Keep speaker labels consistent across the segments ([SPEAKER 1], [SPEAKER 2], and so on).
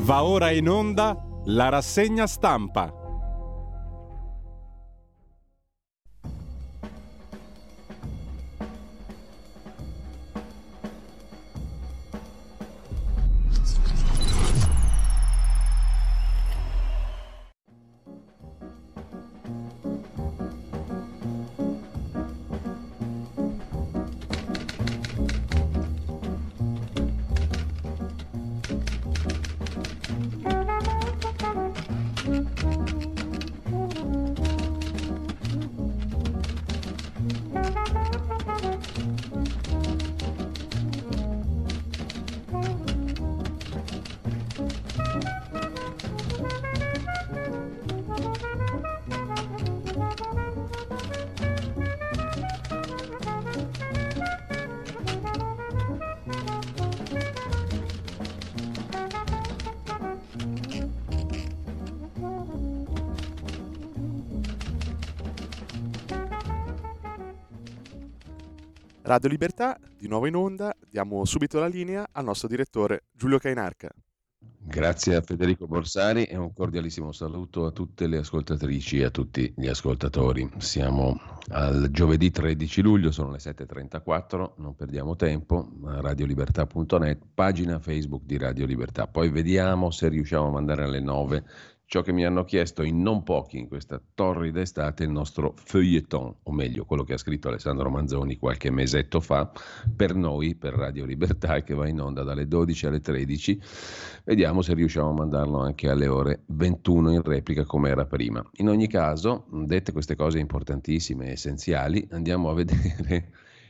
[SPEAKER 1] Va ora in onda la rassegna stampa.
[SPEAKER 2] Radio Libertà, di nuovo in onda, diamo subito la linea al nostro direttore Giulio Cainarca.
[SPEAKER 3] Grazie a Federico Borsari e un cordialissimo saluto a tutte le ascoltatrici e a tutti gli ascoltatori. Siamo al giovedì 13 luglio, sono le 7.34, non perdiamo tempo, radiolibertà.net, pagina Facebook di Radio Libertà. Poi vediamo se riusciamo a mandare alle 9 ciò che mi hanno chiesto in non pochi in questa torrida estate, il nostro feuilleton, o meglio quello che ha scritto Alessandro Manzoni qualche mesetto fa per noi, per Radio Libertà, e che va in onda dalle 12 alle 13. Vediamo se riusciamo a mandarlo anche alle ore 21 in replica come era prima. In ogni caso, dette queste cose importantissime e essenziali, andiamo a vedere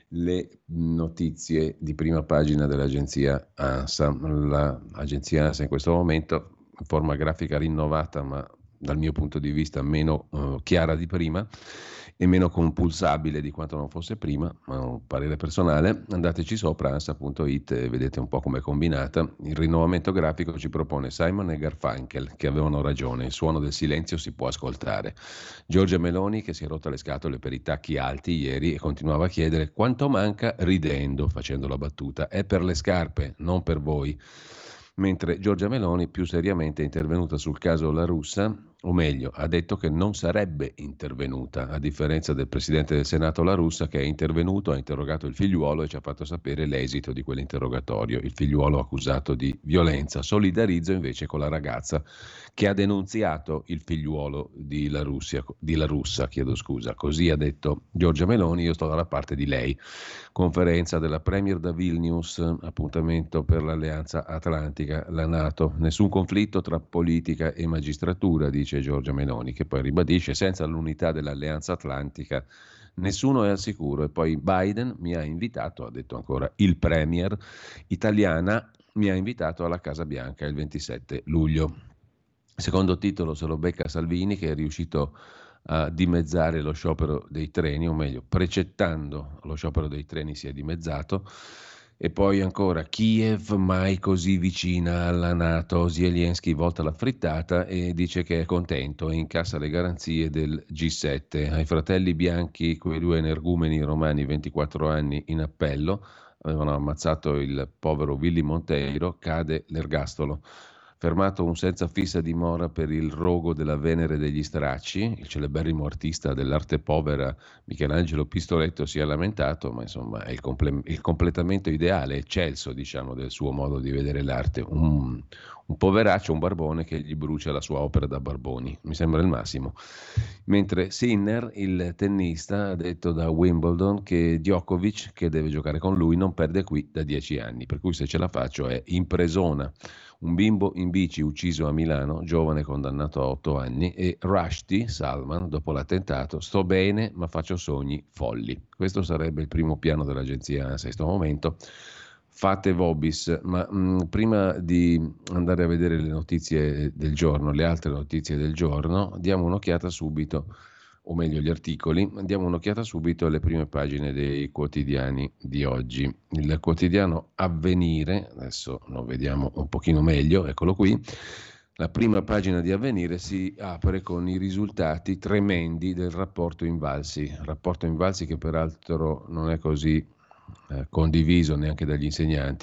[SPEAKER 3] le notizie di prima pagina dell'agenzia ANSA. L'agenzia ANSA in questo momento, in forma grafica rinnovata, ma dal mio punto di vista meno chiara di prima e meno compulsabile di quanto non fosse prima, ma un parere personale. Andateci sopra ansa.it e vedete un po' com'è combinata. Il rinnovamento grafico ci propone Simon e Garfunkel, che avevano ragione, il suono del silenzio si può ascoltare. Giorgia Meloni, che si è rotta le scatole per i tacchi alti ieri e continuava a chiedere quanto manca, ridendo, facendo la battuta: è per le scarpe, non per voi. Mentre Giorgia Meloni più seriamente è intervenuta sul caso La Russa, o meglio, ha detto che non sarebbe intervenuta, a differenza del presidente del Senato La Russa, che è intervenuto, ha interrogato il figliuolo e ci ha fatto sapere l'esito di quell'interrogatorio. Il figliuolo accusato di violenza. Solidarizzo invece con la ragazza che ha denunziato il figliuolo di La Russa, così ha detto Giorgia Meloni, io sto dalla parte di lei. Conferenza della Premier da Vilnius, appuntamento per l'Alleanza Atlantica, la NATO. Nessun conflitto tra politica e magistratura, dice Giorgia Meloni, che poi ribadisce: senza l'unità dell'Alleanza Atlantica nessuno è al sicuro. E poi Biden mi ha invitato, ha detto ancora il Premier italiana, mi ha invitato alla Casa Bianca il 27 luglio. Secondo titolo se lo becca Salvini, che è riuscito a dimezzare lo sciopero dei treni, o meglio, precettando lo sciopero dei treni si è dimezzato. E poi ancora Kiev mai così vicina alla NATO, Zelensky volta la frittata e dice che è contento e incassa le garanzie del G7. Ai fratelli bianchi, quei due energumeni romani, 24 anni in appello, avevano ammazzato il povero Willy Monteiro, cade l'ergastolo. Fermato un senza fissa dimora per il rogo della Venere degli Stracci, il celeberrimo artista dell'arte povera Michelangelo Pistoletto si è lamentato, ma insomma è il completamento ideale, eccelso diciamo, del suo modo di vedere l'arte. Un poveraccio, un barbone che gli brucia la sua opera da barboni, mi sembra il massimo. Mentre Sinner, il tennista, ha detto da Wimbledon che Djokovic, che deve giocare con lui, non perde qui da 10 anni, per cui se ce la faccio è impresona. Un bimbo in bici ucciso a Milano, giovane condannato a 8 anni, e Rushdie Salman, dopo l'attentato: sto bene ma faccio sogni folli. Questo sarebbe il primo piano dell'agenzia ANSA in questo momento. Fate vobis, ma prima di andare a vedere le notizie del giorno, le altre notizie del giorno, diamo un'occhiata subito, o meglio gli articoli, diamo un'occhiata subito alle prime pagine dei quotidiani di oggi. Il quotidiano Avvenire, adesso lo vediamo un pochino meglio, eccolo qui. La prima pagina di Avvenire si apre con i risultati tremendi del rapporto Invalsi che peraltro non è così condiviso neanche dagli insegnanti.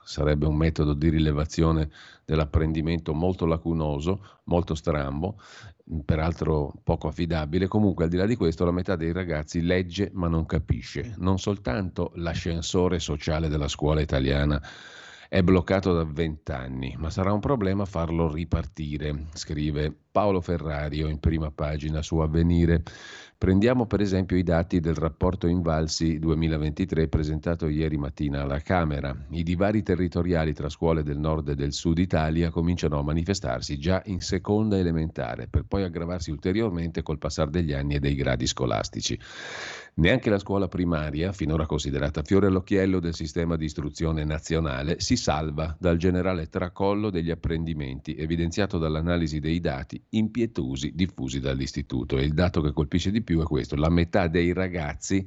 [SPEAKER 3] sarebbe un metodo di rilevazione dell'apprendimento molto lacunoso, molto strambo, peraltro poco affidabile. Comunque, al di là di questo, la metà dei ragazzi legge ma non capisce. Non soltanto l'ascensore sociale della scuola italiana è bloccato da 20 anni, ma sarà un problema farlo ripartire, scrive Paolo Ferrario in prima pagina su Avvenire. Prendiamo per esempio i dati del rapporto Invalsi 2023 presentato ieri mattina alla Camera. I divari territoriali tra scuole del nord e del sud Italia cominciano a manifestarsi già in seconda elementare, per poi aggravarsi ulteriormente col passare degli anni e dei gradi scolastici. Neanche la scuola primaria, finora considerata fiore all'occhiello del sistema di istruzione nazionale, si salva dal generale tracollo degli apprendimenti evidenziato dall'analisi dei dati impietosi diffusi dall'istituto. E il dato che colpisce di più è questo: la metà dei ragazzi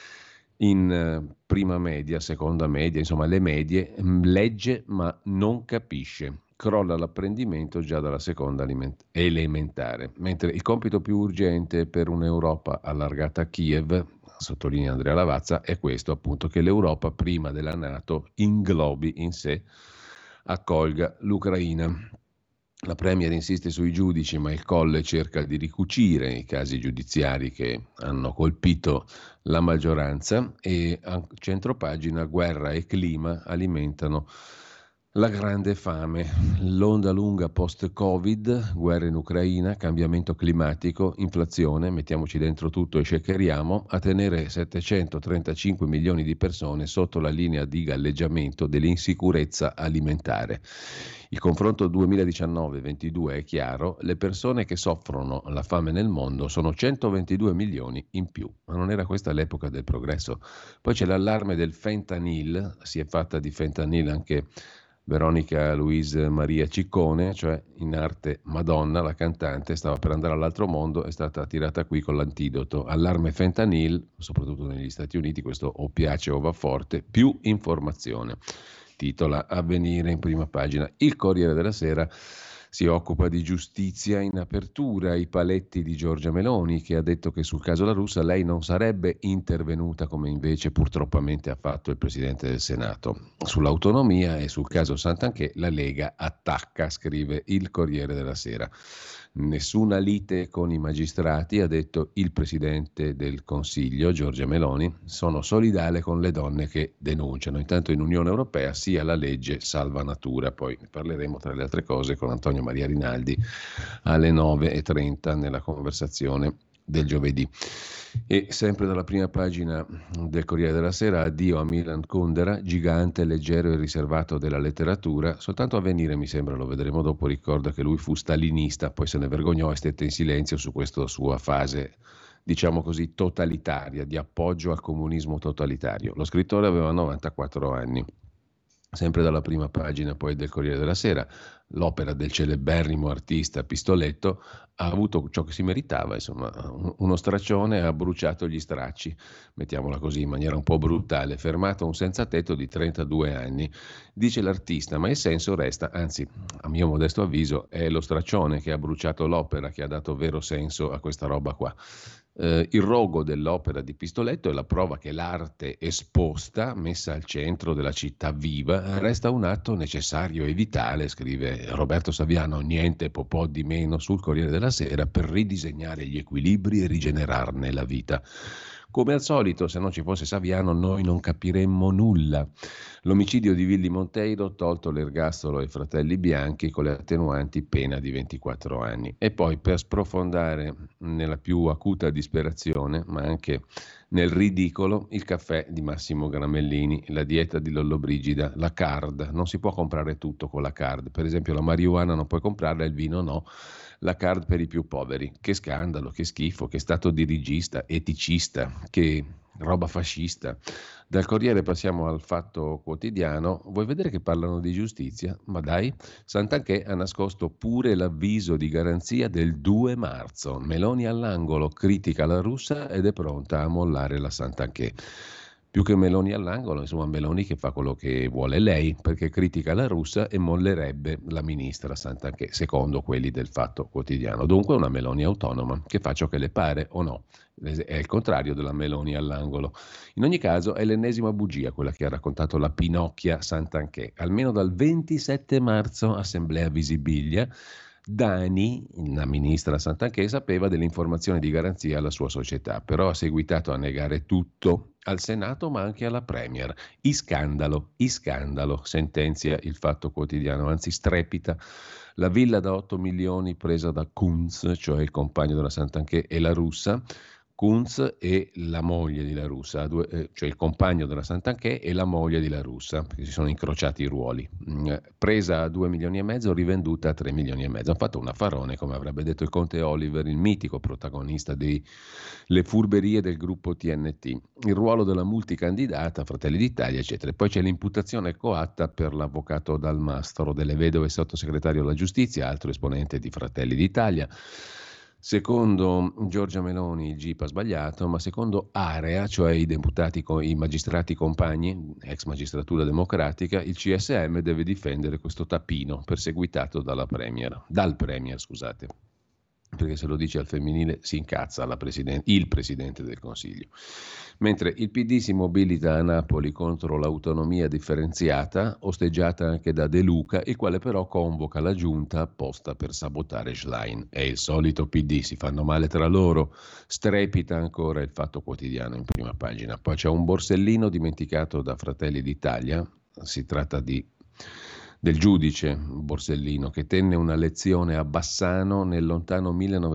[SPEAKER 3] in prima media, seconda media, insomma le medie, legge ma non capisce. Crolla l'apprendimento già dalla seconda elementare, mentre il compito più urgente per un'Europa allargata a Kiev, sottolinea Andrea Lavazza, è questo appunto, che l'Europa prima della NATO inglobi in sé, accolga l'Ucraina. La Premier insiste sui giudici, ma il Colle cerca di ricucire i casi giudiziari che hanno colpito la maggioranza, e a centropagina guerra e clima alimentano la grande fame, l'onda lunga post-Covid, guerra in Ucraina, cambiamento climatico, inflazione, mettiamoci dentro tutto e shakeriamo, a tenere 735 milioni di persone sotto la linea di galleggiamento dell'insicurezza alimentare. Il confronto 2019-22 è chiaro: le persone che soffrono la fame nel mondo sono 122 milioni in più. Ma non era questa l'epoca del progresso? Poi c'è l'allarme del fentanyl, si è fatta di fentanyl anche Veronica Louise Maria Ciccone, cioè in arte Madonna, la cantante, stava per andare all'altro mondo, è stata tirata qui con l'antidoto. Allarme fentanyl, soprattutto negli Stati Uniti, questo o piace o va forte, più informazione. Titola Avvenire in prima pagina. Il Corriere della Sera si occupa di giustizia in apertura, i paletti di Giorgia Meloni, che ha detto che sul caso La Russa lei non sarebbe intervenuta, come invece purtroppamente ha fatto il Presidente del Senato. Sull'autonomia e sul caso Santanchè la Lega attacca, scrive il Corriere della Sera. Nessuna lite con i magistrati, ha detto il Presidente del Consiglio, Giorgia Meloni. Sono solidale con le donne che denunciano. Intanto in Unione Europea sia la legge salva natura. Poi parleremo tra le altre cose con Antonio Maria Rinaldi alle 9:30 nella conversazione del giovedì. E sempre dalla prima pagina del Corriere della Sera, addio a Milan Kundera, gigante, leggero e riservato della letteratura. Soltanto Avvenire, mi sembra, lo vedremo dopo, ricorda che lui fu stalinista, poi se ne vergognò e stette in silenzio su questa sua fase, diciamo così, totalitaria, di appoggio al comunismo totalitario. Lo scrittore aveva 94 anni. Sempre dalla prima pagina poi del Corriere della Sera, l'opera del celeberrimo artista Pistoletto ha avuto ciò che si meritava, insomma, uno straccione, ha bruciato gli stracci, mettiamola così in maniera un po' brutale, fermato un senza tetto di 32 anni, dice l'artista, ma il senso resta, anzi, a mio modesto avviso, è lo straccione che ha bruciato l'opera, che ha dato vero senso a questa roba qua. Il rogo dell'opera di Pistoletto è la prova che l'arte esposta, messa al centro della città viva, resta un atto necessario e vitale, scrive Roberto Saviano, niente po' di meno, sul Corriere della Sera, per ridisegnare gli equilibri e rigenerarne la vita. Come al solito, se non ci fosse Saviano, noi non capiremmo nulla. L'omicidio di Willy Monteiro, tolto l'ergastolo ai fratelli Bianchi, con le attenuanti pena di 24 anni. E poi, per sprofondare nella più acuta disperazione, ma anche nel ridicolo, il caffè di Massimo Gramellini, la dieta di Lollobrigida, la card. Non si può comprare tutto con la card. Per esempio la marijuana non puoi comprarla, il vino no. La card per i più poveri. Che scandalo, che schifo, che stato dirigista, eticista, che roba fascista. Dal Corriere passiamo al Fatto Quotidiano. Vuoi vedere che parlano di giustizia? Ma dai, Santanchè ha nascosto pure l'avviso di garanzia del 2 marzo. Meloni all'angolo, critica la Russa ed è pronta a mollare la Santanchè. Più che Meloni all'angolo, insomma Meloni che fa quello che vuole lei, perché critica la russa e mollerebbe la ministra Santanchè, secondo quelli del Fatto Quotidiano. Dunque una Meloni autonoma, che fa ciò che le pare o no. È il contrario della Meloni all'angolo. In ogni caso è l'ennesima bugia quella che ha raccontato la Pinocchia Santanchè. Almeno dal 27 marzo, Assemblea Visibilia, Dani, la ministra Santanchè, sapeva delle informazioni di garanzia alla sua società, però ha seguitato a negare tutto al Senato ma anche alla Premier. Iscandalo, sentenzia il Fatto Quotidiano, anzi strepita. La villa da 8 milioni presa da Kunz, cioè il compagno della Santanchè, e la russa. Kunz e la moglie di La Russa, cioè il compagno della Santanchè e la moglie di La Russa, perché si sono incrociati i ruoli. Presa a 2 milioni e mezzo, rivenduta a 3 milioni e mezzo. Hanno fatto un affarone, come avrebbe detto il conte Oliver, il mitico protagonista delle furberie del gruppo TNT. Il ruolo della multicandidata, Fratelli d'Italia, eccetera. Poi c'è l'imputazione coatta per l'avvocato Dal Mastro, delle vedove sottosegretario alla giustizia, altro esponente di Fratelli d'Italia. Secondo Giorgia Meloni il GIP ha sbagliato, ma secondo Area, cioè i magistrati compagni, ex magistratura democratica, il CSM deve difendere questo tappino perseguitato dal Premier, scusate. Perché se lo dice al femminile si incazza il Presidente del Consiglio. Mentre il PD si mobilita a Napoli contro l'autonomia differenziata, osteggiata anche da De Luca, il quale però convoca la giunta apposta per sabotare Schlein. È il solito PD, si fanno male tra loro, strepita ancora il Fatto Quotidiano in prima pagina. Poi c'è un borsellino dimenticato da Fratelli d'Italia, si tratta del giudice Borsellino, che tenne una lezione a Bassano nel lontano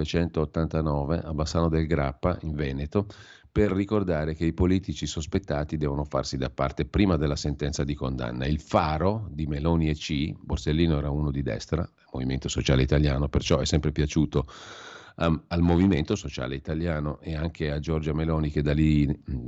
[SPEAKER 3] 1989, a Bassano del Grappa, in Veneto, per ricordare che i politici sospettati devono farsi da parte prima della sentenza di condanna. Il faro di Meloni e C, Borsellino era uno di destra, Movimento Sociale Italiano, perciò è sempre piaciuto al Movimento Sociale Italiano e anche a Giorgia Meloni, che da lì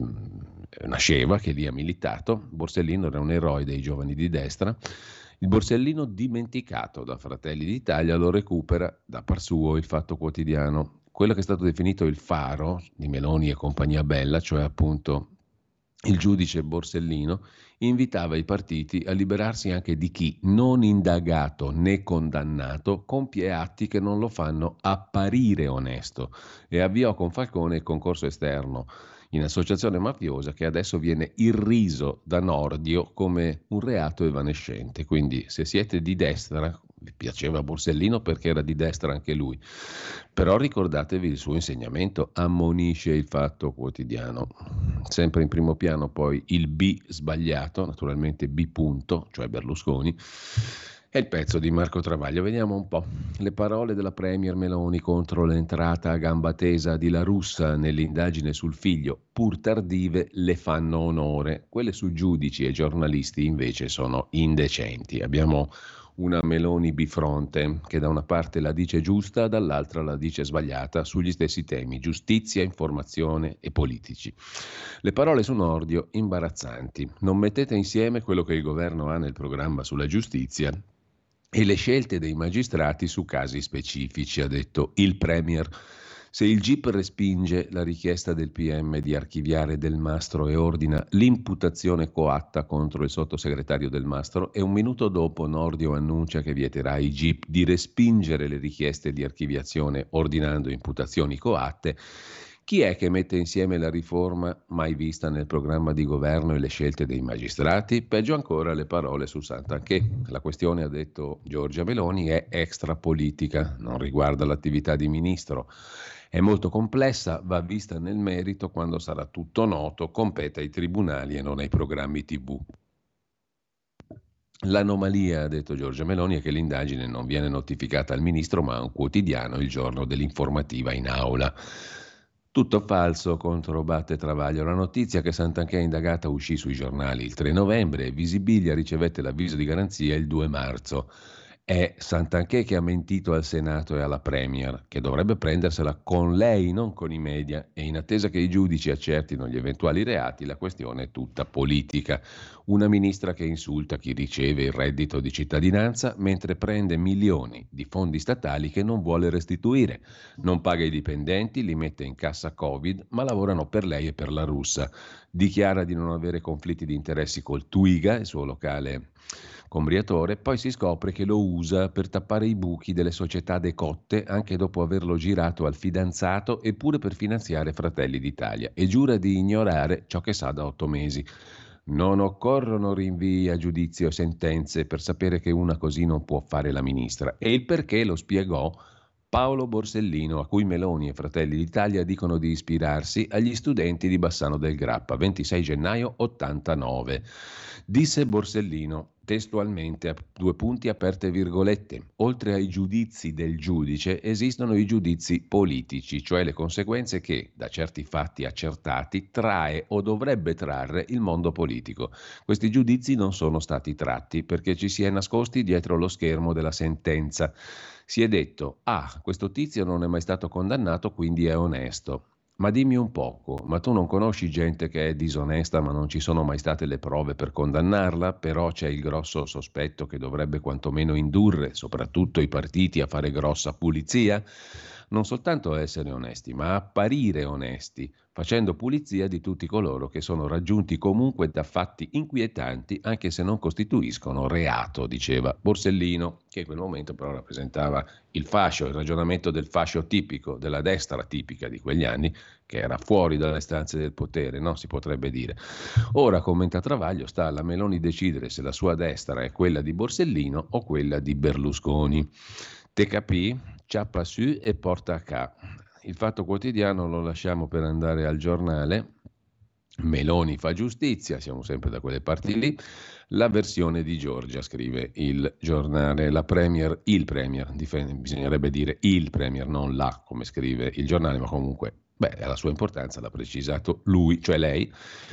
[SPEAKER 3] nasceva, che lì ha militato. Borsellino era un eroe dei giovani di destra. Il Borsellino dimenticato da Fratelli d'Italia lo recupera da par suo il Fatto Quotidiano. Quello che è stato definito il faro di Meloni e compagnia bella, cioè appunto il giudice Borsellino, invitava i partiti a liberarsi anche di chi, non indagato né condannato, compie atti che non lo fanno apparire onesto, e avviò con Falcone il concorso esterno in associazione mafiosa, che adesso viene irriso da Nordio come un reato evanescente. Quindi se siete di destra, vi piaceva Borsellino perché era di destra anche lui, però ricordatevi il suo insegnamento, ammonisce il Fatto Quotidiano. Sempre in primo piano poi il B sbagliato, naturalmente B punto, cioè Berlusconi, è il pezzo di Marco Travaglio. Vediamo un po'. Le parole della Premier Meloni contro l'entrata a gamba tesa di La Russa nell'indagine sul figlio, pur tardive, le fanno onore. Quelle su giudici e giornalisti invece sono indecenti. Abbiamo una Meloni bifronte, che da una parte la dice giusta, dall'altra la dice sbagliata sugli stessi temi: giustizia, informazione e politici. Le parole su Nordio imbarazzanti. Non mettete insieme quello che il governo ha nel programma sulla giustizia e le scelte dei magistrati su casi specifici, ha detto il Premier. Se il GIP respinge la richiesta del PM di archiviare Del Mastro e ordina l'imputazione coatta contro il sottosegretario Del Mastro, e un minuto dopo Nordio annuncia che vieterà ai GIP di respingere le richieste di archiviazione ordinando imputazioni coatte, chi è che mette insieme la riforma mai vista nel programma di governo e le scelte dei magistrati? Peggio ancora le parole su Santanchè. La questione, ha detto Giorgia Meloni, è extrapolitica, non riguarda l'attività di ministro. È molto complessa, va vista nel merito quando sarà tutto noto, compete ai tribunali e non ai programmi TV. L'anomalia, ha detto Giorgia Meloni, è che l'indagine non viene notificata al ministro ma a un quotidiano il giorno dell'informativa in aula. Tutto falso, controbatte Travaglio. La notizia che Santanchè è indagata uscì sui giornali il 3 novembre e Visibilia ricevette l'avviso di garanzia il 2 marzo. È Santanchè che ha mentito al Senato e alla Premier, che dovrebbe prendersela con lei, non con i media, e in attesa che i giudici accertino gli eventuali reati, la questione è tutta politica. Una ministra che insulta chi riceve il reddito di cittadinanza mentre prende milioni di fondi statali che non vuole restituire. Non paga i dipendenti, li mette in cassa Covid, ma lavorano per lei e per la russa. Dichiara di non avere conflitti di interessi col Twiga, il suo locale combriatore, poi si scopre che lo usa per tappare i buchi delle società decotte anche dopo averlo girato al fidanzato e pure per finanziare Fratelli d'Italia, e giura di ignorare ciò che sa da 8 mesi. Non occorrono rinvii a giudizio o sentenze per sapere che una così non può fare la ministra, e il perché lo spiegò Paolo Borsellino, a cui Meloni e Fratelli d'Italia dicono di ispirarsi agli studenti di Bassano del Grappa, 26 gennaio 89. Disse Borsellino, testualmente, a due punti aperte virgolette, oltre ai giudizi del giudice esistono i giudizi politici, cioè le conseguenze che, da certi fatti accertati, trae o dovrebbe trarre il mondo politico. Questi giudizi non sono stati tratti perché ci si è nascosti dietro lo schermo della sentenza. Si è detto, questo tizio non è mai stato condannato, quindi è onesto. Ma dimmi un poco, ma tu non conosci gente che è disonesta ma non ci sono mai state le prove per condannarla, però c'è il grosso sospetto che dovrebbe quantomeno indurre soprattutto i partiti a fare grossa pulizia? Non soltanto essere onesti, ma apparire onesti, facendo pulizia di tutti coloro che sono raggiunti comunque da fatti inquietanti, anche se non costituiscono reato, diceva Borsellino, che in quel momento però rappresentava il fascio, il ragionamento del fascio tipico, della destra tipica di quegli anni, che era fuori dalle stanze del potere, no? Si potrebbe dire. Ora, commenta Travaglio, sta alla Meloni decidere se la sua destra è quella di Borsellino o quella di Berlusconi. Te capì? Ciappa su e porta a ca. Il Fatto Quotidiano lo lasciamo per andare al Giornale. Meloni fa giustizia, siamo sempre da quelle parti lì. La versione di Giorgia, scrive il Giornale. Il Premier, bisognerebbe dire il Premier, non la, come scrive il Giornale, ma comunque, la sua importanza l'ha precisato lui, cioè lei.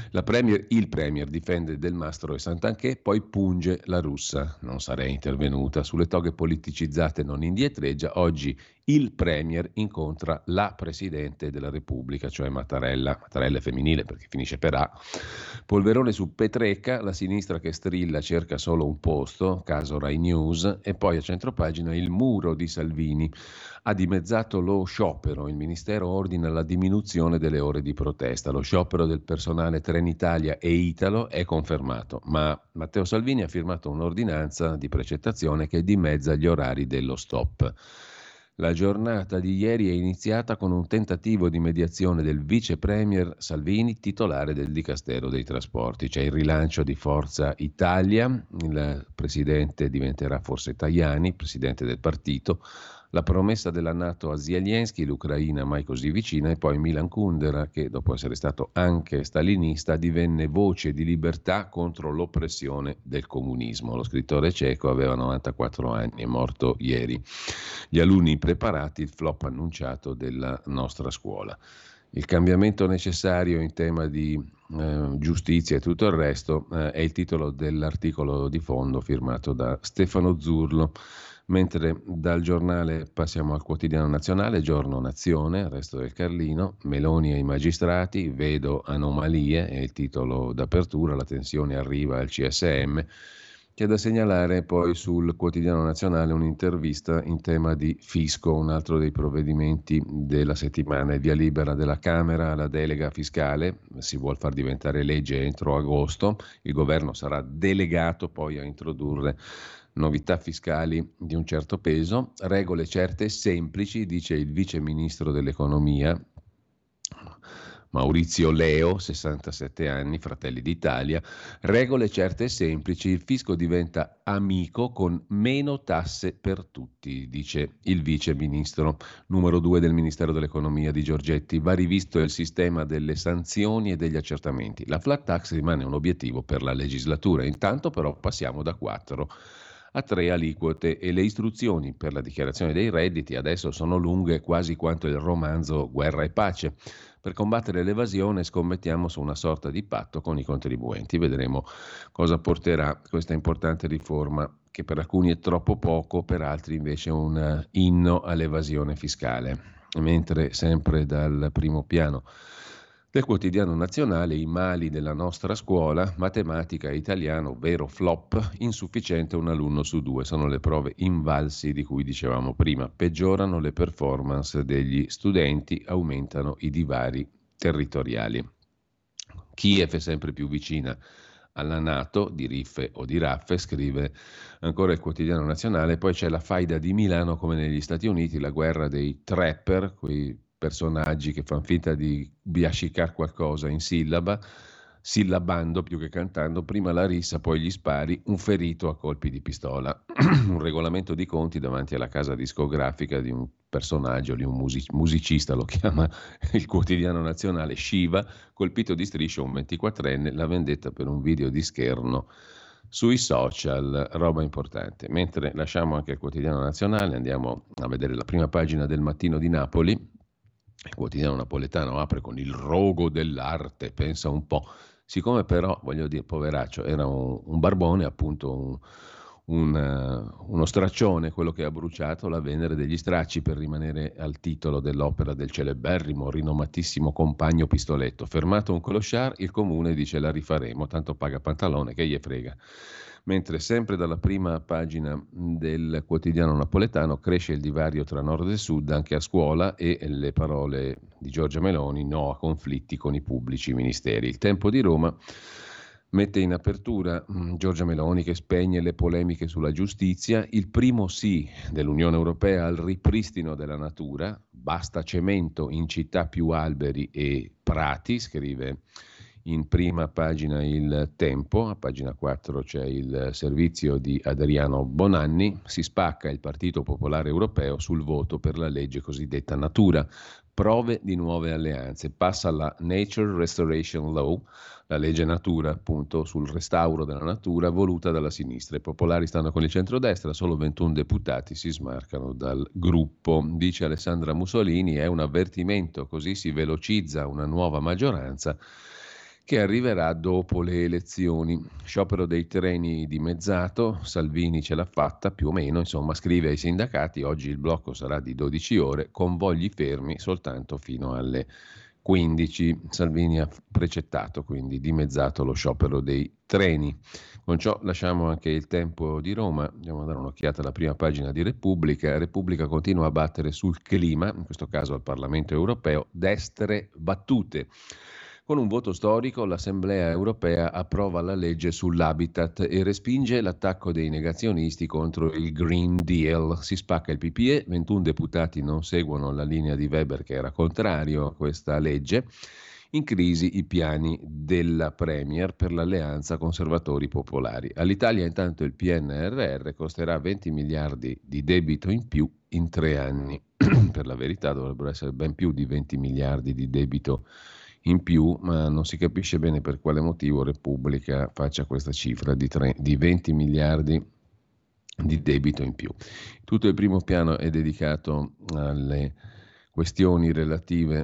[SPEAKER 3] Il Premier difende Del Mastro e Santanchè, poi punge la russa. Non sarei intervenuta. Sulle toghe politicizzate non indietreggia. Oggi il Premier incontra la Presidente della Repubblica, cioè Mattarella. Mattarella è femminile perché finisce per A. Polverone su Petrecca, la sinistra che strilla cerca solo un posto, caso Rai News, e poi a centropagina il muro di Salvini. Ha dimezzato lo sciopero, il Ministero ordina la diminuzione delle ore di protesta. Lo sciopero del personale Trenitalia e Italo è confermato, ma Matteo Salvini ha firmato un'ordinanza di precettazione che dimezza gli orari dello stop. La giornata di ieri è iniziata con un tentativo di mediazione del vice premier Salvini, titolare del Dicastero dei Trasporti. C'è il rilancio di Forza Italia, il presidente diventerà forse Tajani, presidente del partito, la promessa della NATO a Zelensky, l'Ucraina mai così vicina, e poi Milan Kundera, che dopo essere stato anche stalinista divenne voce di libertà contro l'oppressione del comunismo. Lo scrittore ceco aveva 94 anni, è morto ieri. Gli alunni impreparati, il flop annunciato della nostra scuola. Il cambiamento necessario in tema di giustizia e tutto il resto è il titolo dell'articolo di fondo firmato da Stefano Zurlo. Mentre dal Giornale passiamo al Quotidiano Nazionale, Giorno Nazione, il resto del Carlino, Meloni ai magistrati, vedo anomalie, è il titolo d'apertura, la tensione arriva al CSM. C'è da segnalare poi sul Quotidiano Nazionale un'intervista in tema di fisco, un altro dei provvedimenti della settimana, il via libera della Camera alla delega fiscale, si vuol far diventare legge entro agosto, il governo sarà delegato poi a introdurre novità fiscali di un certo peso, regole certe e semplici, dice il vice ministro dell'economia Maurizio Leo, 67 anni, Fratelli d'Italia, regole certe e semplici, il fisco diventa amico con meno tasse per tutti, dice il vice ministro numero 2 del Ministero dell'Economia di Giorgetti. Va rivisto il sistema delle sanzioni e degli accertamenti. La flat tax rimane un obiettivo per la legislatura, intanto però passiamo da 4 a 3 aliquote e le istruzioni per la dichiarazione dei redditi adesso sono lunghe quasi quanto il romanzo Guerra e Pace. Per combattere l'evasione scommettiamo su una sorta di patto con i contribuenti. Vedremo cosa porterà questa importante riforma, che per alcuni è troppo poco, per altri invece è un inno all'evasione fiscale. Mentre sempre dal primo piano del quotidiano nazionale i mali della nostra scuola, matematica e italiano, vero flop, insufficiente un alunno su 2, sono le prove invalsi di cui dicevamo prima, peggiorano le performance degli studenti, aumentano i divari territoriali. Kiev è sempre più vicina alla NATO, di riffe o di raffe, scrive ancora il quotidiano nazionale. Poi c'è la faida di Milano come negli Stati Uniti, la guerra dei trapper, quei personaggi che fanno finta di biascicare qualcosa in sillabando più che cantando, prima la rissa, poi gli spari, un ferito a colpi di pistola. Un regolamento di conti davanti alla casa discografica di un personaggio, di un musicista, lo chiama il quotidiano nazionale, Shiva, colpito di striscio un 24enne, la vendetta per un video di scherno sui social, roba importante. Mentre lasciamo anche il quotidiano nazionale, andiamo a vedere la prima pagina del Mattino di Napoli. Il quotidiano napoletano apre con il rogo dell'arte, pensa un po'. Siccome però, voglio dire, poveraccio, era un barbone, appunto uno straccione, quello che ha bruciato la Venere degli Stracci, per rimanere al titolo dell'opera del celeberrimo, rinomatissimo compagno Pistoletto. Fermato un clochard, il comune dice la rifaremo, tanto paga Pantalone, che gli frega. Mentre sempre dalla prima pagina del quotidiano napoletano cresce il divario tra nord e sud anche a scuola, e le parole di Giorgia Meloni: no a conflitti con i pubblici ministeri. Il Tempo di Roma mette in apertura Giorgia Meloni che spegne le polemiche sulla giustizia, il primo sì dell'Unione Europea al ripristino della natura, basta cemento in città, più alberi e prati, scrive in prima pagina il Tempo. A pagina 4 c'è il servizio di Adriano Bonanni, si spacca il Partito Popolare Europeo sul voto per la legge cosiddetta Natura, prove di nuove alleanze, passa la Nature Restoration Law, la legge Natura appunto sul restauro della natura, voluta dalla sinistra. I popolari stanno con il centrodestra, solo 21 deputati si smarcano dal gruppo. Dice Alessandra Mussolini, è un avvertimento, così si velocizza una nuova maggioranza che arriverà dopo le elezioni. Sciopero dei treni dimezzato, Salvini ce l'ha fatta più o meno, insomma, scrive ai sindacati, oggi il blocco sarà di 12 ore, convogli fermi soltanto fino alle 15. Salvini ha precettato, quindi dimezzato lo sciopero dei treni. Con ciò lasciamo anche il Tempo di Roma, andiamo a dare un'occhiata alla prima pagina di Repubblica. Repubblica continua a battere sul clima, in questo caso al Parlamento europeo, destre battute. Con un voto storico l'Assemblea europea approva la legge sull'habitat e respinge l'attacco dei negazionisti contro il Green Deal. Si spacca il PPE, 21 deputati non seguono la linea di Weber che era contrario a questa legge. In crisi i piani della Premier per l'alleanza conservatori popolari. All'Italia intanto il PNRR costerà 20 miliardi di debito in più in 3 anni. Per la verità dovrebbero essere ben più di 20 miliardi di debito in più, ma non si capisce bene per quale motivo Repubblica faccia questa cifra di 20 miliardi di debito in più. Tutto il primo piano è dedicato alle questioni relative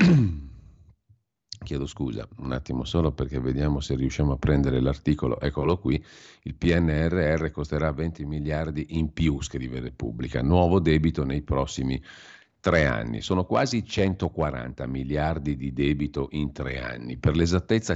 [SPEAKER 3] chiedo scusa un attimo solo perché vediamo se riusciamo a prendere l'articolo, eccolo qui. Il PNRR costerà 20 miliardi in più, scrive Repubblica, nuovo debito nei prossimi 3 anni, sono quasi 140 miliardi di debito in 3 anni, per l'esattezza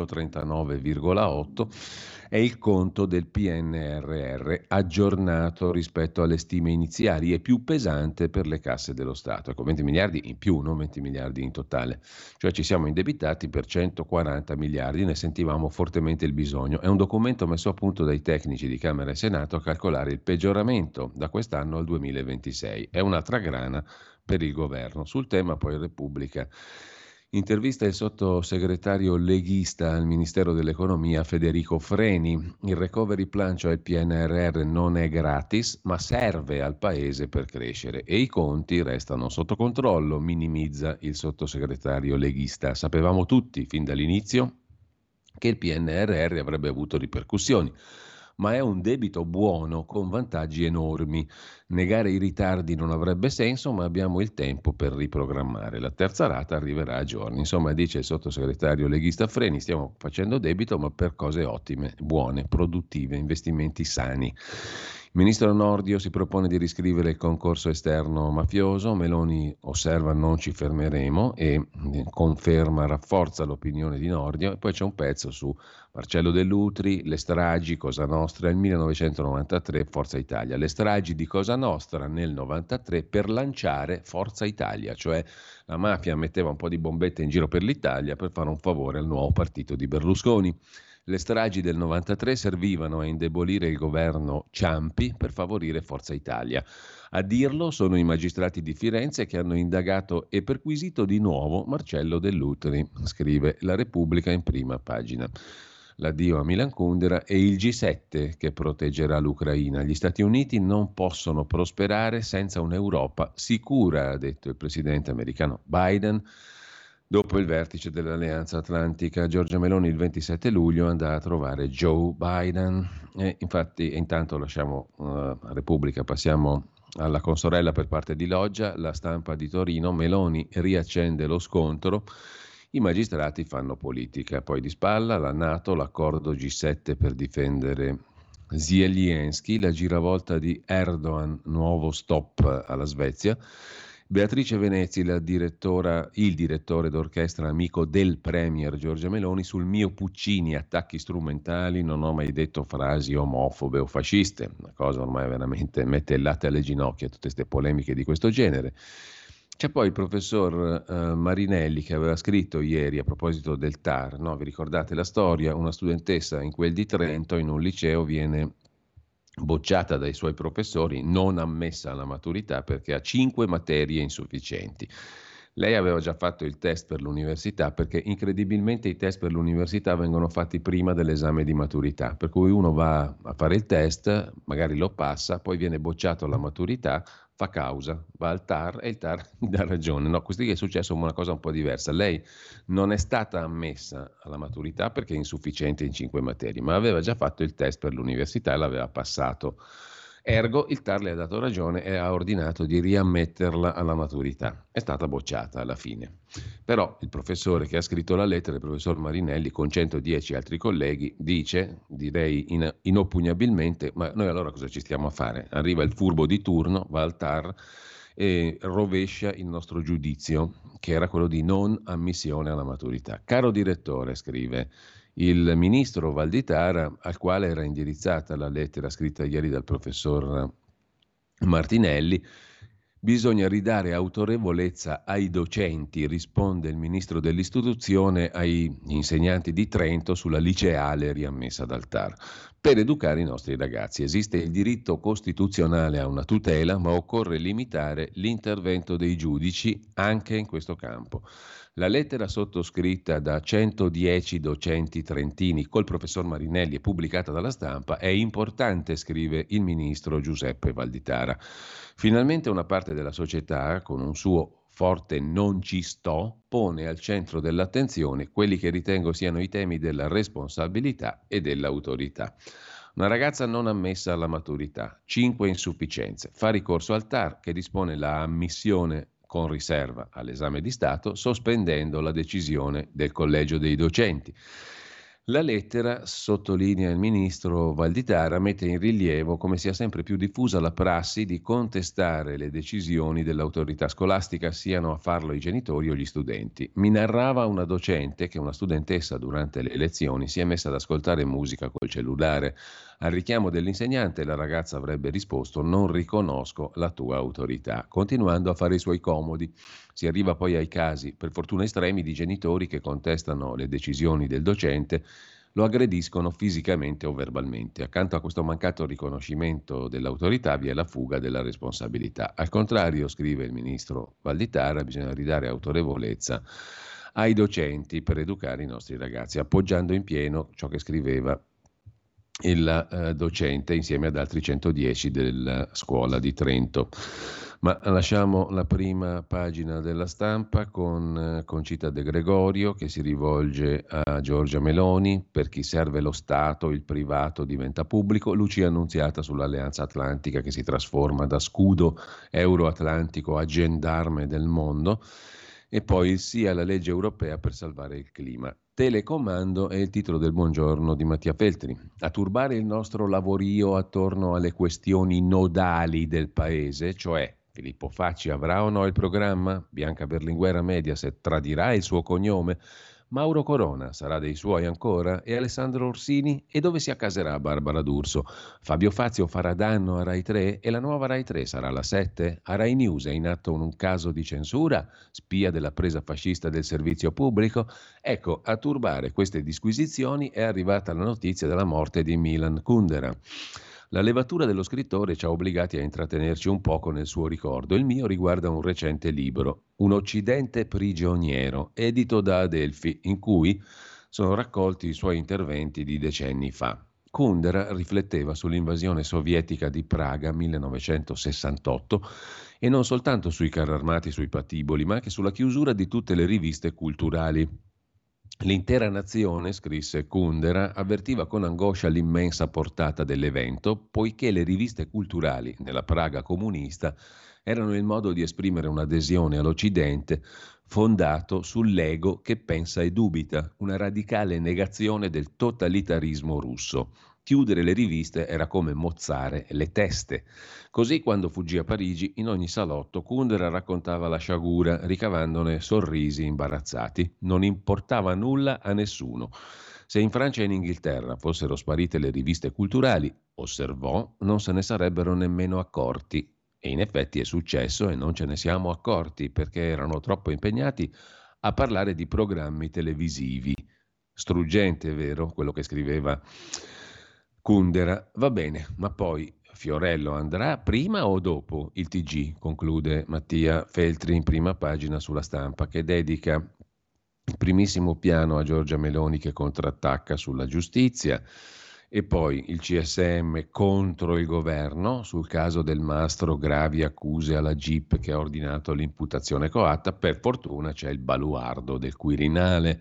[SPEAKER 3] 139,8 è il conto del PNRR aggiornato rispetto alle stime iniziali e più pesante per le casse dello Stato. Ecco, 20 miliardi in più, non 20 miliardi in totale, cioè ci siamo indebitati per 140 miliardi, ne sentivamo fortemente il bisogno. È un documento messo a punto dai tecnici di Camera e Senato a calcolare il peggioramento da quest'anno al 2026, è un'altra grana per il governo. Sul tema poi Repubblica intervista il sottosegretario leghista al Ministero dell'Economia Federico Freni. Il recovery plan, cioè il PNRR, non è gratis, ma serve al paese per crescere e i conti restano sotto controllo, minimizza il sottosegretario leghista. Sapevamo tutti fin dall'inizio che il PNRR avrebbe avuto ripercussioni. ma è un debito buono con vantaggi enormi. Negare i ritardi non avrebbe senso, ma abbiamo il tempo per riprogrammare. La terza rata arriverà a giorni. Insomma, dice il sottosegretario leghista Freni, stiamo facendo debito, ma per cose ottime, buone, produttive, investimenti sani. Il ministro Nordio si propone di riscrivere il concorso esterno mafioso, Meloni osserva non ci fermeremo e conferma, rafforza l'opinione di Nordio, e poi c'è un pezzo su Marcello Dell'Utri, le stragi, Cosa Nostra, il 1993, Forza Italia. Le stragi di Cosa Nostra nel 93 per lanciare Forza Italia, cioè la mafia metteva un po' di bombette in giro per l'Italia per fare un favore al nuovo partito di Berlusconi. Le stragi del 93 servivano a indebolire il governo Ciampi per favorire Forza Italia. A dirlo sono i magistrati di Firenze che hanno indagato e perquisito di nuovo Marcello Dell'Utri, scrive La Repubblica in prima pagina. L'addio a Milan Kundera e il G7 che proteggerà l'Ucraina. Gli Stati Uniti non possono prosperare senza un'Europa sicura, ha detto il presidente americano Biden. Dopo il vertice dell'Alleanza Atlantica, Giorgia Meloni il 27 luglio andrà a trovare Joe Biden. E infatti, intanto lasciamo la Repubblica, passiamo alla consorella per parte di Loggia, La Stampa di Torino. Meloni riaccende lo scontro, i magistrati fanno politica. Poi di spalla la NATO, l'accordo G7 per difendere Zelensky, la giravolta di Erdogan, nuovo stop alla Svezia. Beatrice Venezi, il direttore d'orchestra amico del premier Giorgia Meloni, sul mio Puccini, attacchi strumentali, non ho mai detto frasi omofobe o fasciste, una cosa ormai veramente mette il latte alle ginocchia, tutte queste polemiche di questo genere. C'è poi il professor Marinelli che aveva scritto ieri a proposito del TAR, no? Vi ricordate la storia? Una studentessa in quel di Trento in un liceo viene bocciata dai suoi professori, non ammessa alla maturità perché ha 5 materie insufficienti. Lei aveva già fatto il test per l'università, perché incredibilmente i test per l'università vengono fatti prima dell'esame di maturità, per cui uno va a fare il test, magari lo passa, poi viene bocciato alla maturità, fa causa, va al TAR e il TAR gli dà ragione. No, questi è successo una cosa un po' diversa. Lei non è stata ammessa alla maturità perché è insufficiente in 5 materie, ma aveva già fatto il test per l'università e l'aveva passato. Ergo, il TAR le ha dato ragione e ha ordinato di riammetterla alla maturità. È stata bocciata alla fine. Però il professore che ha scritto la lettera, il professor Marinelli, con 110 altri colleghi, dice, direi inoppugnabilmente, ma noi allora cosa ci stiamo a fare? Arriva il furbo di turno, va al TAR e rovescia il nostro giudizio, che era quello di non ammissione alla maturità. Caro direttore, scrive il ministro Valditara, al quale era indirizzata la lettera scritta ieri dal professor Martinelli, bisogna ridare autorevolezza ai docenti, risponde il ministro dell'istruzione ai insegnanti di Trento sulla liceale riammessa dal TAR. Per educare i nostri ragazzi esiste il diritto costituzionale a una tutela, ma occorre limitare l'intervento dei giudici anche in questo campo. La lettera sottoscritta da 110 docenti trentini col professor Marinelli e pubblicata dalla Stampa è importante, scrive il ministro Giuseppe Valditara. Finalmente una parte della società, con un suo forte non ci sto, pone al centro dell'attenzione quelli che ritengo siano i temi della responsabilità e dell'autorità. Una ragazza non ammessa alla maturità, 5 insufficienze, fa ricorso al TAR che dispone la ammissione con riserva all'esame di Stato, sospendendo la decisione del Collegio dei Docenti. La lettera, sottolinea il ministro Valditara, mette in rilievo come sia sempre più diffusa la prassi di contestare le decisioni dell'autorità scolastica, siano a farlo i genitori o gli studenti. Mi narrava una docente che una studentessa durante le lezioni si è messa ad ascoltare musica col cellulare. Al richiamo dell'insegnante la ragazza avrebbe risposto: non riconosco la tua autorità, continuando a fare i suoi comodi. Si arriva poi ai casi, per fortuna estremi, di genitori che contestano le decisioni del docente, lo aggrediscono fisicamente o verbalmente. Accanto a questo mancato riconoscimento dell'autorità vi è la fuga della responsabilità. Al contrario, scrive il ministro Valditara, bisogna ridare autorevolezza ai docenti per educare i nostri ragazzi, appoggiando in pieno ciò che scriveva il docente insieme ad altri 110 della scuola di Trento. Ma lasciamo la prima pagina della Stampa con Concita De Gregorio che si rivolge a Giorgia Meloni: per chi serve lo Stato, il privato diventa pubblico. Lucia Annunziata sull'Alleanza Atlantica che si trasforma da scudo euroatlantico a gendarme del mondo. E poi il sì alla legge europea per salvare il clima. Telecomando è il titolo del buongiorno di Mattia Feltri. A turbare il nostro lavorio attorno alle questioni nodali del paese, cioè Filippo Facci avrà o no il programma? Bianca Berlinguer a Mediaset tradirà il suo cognome? Mauro Corona sarà dei suoi ancora? E Alessandro Orsini? E dove si accaserà Barbara D'Urso? Fabio Fazio farà danno a Rai 3? E la nuova Rai 3 sarà la 7? A Rai News è in atto un caso di censura? Spia della presa fascista del servizio pubblico? Ecco, a turbare queste disquisizioni è arrivata la notizia della morte di Milan Kundera. La levatura dello scrittore ci ha obbligati a intrattenerci un poco nel suo ricordo. Il mio riguarda un recente libro, Un Occidente prigioniero, edito da Adelphi, in cui sono raccolti i suoi interventi di decenni fa. Kundera rifletteva sull'invasione sovietica di Praga 1968 e non soltanto sui carri armati, sui patiboli, ma anche sulla chiusura di tutte le riviste culturali. L'intera nazione, scrisse Kundera, avvertiva con angoscia l'immensa portata dell'evento, poiché le riviste culturali nella Praga comunista erano il modo di esprimere un'adesione all'Occidente fondato sull'ego che pensa e dubita, una radicale negazione del totalitarismo russo. Chiudere le riviste era come mozzare le teste. Così, quando fuggì a Parigi, in ogni salotto Kundera raccontava la sciagura, ricavandone sorrisi imbarazzati. Non importava nulla a nessuno. Se in Francia e in Inghilterra fossero sparite le riviste culturali, osservò, non se ne sarebbero nemmeno accorti. E in effetti è successo e non ce ne siamo accorti perché erano troppo impegnati a parlare di programmi televisivi. Struggente, è vero, quello che scriveva Kundera. Va bene, ma poi Fiorello andrà prima o dopo il TG? Conclude Mattia Feltri in prima pagina sulla Stampa, che dedica il primissimo piano a Giorgia Meloni che contrattacca sulla giustizia. E poi il CSM contro il governo sul caso del Mastro, gravi accuse alla GIP che ha ordinato l'imputazione coatta. Per fortuna c'è il baluardo del Quirinale,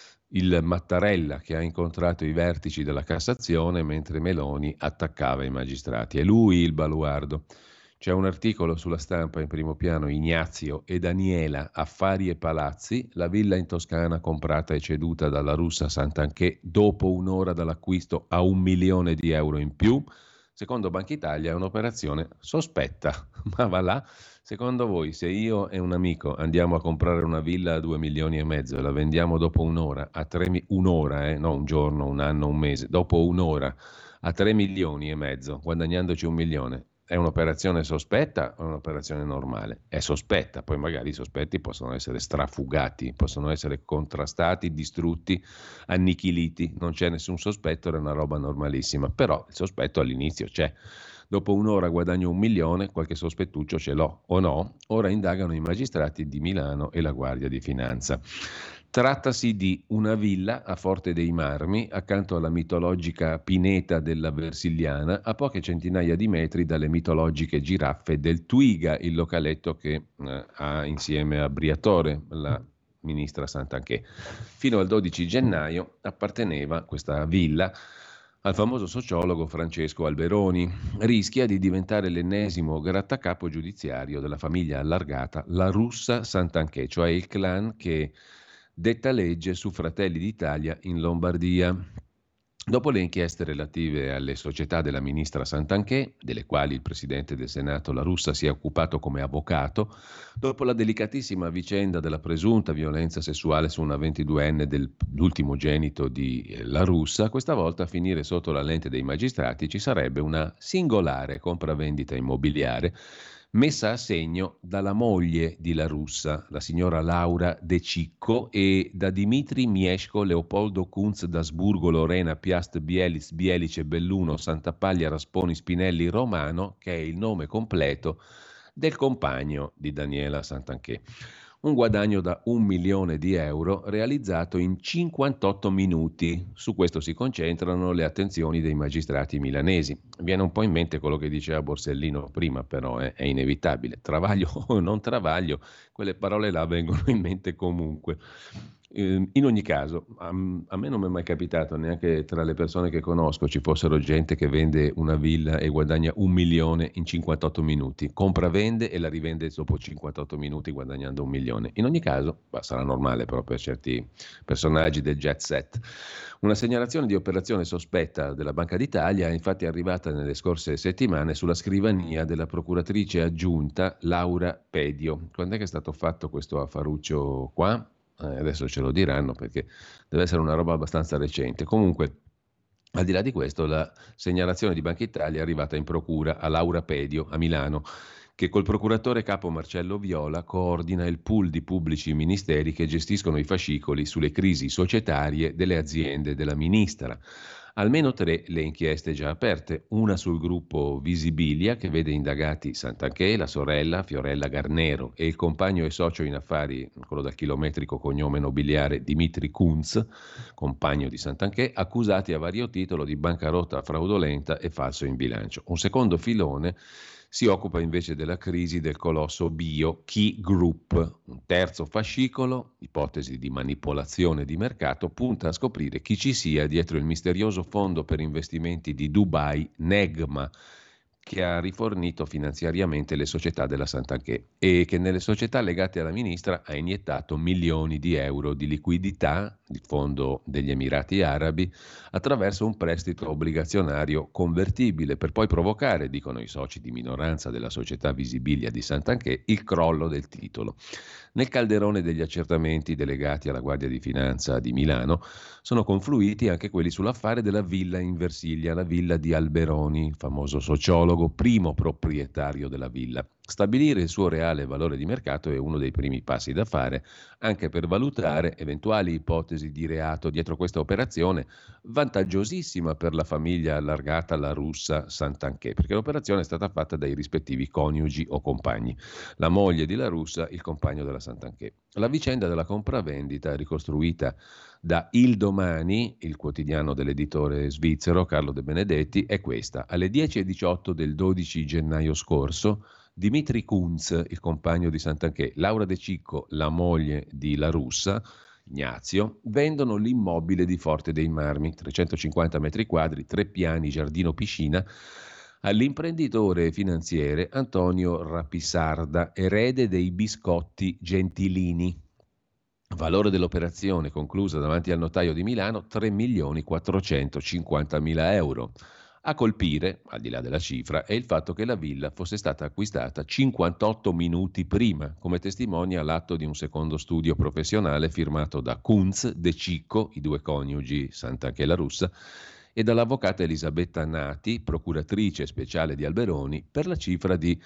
[SPEAKER 3] il Mattarella che ha incontrato i vertici della Cassazione mentre Meloni attaccava i magistrati. È lui il baluardo. C'è un articolo sulla Stampa in primo piano: Ignazio e Daniela, affari e palazzi, la villa in Toscana comprata e ceduta dalla russa Santanchè dopo un'ora dall'acquisto a 1 milione di euro in più. Secondo Banca Italia è un'operazione sospetta, ma va là. Secondo voi, se io e un amico andiamo a comprare una villa a 2 milioni e mezzo e la vendiamo dopo un'ora a 3 un'ora, no un giorno, un anno, un mese, dopo un'ora a 3 milioni e mezzo, guadagnandoci 1 milione, è un'operazione sospetta o un'operazione normale? È sospetta, poi magari i sospetti possono essere strafugati, possono essere contrastati, distrutti, annichiliti. Non c'è nessun sospetto, è una roba normalissima, però il sospetto all'inizio c'è. Dopo un'ora guadagno 1 milione, qualche sospettuccio ce l'ho, o no? Ora indagano i magistrati di Milano e la Guardia di Finanza. Trattasi di una villa a Forte dei Marmi, accanto alla mitologica pineta della Versigliana, a poche centinaia di metri dalle mitologiche giraffe del Twiga, il localetto che ha insieme a Briatore la ministra Santanchè. Fino al 12 gennaio apparteneva questa villa al famoso sociologo Francesco Alberoni. Rischia di diventare l'ennesimo grattacapo giudiziario della famiglia allargata, la russa Santanchè, cioè il clan che detta legge su Fratelli d'Italia in Lombardia. Dopo le inchieste relative alle società della ministra Santanchè, delle quali il presidente del Senato La Russa si è occupato come avvocato, dopo la delicatissima vicenda della presunta violenza sessuale su una 22enne dell'ultimogenito di La Russa, questa volta a finire sotto la lente dei magistrati ci sarebbe una singolare compravendita immobiliare messa a segno dalla moglie di La Russa, la signora Laura De Cicco, e da Dimitri Miesco, Leopoldo Kunz d'Asburgo, Lorena, Piast, Bielis, Bielice, Belluno, Santapaglia, Rasponi, Spinelli, Romano, che è il nome completo del compagno di Daniela Santanchè. un guadagno da 1 milione di euro realizzato in 58 minuti. Su questo si concentrano le attenzioni dei magistrati milanesi. Viene un po' in mente quello che diceva Borsellino prima, però è inevitabile. Travaglio o non travaglio, quelle parole là vengono in mente comunque. In ogni caso, a me non mi è mai capitato, neanche tra le persone che conosco ci fossero gente che vende una villa e guadagna 1 milione in 58 minuti, compra, vende e la rivende dopo 58 minuti guadagnando 1 milione. In ogni caso, sarà normale però per certi personaggi del jet set. Una segnalazione di operazione sospetta della Banca d'Italia è infatti arrivata nelle scorse settimane sulla scrivania della procuratrice aggiunta Laura Pedio. Quando è che è stato fatto questo affaruccio qua? Adesso ce lo diranno perché deve essere una roba abbastanza recente. Comunque, al di là di questo, la segnalazione di Banca Italia è arrivata in procura a Laura Pedio a Milano, che col procuratore capo Marcello Viola coordina il pool di pubblici ministeri che gestiscono i fascicoli sulle crisi societarie delle aziende della ministra. Almeno 3 le inchieste già aperte, una sul gruppo Visibilia che vede indagati Santanchè, la sorella Fiorella Garnero e il compagno e socio in affari, quello dal chilometrico cognome nobiliare Dimitri Kunz, compagno di Santanchè, accusati a vario titolo di bancarotta fraudolenta e falso in bilancio. Un secondo filone si occupa invece della crisi del colosso bio Key Group. Un terzo fascicolo, ipotesi di manipolazione di mercato, punta a scoprire chi ci sia dietro il misterioso fondo per investimenti di Dubai, Negma, che ha rifornito finanziariamente le società della Santanchè e che nelle società legate alla ministra ha iniettato milioni di euro di liquidità, il fondo degli Emirati Arabi, attraverso un prestito obbligazionario convertibile per poi provocare, dicono i soci di minoranza della società Visibilia di Santanchè, il crollo del titolo. Nel calderone degli accertamenti delegati alla Guardia di Finanza di Milano sono confluiti anche quelli sull'affare della villa in Versilia, la villa di Alberoni, il famoso sociologo, primo proprietario della villa. Stabilire il suo reale valore di mercato è uno dei primi passi da fare, anche per valutare eventuali ipotesi di reato dietro questa operazione, vantaggiosissima per la famiglia allargata La Russa Santanchè, perché l'operazione è stata fatta dai rispettivi coniugi o compagni, la moglie di La Russa, il compagno della Santanchè. La vicenda della compravendita, ricostruita da Il Domani, il quotidiano dell'editore svizzero Carlo De Benedetti, è questa. Alle 10:18 del 12 gennaio scorso, Dimitri Kunz, il compagno di Santanchè, Laura De Cicco, la moglie di La Russa, Ignazio, vendono l'immobile di Forte dei Marmi, 350 metri quadri, 3 piani, giardino, piscina, all'imprenditore finanziere Antonio Rapisarda, erede dei biscotti Gentilini. Valore dell'operazione conclusa davanti al notaio di Milano, 3.450.000 euro. A colpire, al di là della cifra, è il fatto che la villa fosse stata acquistata 58 minuti prima, come testimonia l'atto di un secondo studio professionale firmato da Kunz, De Cicco, i due coniugi Santanchè e La Russa, e dall'avvocata Elisabetta Nati, procuratrice speciale di Alberoni, per la cifra di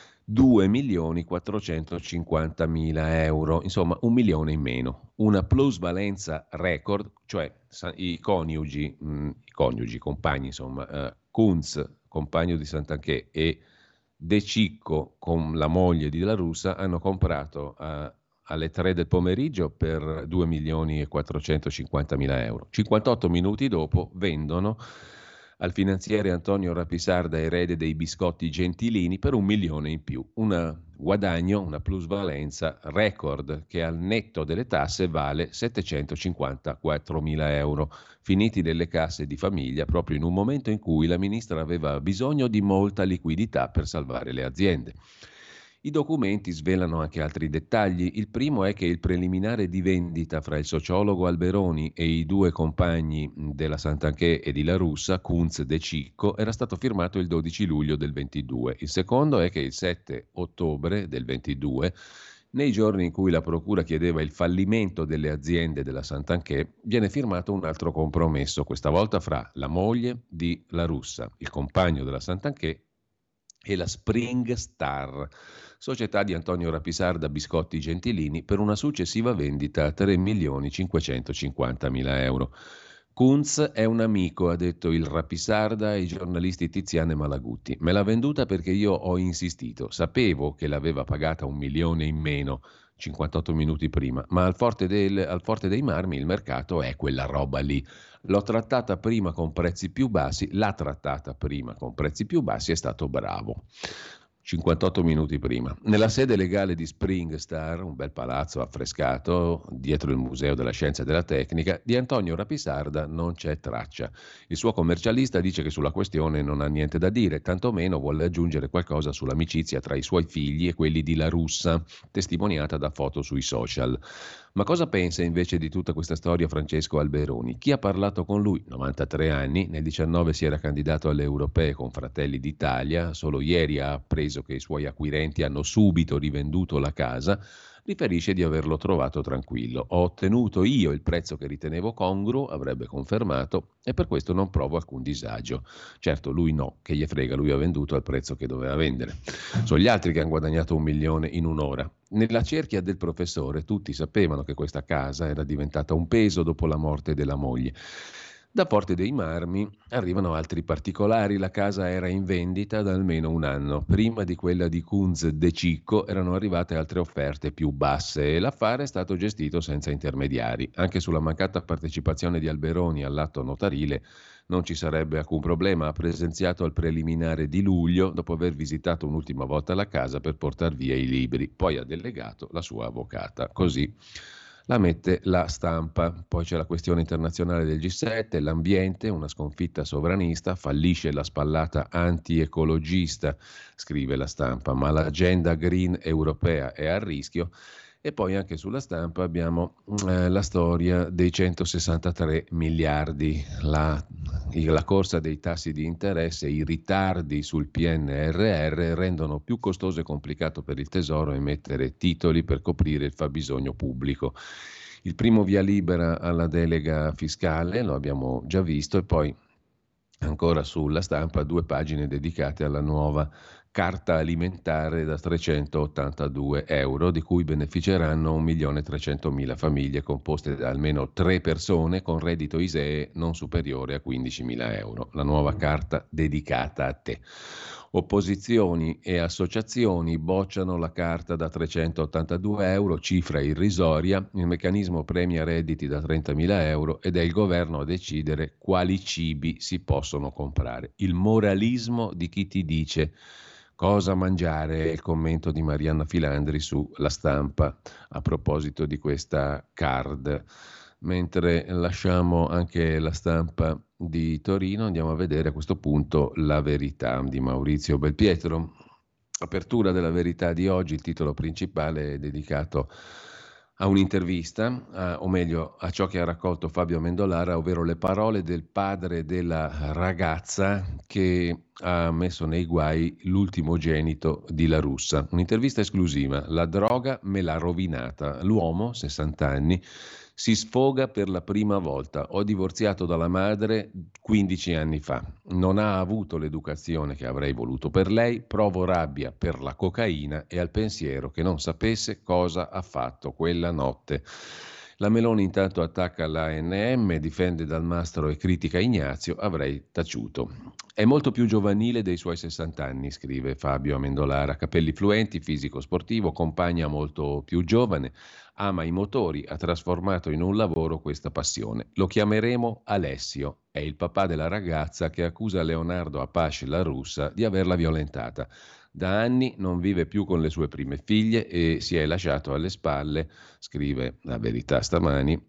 [SPEAKER 3] 2.450.000 euro, insomma 1 milione in meno. Una plusvalenza record, cioè i coniugi, compagni, insomma, Kunz, compagno di Santanchè, e De Cicco, con la moglie di La Russa, hanno comprato alle 3 del pomeriggio per 2.450.000 euro. 58 minuti dopo vendono al finanziere Antonio Rapisarda, erede dei biscotti Gentilini, per 1 milione in più. Un guadagno, una plusvalenza record che al netto delle tasse vale 754.000 euro, finiti nelle casse di famiglia proprio in un momento in cui la ministra aveva bisogno di molta liquidità per salvare le aziende. I documenti svelano anche altri dettagli. Il primo è che il preliminare di vendita fra il sociologo Alberoni e i due compagni della Santanchè e di La Russa, Kunz De Cicco, era stato firmato il 12 luglio del 22. Il secondo è che il 7 ottobre del 22, nei giorni in cui la procura chiedeva il fallimento delle aziende della Santanchè, viene firmato un altro compromesso, questa volta fra la moglie di La Russa, il compagno della Santanchè, e la Spring Star, società di Antonio Rapisarda Biscotti Gentilini, per una successiva vendita a 3.550.000 euro. Kunz è un amico, ha detto il Rapisarda ai giornalisti Tiziana e Malaguti. Me l'ha venduta perché io ho insistito. Sapevo che l'aveva pagata 1 milione in meno. 58 minuti prima, ma al Forte dei Marmi il mercato è quella roba lì. L'ha trattata prima con prezzi più bassi, è stato bravo. 58 minuti prima. Nella sede legale di SpringStar, un bel palazzo affrescato dietro il Museo della Scienza e della Tecnica, di Antonio Rapisarda non c'è traccia. Il suo commercialista dice che sulla questione non ha niente da dire, tantomeno vuole aggiungere qualcosa sull'amicizia tra i suoi figli e quelli di La Russa, testimoniata da foto sui social. Ma cosa pensa invece di tutta questa storia Francesco Alberoni? Chi ha parlato con lui? 93 anni, nel 19 si era candidato alle europee con Fratelli d'Italia, solo ieri ha appreso che i suoi acquirenti hanno subito rivenduto la casa, riferisce di averlo trovato tranquillo. Ho ottenuto io il prezzo che ritenevo congruo, avrebbe confermato, e per questo non provo alcun disagio. Certo, lui no, che gli frega, lui ha venduto al prezzo che doveva vendere. Sono gli altri che hanno guadagnato 1 milione in un'ora. Nella cerchia del professore tutti sapevano che questa casa era diventata un peso dopo la morte della moglie. Da Forte dei Marmi arrivano altri particolari. La casa era in vendita da almeno un anno. Prima di quella di Kunz De Cicco erano arrivate altre offerte più basse e l'affare è stato gestito senza intermediari. Anche sulla mancata partecipazione di Alberoni all'atto notarile non ci sarebbe alcun problema. Ha presenziato al preliminare di luglio dopo aver visitato un'ultima volta la casa per portar via i libri. Poi ha delegato la sua avvocata. Così la mette La Stampa. Poi c'è la questione internazionale del G7, l'ambiente, una sconfitta sovranista, fallisce la spallata anti-ecologista, scrive La Stampa, ma l'agenda green europea è a rischio. E poi anche sulla Stampa abbiamo la storia dei 163 miliardi, la corsa dei tassi di interesse, i ritardi sul PNRR rendono più costoso e complicato per il Tesoro emettere titoli per coprire il fabbisogno pubblico. Il primo via libera alla delega fiscale, lo abbiamo già visto, e poi ancora sulla Stampa 2 pagine dedicate alla nuova carta alimentare da 382 euro, di cui beneficeranno 1.300.000 famiglie composte da almeno 3 persone con reddito ISEE non superiore a 15.000 euro. La nuova carta dedicata a te. Opposizioni e associazioni bocciano la carta da 382 euro, cifra irrisoria. Il meccanismo premia redditi da 30.000 euro ed è il governo a decidere quali cibi si possono comprare. Il moralismo di chi ti dice cosa mangiare, è il commento di Marianna Filandri su La Stampa a proposito di questa card. Mentre lasciamo anche La Stampa di Torino, andiamo a vedere a questo punto La Verità di Maurizio Belpietro. Apertura della Verità di oggi, il titolo principale è dedicato a un'intervista, o meglio a ciò che ha raccolto Fabio Amendolara, ovvero le parole del padre della ragazza che ha messo nei guai l'ultimogenito di La Russa. Un'intervista esclusiva. La droga me l'ha rovinata. L'uomo, 60 anni, si sfoga per la prima volta. Ho divorziato dalla madre 15 anni fa. Non ha avuto l'educazione che avrei voluto per lei. Provo rabbia per la cocaina e al pensiero che non sapesse cosa ha fatto quella notte. La Meloni intanto attacca l'ANM, difende Dalmastro e critica Ignazio, avrei taciuto. È molto più giovanile dei suoi 60 anni, scrive Fabio Amendolara, capelli fluenti, fisico sportivo, compagna molto più giovane, ama i motori, ha trasformato in un lavoro questa passione. Lo chiameremo Alessio, è il papà della ragazza che accusa Leonardo Apache La Russa di averla violentata. Da anni non vive più con le sue prime figlie e si è lasciato alle spalle, scrive La Verità stamani,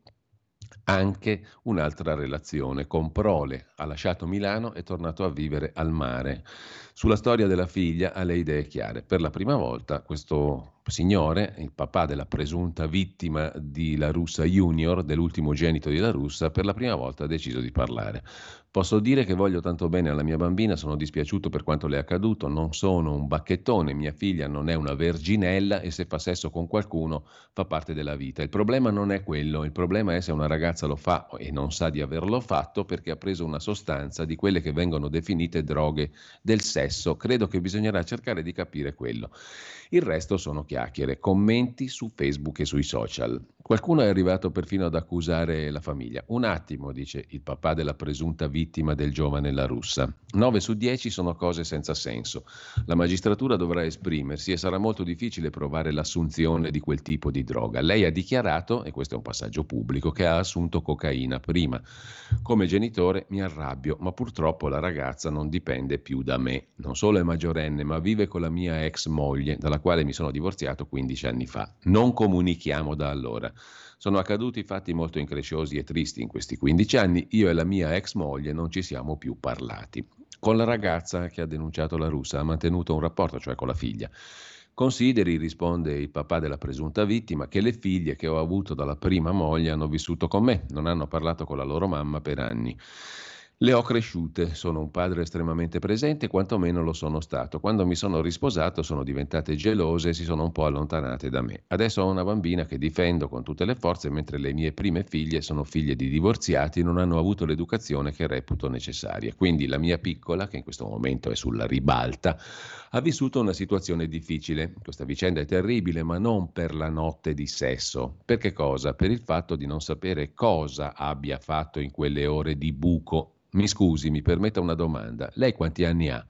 [SPEAKER 3] anche un'altra relazione con prole. Ha lasciato Milano e è tornato a vivere al mare. Sulla storia della figlia ha le idee chiare. Per la prima volta questo signore, il papà della presunta vittima di La Russa Junior, dell'ultimo genito di La Russa, per la prima volta ha deciso di parlare. Posso dire che voglio tanto bene alla mia bambina, sono dispiaciuto per quanto le è accaduto, non sono un bacchettone, mia figlia non è una verginella e se fa sesso con qualcuno fa parte della vita. Il problema non è quello, il problema è se una ragazza lo fa e non sa di averlo fatto perché ha preso una sostanza di quelle che vengono definite droghe del sesso. Credo che bisognerà cercare di capire quello. Il resto sono chiacchiere. chiacchiere, commenti su Facebook e sui social. Qualcuno è arrivato perfino ad accusare la famiglia. Un attimo, dice il papà della presunta vittima del giovane La Russa. 9 su 10 sono cose senza senso. La magistratura dovrà esprimersi e sarà molto difficile provare l'assunzione di quel tipo di droga. Lei ha dichiarato, e questo è un passaggio pubblico, che ha assunto cocaina prima. Come genitore mi arrabbio, ma purtroppo la ragazza non dipende più da me. Non solo è maggiorenne, ma vive con la mia ex moglie, dalla quale mi sono divorziato 15 anni fa. Non comunichiamo da allora. Sono accaduti fatti molto incresciosi e tristi in questi 15 anni. Io e la mia ex moglie non ci siamo più parlati. Con la ragazza che ha denunciato La Russa ha mantenuto un rapporto, cioè con la figlia. Consideri, risponde il papà della presunta vittima, che le figlie che ho avuto dalla prima moglie hanno vissuto con me, non hanno parlato con la loro mamma per anni. Le ho cresciute, sono un padre estremamente presente, quantomeno lo sono stato. Quando mi sono risposato sono diventate gelose e si sono un po' allontanate da me. Adesso ho una bambina che difendo con tutte le forze, mentre le mie prime figlie sono figlie di divorziati e non hanno avuto l'educazione che reputo necessaria. Quindi la mia piccola, che in questo momento è sulla ribalta, ha vissuto una situazione difficile. Questa vicenda è terribile, ma non per la notte di sesso. Per che cosa? Per il fatto di non sapere cosa abbia fatto in quelle ore di buco. Mi scusi, mi permetta una domanda. Lei quanti anni ha?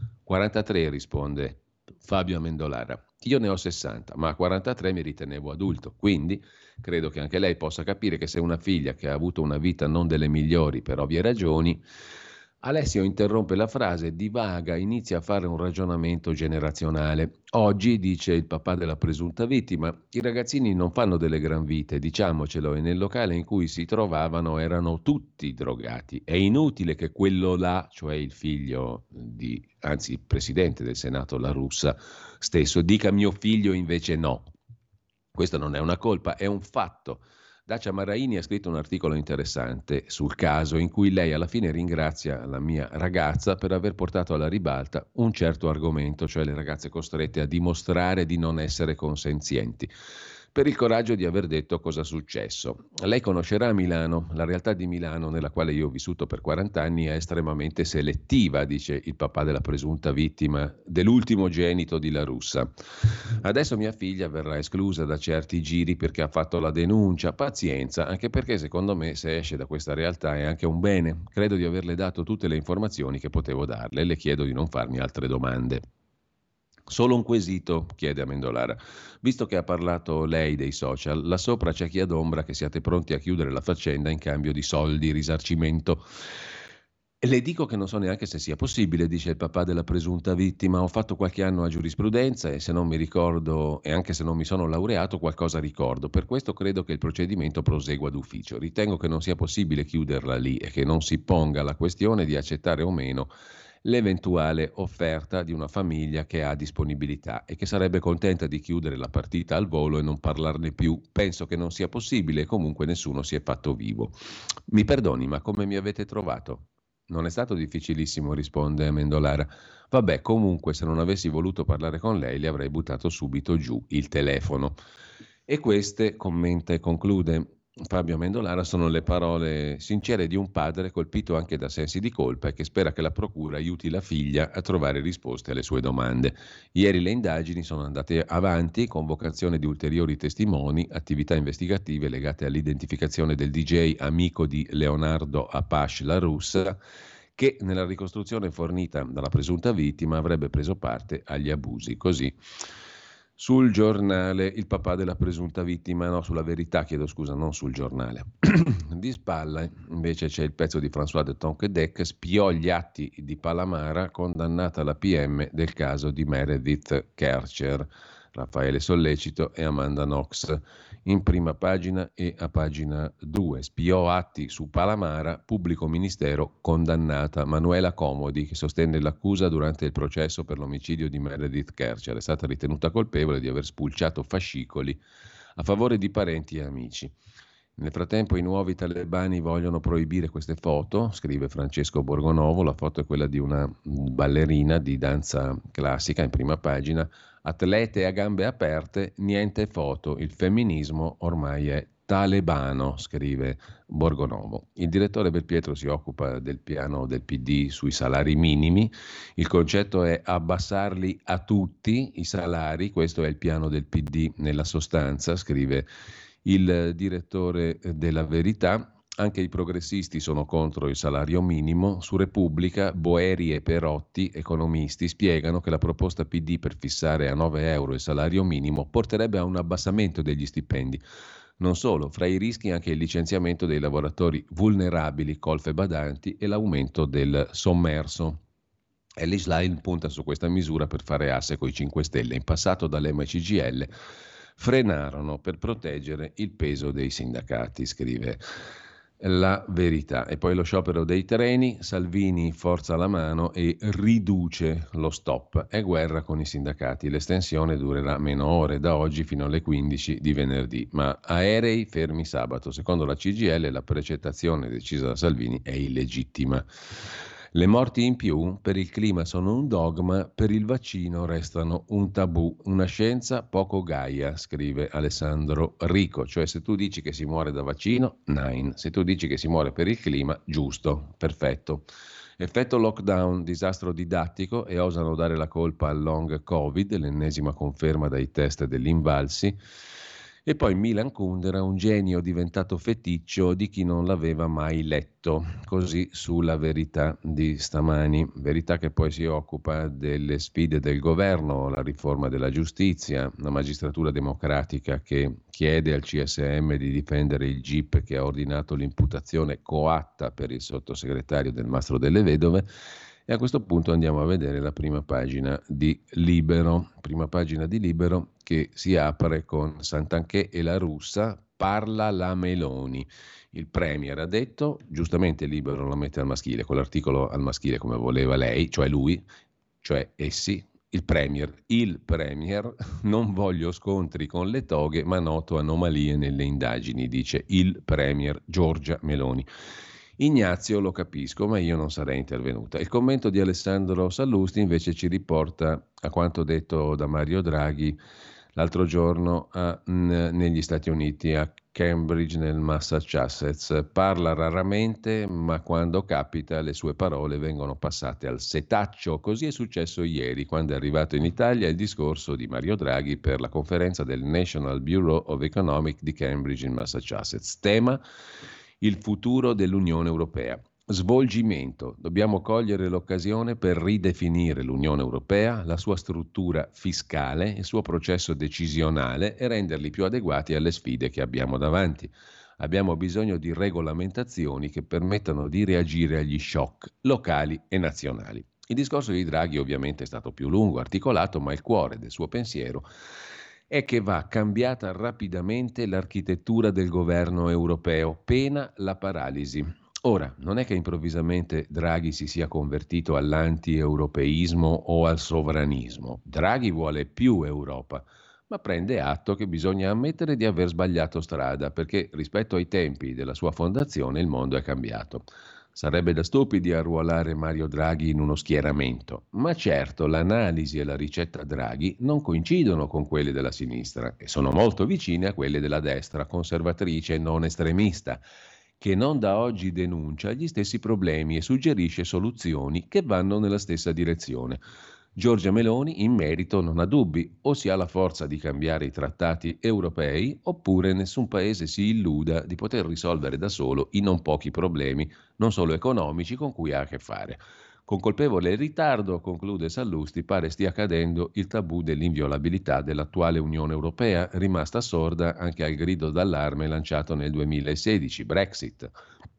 [SPEAKER 3] 43, risponde Fabio Amendolara. Io ne ho 60, ma a 43 mi ritenevo adulto, quindi credo che anche lei possa capire che se una figlia che ha avuto una vita non delle migliori per ovvie ragioni. Alessio interrompe la frase, divaga, inizia a fare un ragionamento generazionale. Oggi, dice il papà della presunta vittima, i ragazzini non fanno delle gran vite, diciamocelo, e nel locale in cui si trovavano erano tutti drogati. È inutile che quello là, cioè il figlio anzi il presidente del Senato La Russa stesso, dica mio figlio invece no. Questa non è una colpa, è un fatto. Dacia Maraini ha scritto un articolo interessante sul caso in cui lei alla fine ringrazia la mia ragazza per aver portato alla ribalta un certo argomento, cioè le ragazze costrette a dimostrare di non essere consenzienti, per il coraggio di aver detto cosa è successo. Lei conoscerà Milano, la realtà di Milano nella quale io ho vissuto per 40 anni è estremamente selettiva, dice il papà della presunta vittima dell'ultimo genito di La Russa. Adesso mia figlia verrà esclusa da certi giri perché ha fatto la denuncia. Pazienza, anche perché secondo me se esce da questa realtà è anche un bene. Credo di averle dato tutte le informazioni che potevo darle e le chiedo di non farmi altre domande. Solo un quesito, chiede Amendolara. Visto che ha parlato lei dei social, là sopra c'è chi adombra che siate pronti a chiudere la faccenda in cambio di soldi, risarcimento. E le dico che non so neanche se sia possibile, dice il papà della presunta vittima. Ho fatto qualche anno a giurisprudenza e se non mi ricordo, e anche se non mi sono laureato, qualcosa ricordo. Per questo credo che il procedimento prosegua d'ufficio. Ritengo che non sia possibile chiuderla lì e che non si ponga la questione di accettare o meno l'eventuale offerta di una famiglia che ha disponibilità e che sarebbe contenta di chiudere la partita al volo e non parlarne più. Penso che non sia possibile e comunque nessuno si è fatto vivo. Mi perdoni, ma come mi avete trovato? Non è stato difficilissimo, risponde Amendolara. Vabbè, comunque se non avessi voluto parlare con lei le avrei buttato subito giù il telefono. E queste, commenta e conclude Fabio Amendolara, sono le parole sincere di un padre colpito anche da sensi di colpa e che spera che la procura aiuti la figlia a trovare risposte alle sue domande. Ieri le indagini sono andate avanti, convocazione di ulteriori testimoni, attività investigative legate all'identificazione del DJ amico di Leonardo Apache La Russa, che nella ricostruzione fornita dalla presunta vittima avrebbe preso parte agli abusi. Così sul giornale il papà della presunta vittima, no, sulla Verità, chiedo scusa, non sul giornale. Di spalla invece c'è il pezzo di François de Tonquédec, spiò gli atti di Palamara, condannata la PM del caso di Meredith Kercher. Raffaele Sollecito e Amanda Knox, in prima pagina e a pagina 2. Spiò atti su Palamara, pubblico ministero condannata. Manuela Comodi, che sostenne l'accusa durante il processo per l'omicidio di Meredith Kercher, è stata ritenuta colpevole di aver spulciato fascicoli a favore di parenti e amici. Nel frattempo i nuovi talebani vogliono proibire queste foto, scrive Francesco Borgonovo. La foto è quella di una ballerina di danza classica in prima pagina, atlete a gambe aperte, niente foto, il femminismo ormai è talebano, scrive Borgonovo. Il direttore Belpietro si occupa del piano del PD sui salari minimi. Il concetto è abbassarli a tutti i salari, questo è il piano del PD nella sostanza, scrive il direttore della Verità. Anche i progressisti sono contro il salario minimo. Su Repubblica, Boeri e Perotti, economisti, spiegano che la proposta PD per fissare a 9 euro il salario minimo porterebbe a un abbassamento degli stipendi. Non solo, fra i rischi anche il licenziamento dei lavoratori vulnerabili, colf e badanti, e l'aumento del sommerso. Ellis Line punta su questa misura per fare asse coi 5 Stelle. In passato dall'EMA e CGIL frenarono per proteggere il peso dei sindacati, scrive La Verità. E poi lo sciopero dei treni, Salvini forza la mano e riduce lo stop. È guerra con i sindacati, l'estensione durerà meno ore da oggi fino alle 15 di venerdì, ma aerei fermi sabato. Secondo la CGIL la precettazione decisa da Salvini è illegittima. Le morti in più per il clima sono un dogma, per il vaccino restano un tabù, una scienza poco gaia, scrive Alessandro Rico. Cioè, se tu dici che si muore da vaccino, nine. Se tu dici che si muore per il clima, giusto, perfetto. Effetto lockdown, disastro didattico, e osano dare la colpa al long covid, l'ennesima conferma dai test dell'Invalsi. E poi Milan Kundera, un genio diventato feticcio di chi non l'aveva mai letto, così sulla Verità di stamani. Verità che poi si occupa delle sfide del governo, la riforma della giustizia, la magistratura democratica che chiede al CSM di difendere il GIP che ha ordinato l'imputazione coatta per il sottosegretario del Mastro delle Vedove. E a questo punto andiamo a vedere la prima pagina di Libero. Prima pagina di Libero che si apre con Santanchè e la Russa, parla la Meloni. Il premier ha detto, giustamente Libero lo mette al maschile, con l'articolo al maschile come voleva lei, cioè lui, cioè essi, il premier, non voglio scontri con le toghe, ma noto anomalie nelle indagini, dice il premier Giorgia Meloni. Ignazio lo capisco, ma io non sarei intervenuta. Il commento di Alessandro Sallusti invece ci riporta a quanto detto da Mario Draghi l'altro giorno negli Stati Uniti, a Cambridge nel Massachusetts. Parla raramente, ma quando capita le sue parole vengono passate al setaccio. Così è successo ieri, quando è arrivato in Italia il discorso di Mario Draghi per la conferenza del National Bureau of Economics di Cambridge in Massachusetts. Tema: il futuro dell'Unione Europea. Svolgimento. Dobbiamo cogliere l'occasione per ridefinire l'Unione Europea, la sua struttura fiscale, il suo processo decisionale e renderli più adeguati alle sfide che abbiamo davanti. Abbiamo bisogno di regolamentazioni che permettano di reagire agli shock locali e nazionali. Il discorso di Draghi ovviamente è stato più lungo, articolato, ma il cuore del suo pensiero è che va cambiata rapidamente l'architettura del governo europeo, pena la paralisi. Ora, non è che improvvisamente Draghi si sia convertito all'anti-europeismo o al sovranismo. Draghi vuole più Europa, ma prende atto che bisogna ammettere di aver sbagliato strada, perché rispetto ai tempi della sua fondazione il mondo è cambiato. Sarebbe da stupidi arruolare Mario Draghi in uno schieramento, ma certo l'analisi e la ricetta Draghi non coincidono con quelle della sinistra e sono molto vicine a quelle della destra, conservatrice e non estremista, che non da oggi denuncia gli stessi problemi e suggerisce soluzioni che vanno nella stessa direzione. Giorgia Meloni in merito non ha dubbi, o si ha la forza di cambiare i trattati europei oppure nessun paese si illuda di poter risolvere da solo i non pochi problemi, non solo economici, con cui ha a che fare. Con colpevole ritardo, conclude Sallusti, pare stia cadendo il tabù dell'inviolabilità dell'attuale Unione Europea, rimasta sorda anche al grido d'allarme lanciato nel 2016, Brexit.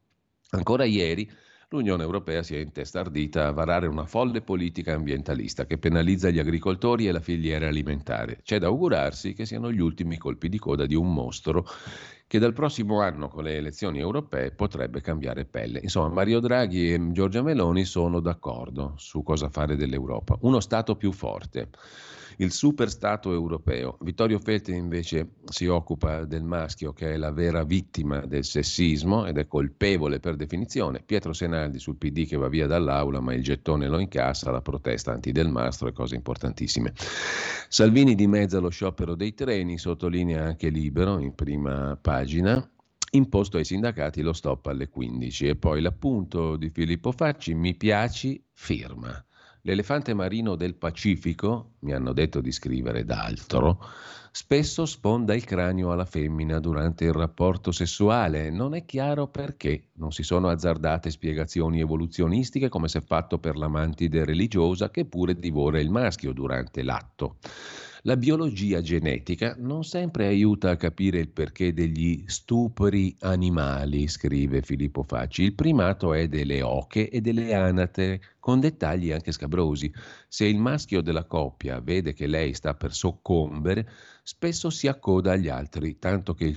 [SPEAKER 3] Ancora ieri l'Unione Europea si è intestardita a varare una folle politica ambientalista che penalizza gli agricoltori e la filiera alimentare. C'è da augurarsi che siano gli ultimi colpi di coda di un mostro che dal prossimo anno con le elezioni europee potrebbe cambiare pelle. Insomma, Mario Draghi e Giorgia Meloni sono d'accordo su cosa fare dell'Europa. Uno Stato più forte, il super Stato europeo. Vittorio Feltri invece si occupa del maschio, che è la vera vittima del sessismo ed è colpevole per definizione. Pietro Senaldi sul PD che va via dall'aula, ma il gettone lo incassa, la protesta anti-Delmastro e cose importantissime. Salvini dimezza lo sciopero dei treni, sottolinea anche Libero in prima pagina. pagina, imposto ai sindacati lo stop alle 15. E poi l'appunto di Filippo Facci, mi piaci, firma. L'elefante marino del Pacifico, mi hanno detto di scrivere d'altro, spesso sfonda il cranio alla femmina durante il rapporto sessuale. Non è chiaro perché. Non si sono azzardate spiegazioni evoluzionistiche come se fatto per la mantide religiosa che pure divora il maschio durante l'atto. La biologia genetica non sempre aiuta a capire il perché degli stupri animali, scrive Filippo Facci. Il primato è delle oche e delle anatre, con dettagli anche scabrosi. Se il maschio della coppia vede che lei sta per soccombere, spesso si accoda agli altri, tanto che il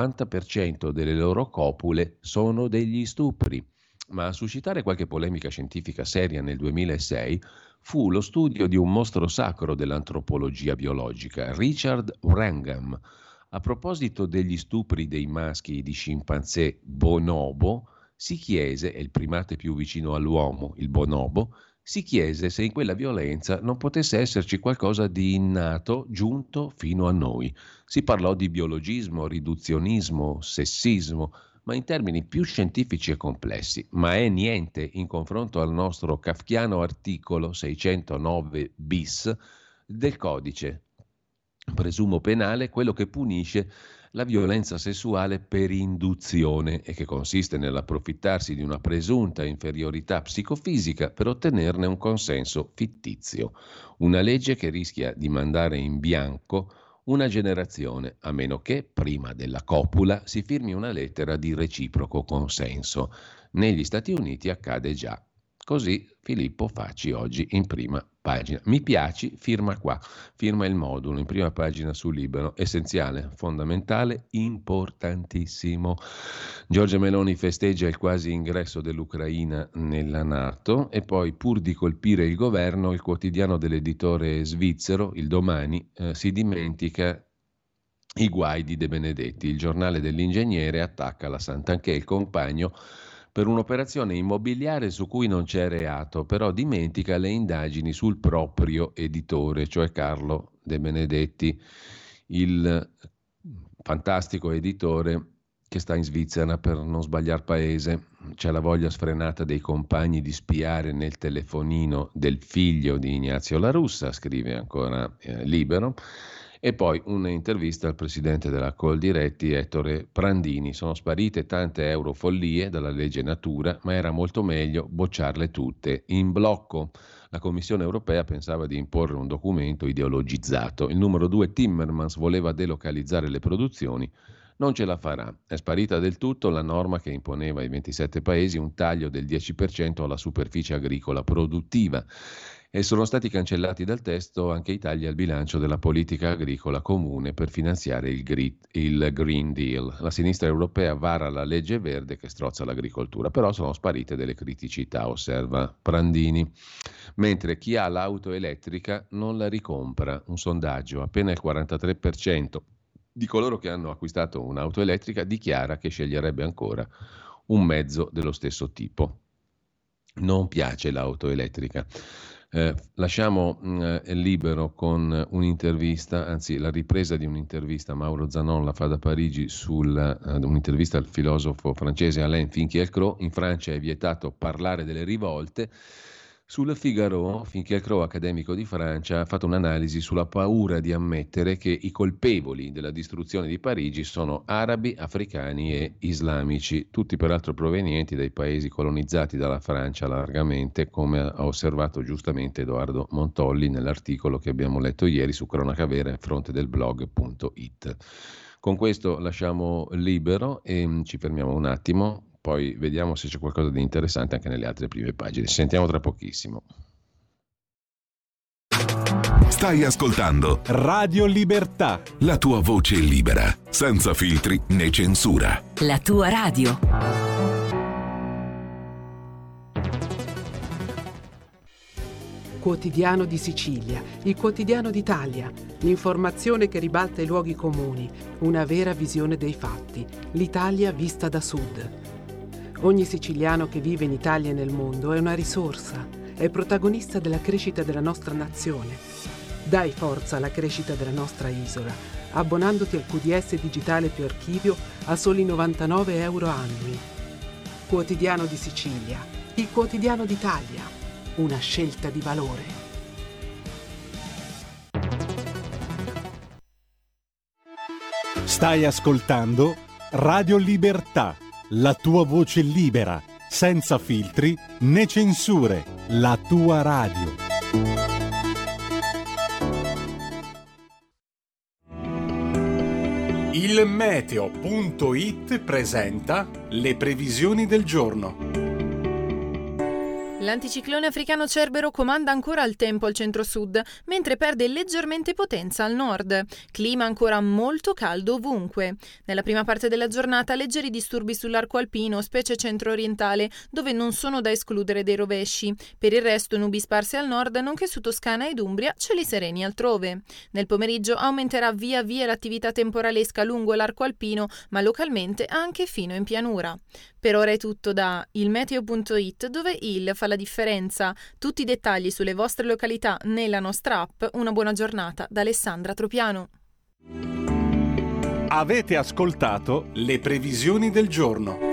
[SPEAKER 3] 50% delle loro copule sono degli stupri. Ma a suscitare qualche polemica scientifica seria nel 2006 fu lo studio di un mostro sacro dell'antropologia biologica, Richard Wrangham. A proposito degli stupri dei maschi di scimpanzé bonobo, si chiese, è il primate più vicino all'uomo, il bonobo, si chiese se in quella violenza non potesse esserci qualcosa di innato giunto fino a noi. Si parlò di biologismo, riduzionismo, sessismo, ma in termini più scientifici e complessi. Ma è niente in confronto al nostro kafkiano articolo 609 bis del codice, presumo penale, quello che punisce la violenza sessuale per induzione e che consiste nell'approfittarsi di una presunta inferiorità psicofisica per ottenerne un consenso fittizio. Una legge che rischia di mandare in bianco una generazione, a meno che, prima della copula, si firmi una lettera di reciproco consenso. Negli Stati Uniti accade già. Così Filippo Facci oggi in prima pagina. Mi piaci, firma qua. Firma il modulo in prima pagina su Libero. Essenziale, fondamentale, importantissimo. Giorgia Meloni festeggia il quasi ingresso dell'Ucraina nella NATO e poi, pur di colpire il governo, il quotidiano dell'editore svizzero, il Domani, si dimentica i guai di De Benedetti. Il giornale dell'ingegnere attacca la Santanchè, il compagno, per un'operazione immobiliare su cui non c'è reato, però dimentica le indagini sul proprio editore, cioè Carlo De Benedetti, il fantastico editore che sta in Svizzera per non sbagliar paese. C'è la voglia sfrenata dei compagni di spiare nel telefonino del figlio di Ignazio La Russa, scrive ancora Libero. E poi un'intervista al presidente della Coldiretti, Ettore Prandini. Sono sparite tante eurofollie dalla legge Natura, ma era molto meglio bocciarle tutte in blocco. La Commissione europea pensava di imporre un documento ideologizzato. Il numero 2 Timmermans voleva delocalizzare le produzioni. Non ce la farà. È sparita del tutto la norma che imponeva ai 27 paesi un taglio del 10% alla superficie agricola produttiva. E sono stati cancellati dal testo anche i tagli al bilancio della politica agricola comune per finanziare il Green Deal. La sinistra europea vara la legge verde che strozza l'agricoltura, però sono sparite delle criticità, osserva Prandini. Mentre chi ha l'auto elettrica non la ricompra. Un sondaggio, appena il 43% di coloro che hanno acquistato un'auto elettrica dichiara che sceglierebbe ancora un mezzo dello stesso tipo. Non piace l'auto elettrica. Lasciamo Libero con un'intervista, anzi la ripresa di un'intervista. Mauro Zanon la fa da Parigi un'intervista al filosofo francese Alain Finkielkraut. In Francia è vietato parlare delle rivolte. Sul Figaro, Finkielkraut, accademico di Francia, ha fatto un'analisi sulla paura di ammettere che i colpevoli della distruzione di Parigi sono arabi, africani e islamici, tutti peraltro provenienti dai paesi colonizzati dalla Francia largamente, come ha osservato giustamente Edoardo Montolli nell'articolo che abbiamo letto ieri su Cronacavera, frontedelblog.it. Con questo lasciamo Libero e ci fermiamo un attimo. Poi vediamo se c'è qualcosa di interessante anche nelle altre prime pagine. Ci sentiamo tra pochissimo.
[SPEAKER 4] Stai ascoltando
[SPEAKER 1] Radio Libertà.
[SPEAKER 4] la tua voce libera, senza filtri né censura.
[SPEAKER 5] La tua radio.
[SPEAKER 6] Quotidiano di Sicilia, il quotidiano d'Italia, l'informazione che ribalta i luoghi comuni, una vera visione dei fatti, l'Italia vista da sud. Ogni siciliano che vive in Italia e nel mondo è una risorsa, è protagonista della crescita della nostra nazione. Dai forza alla crescita della nostra isola, abbonandoti al QDS digitale più archivio a soli 99 euro annui. Quotidiano di Sicilia, il quotidiano d'Italia, una scelta di valore.
[SPEAKER 1] Stai ascoltando Radio Libertà, la tua voce libera, senza filtri né censure, la tua radio. Il meteo.it presenta le previsioni del giorno.
[SPEAKER 5] L'anticiclone africano Cerbero comanda ancora il tempo al centro-sud, mentre perde leggermente potenza al nord. Clima ancora molto caldo ovunque. Nella prima parte della giornata leggeri disturbi sull'arco alpino, specie centro-orientale, dove non sono da escludere dei rovesci. Per il resto nubi sparse al nord, nonché su Toscana ed Umbria, cieli sereni altrove. Nel pomeriggio aumenterà via via l'attività temporalesca lungo l'arco alpino, ma localmente anche fino in pianura. Per ora è tutto da ilmeteo.it, dove il fa la differenza. Tutti i dettagli sulle vostre località nella nostra app. Una buona giornata da Alessandra Tropiano.
[SPEAKER 1] Avete ascoltato le previsioni del giorno.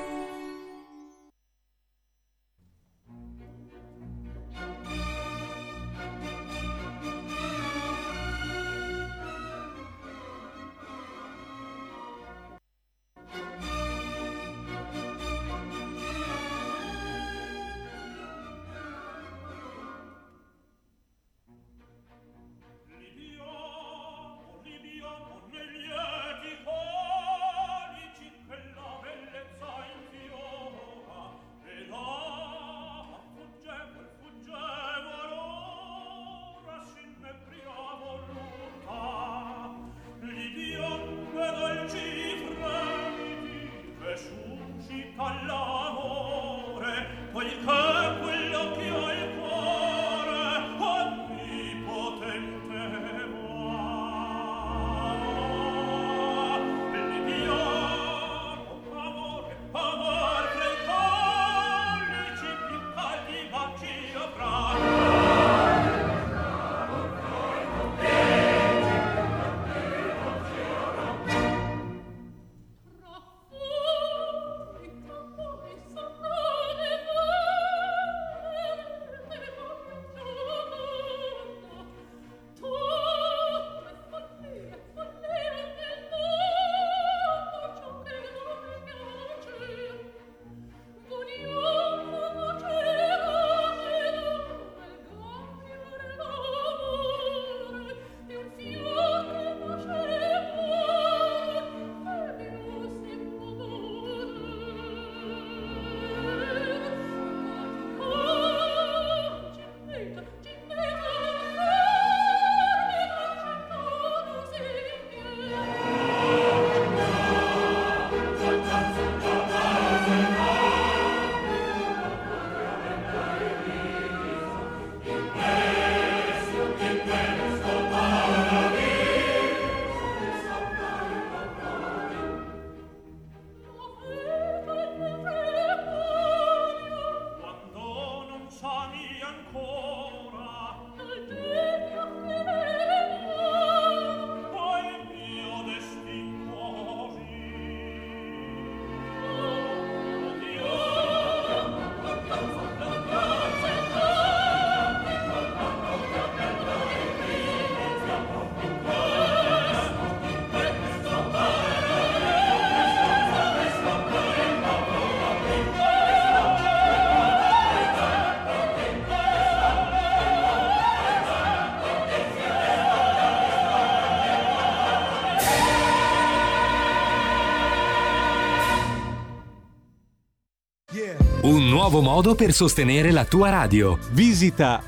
[SPEAKER 7] Un nuovo modo per sostenere la tua radio.
[SPEAKER 1] Visita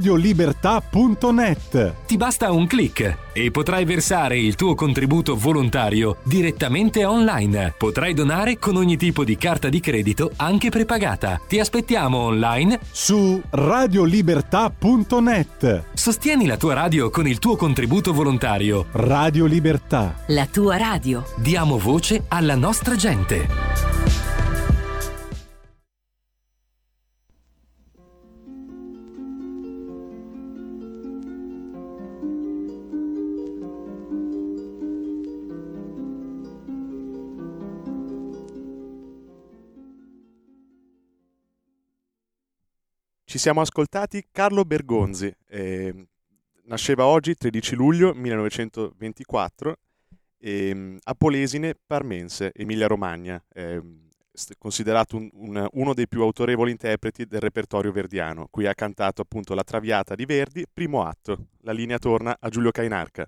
[SPEAKER 1] radiolibertà.net.
[SPEAKER 7] Ti basta un click e potrai versare il tuo contributo volontario direttamente online. Potrai donare con ogni tipo di carta di credito, anche prepagata. Ti aspettiamo online
[SPEAKER 1] su radiolibertà.net.
[SPEAKER 7] Sostieni la tua radio con il tuo contributo volontario.
[SPEAKER 1] Radio Libertà.
[SPEAKER 8] La tua radio.
[SPEAKER 7] Diamo voce alla nostra gente.
[SPEAKER 2] Ci siamo ascoltati Carlo Bergonzi, nasceva oggi 13 luglio 1924 a Polesine, Parmense, Emilia Romagna, considerato uno dei più autorevoli interpreti del repertorio verdiano. Qui ha cantato appunto La Traviata di Verdi, primo atto. La linea torna a Giulio Cainarca.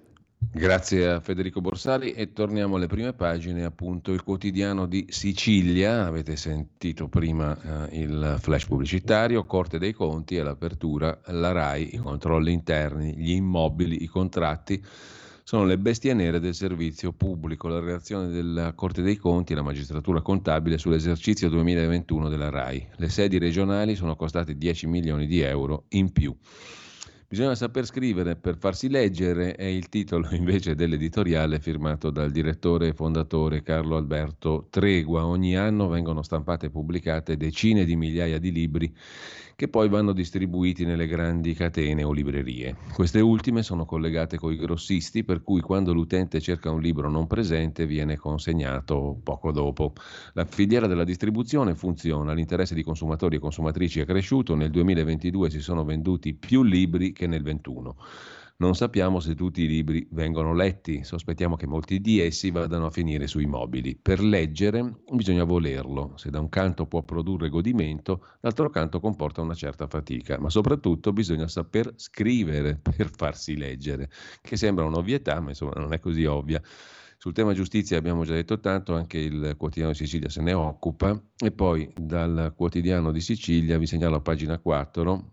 [SPEAKER 3] Grazie a Federico Borsari e torniamo alle prime pagine, appunto il quotidiano di Sicilia. Avete sentito prima il flash pubblicitario, Corte dei Conti all'apertura, la RAI, i controlli interni, gli immobili, i contratti sono le bestie nere del servizio pubblico. La reazione della Corte dei Conti e la magistratura contabile sull'esercizio 2021 della RAI. Le sedi regionali sono costate 10 milioni di euro in più. Bisogna saper scrivere per farsi leggere è il titolo invece dell'editoriale firmato dal direttore e fondatore Carlo Alberto Tregua. Ogni anno vengono stampate e pubblicate decine di migliaia di libri che poi vanno distribuiti nelle grandi catene o librerie. Queste ultime sono collegate coi grossisti, per cui quando l'utente cerca un libro non presente viene consegnato poco dopo. La filiera della distribuzione funziona, l'interesse di consumatori e consumatrici è cresciuto, nel 2022 si sono venduti più libri che nel 2021. Non sappiamo se tutti i libri vengono letti, sospettiamo che molti di essi vadano a finire sui mobili. Per leggere bisogna volerlo, se da un canto può produrre godimento, d'altro canto comporta una certa fatica, ma soprattutto bisogna saper scrivere per farsi leggere, che sembra un'ovvietà, ma insomma non è così ovvia. Sul tema giustizia abbiamo già detto tanto, anche il Quotidiano di Sicilia se ne occupa, e poi dal Quotidiano di Sicilia vi segnalo a pagina 4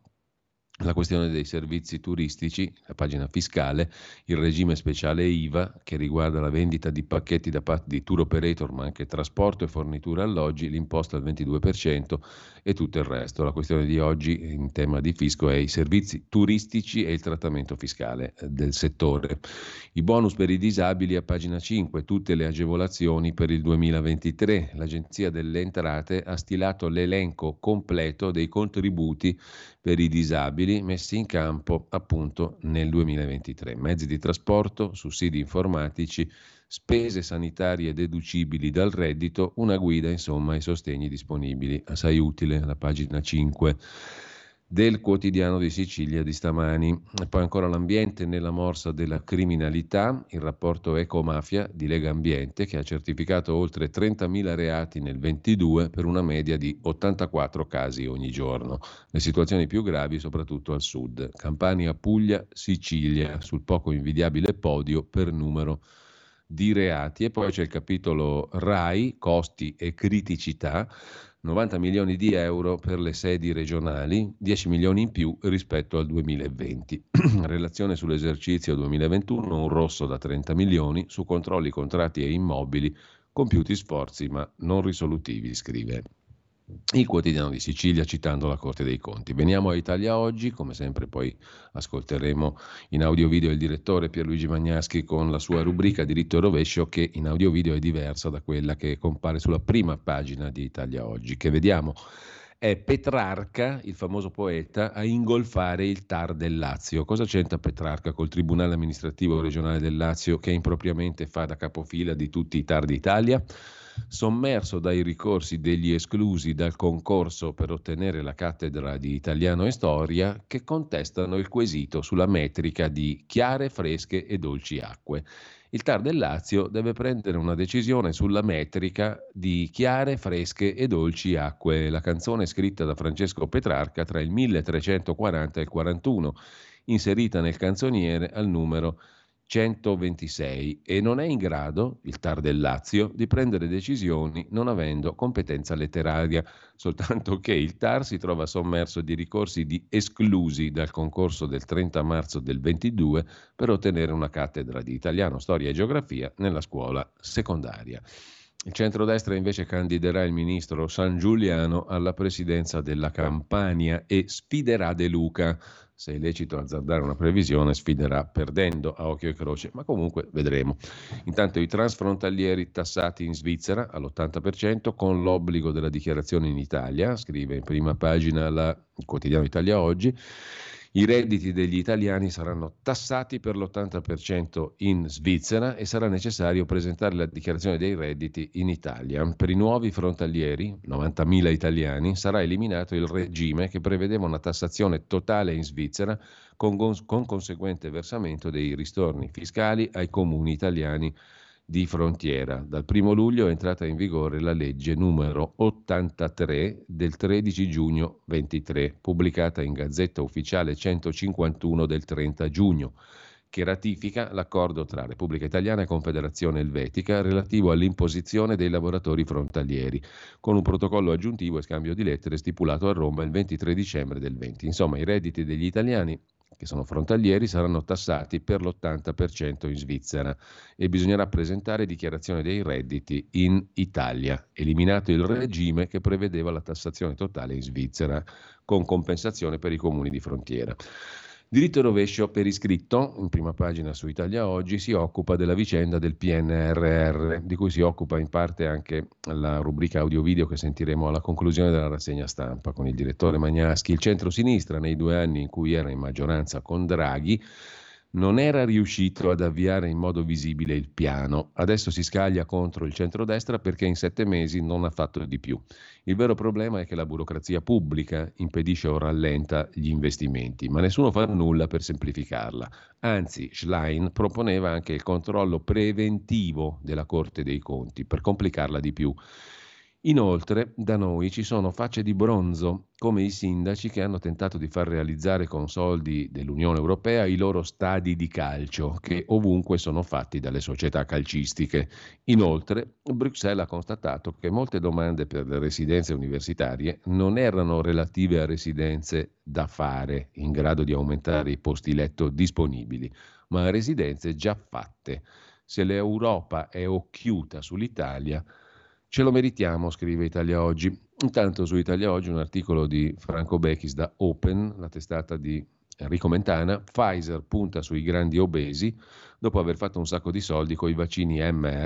[SPEAKER 3] la questione dei servizi turistici, la pagina fiscale, il regime speciale IVA che riguarda la vendita di pacchetti da parte di tour operator, ma anche trasporto e fornitura alloggi, l'imposta al 22% e tutto il resto. La questione di oggi in tema di fisco è i servizi turistici e il trattamento fiscale del settore. I bonus per i disabili a pagina 5, tutte le agevolazioni per il 2023. L'Agenzia delle Entrate ha stilato l'elenco completo dei contributi per i disabili messi in campo appunto nel 2023. Mezzi di trasporto, sussidi informatici, spese sanitarie deducibili dal reddito, una guida insomma ai sostegni disponibili. Assai utile la pagina 5 del Quotidiano di Sicilia di stamani. E poi ancora l'ambiente nella morsa della criminalità, il rapporto Ecomafia di Lega Ambiente che ha certificato oltre 30.000 reati nel 22 per una media di 84 casi ogni giorno. Le situazioni più gravi soprattutto al sud, Campania, Puglia, Sicilia, sul poco invidiabile podio per numero di reati. E poi c'è il capitolo RAI, costi e criticità, 90 milioni di euro per le sedi regionali, 10 milioni in più rispetto al 2020. Relazione sull'esercizio 2021, un rosso da 30 milioni, su controlli, contratti e immobili, compiuti sforzi ma non risolutivi, scrive il Quotidiano di Sicilia citando la Corte dei Conti. Veniamo a Italia Oggi, come sempre poi ascolteremo in audio video il direttore Pierluigi Magnaschi con la sua rubrica Diritto e Rovescio, che in audio video è diversa da quella che compare sulla prima pagina di Italia Oggi, che vediamo è Petrarca, il famoso poeta, a ingolfare il TAR del Lazio. Cosa c'entra Petrarca col Tribunale Amministrativo Regionale del Lazio, che impropriamente fa da capofila di tutti i TAR d'Italia? Sommerso dai ricorsi degli esclusi dal concorso per ottenere la cattedra di italiano e storia, che contestano il quesito sulla metrica di chiare, fresche e dolci acque. Il TAR del Lazio deve prendere una decisione sulla metrica di chiare, fresche e dolci acque. La canzone scritta da Francesco Petrarca tra il 1340 e il 41, inserita nel canzoniere al numero 126, e non è in grado, il TAR del Lazio, di prendere decisioni non avendo competenza letteraria, soltanto che il TAR si trova sommerso di ricorsi di esclusi dal concorso del 30 marzo del 22 per ottenere una cattedra di italiano, storia e geografia nella scuola secondaria. Il centrodestra invece candiderà il ministro San Giuliano alla presidenza della Campania e sfiderà De Luca. Se è lecito azzardare una previsione, sfiderà perdendo a occhio e croce, ma comunque vedremo. Intanto i transfrontalieri tassati in Svizzera all'80% con l'obbligo della dichiarazione in Italia, scrive in prima pagina il quotidiano Italia Oggi. I redditi degli italiani saranno tassati per l'80% in Svizzera e sarà necessario presentare la dichiarazione dei redditi in Italia. Per i nuovi frontalieri, 90.000 italiani, sarà eliminato il regime che prevedeva una tassazione totale in Svizzera con conseguente versamento dei ristorni fiscali ai comuni italiani di frontiera. Dal 1 luglio è entrata in vigore la legge numero 83 del 13 giugno 23, pubblicata in Gazzetta Ufficiale 151 del 30 giugno, che ratifica l'accordo tra Repubblica Italiana e Confederazione Elvetica relativo all'imposizione dei lavoratori frontalieri, con un protocollo aggiuntivo e scambio di lettere stipulato a Roma il 23 dicembre del 20. Insomma, i redditi degli italiani che sono frontalieri saranno tassati per l'80% in Svizzera e bisognerà presentare dichiarazione dei redditi in Italia, eliminato il regime che prevedeva la tassazione totale in Svizzera con compensazione per i comuni di frontiera. Diritto e rovescio per iscritto, in prima pagina su Italia Oggi, si occupa della vicenda del PNRR, di cui si occupa in parte anche la rubrica audio-video che sentiremo alla conclusione della rassegna stampa con il direttore Magnaschi. Il centro-sinistra, nei 2 anni in cui era in maggioranza con Draghi, non era riuscito ad avviare in modo visibile il piano. Adesso si scaglia contro il centrodestra perché in 7 mesi non ha fatto di più. Il vero problema è che la burocrazia pubblica impedisce o rallenta gli investimenti, ma nessuno fa nulla per semplificarla. Anzi, Schlein proponeva anche il controllo preventivo della Corte dei Conti per complicarla di più. Inoltre, da noi ci sono facce di bronzo, come i sindaci che hanno tentato di far realizzare con soldi dell'Unione Europea i loro stadi di calcio, che ovunque sono fatti dalle società calcistiche. Inoltre, Bruxelles ha constatato che molte domande per le residenze universitarie non erano relative a residenze da fare, in grado di aumentare i posti letto disponibili, ma a residenze già fatte. Se l'Europa è occhiuta sull'Italia, ce lo meritiamo, scrive Italia Oggi. Intanto su Italia Oggi un articolo di Franco Bechis da Open, la testata di Enrico Mentana. Pfizer punta sui grandi obesi dopo aver fatto un sacco di soldi con i vaccini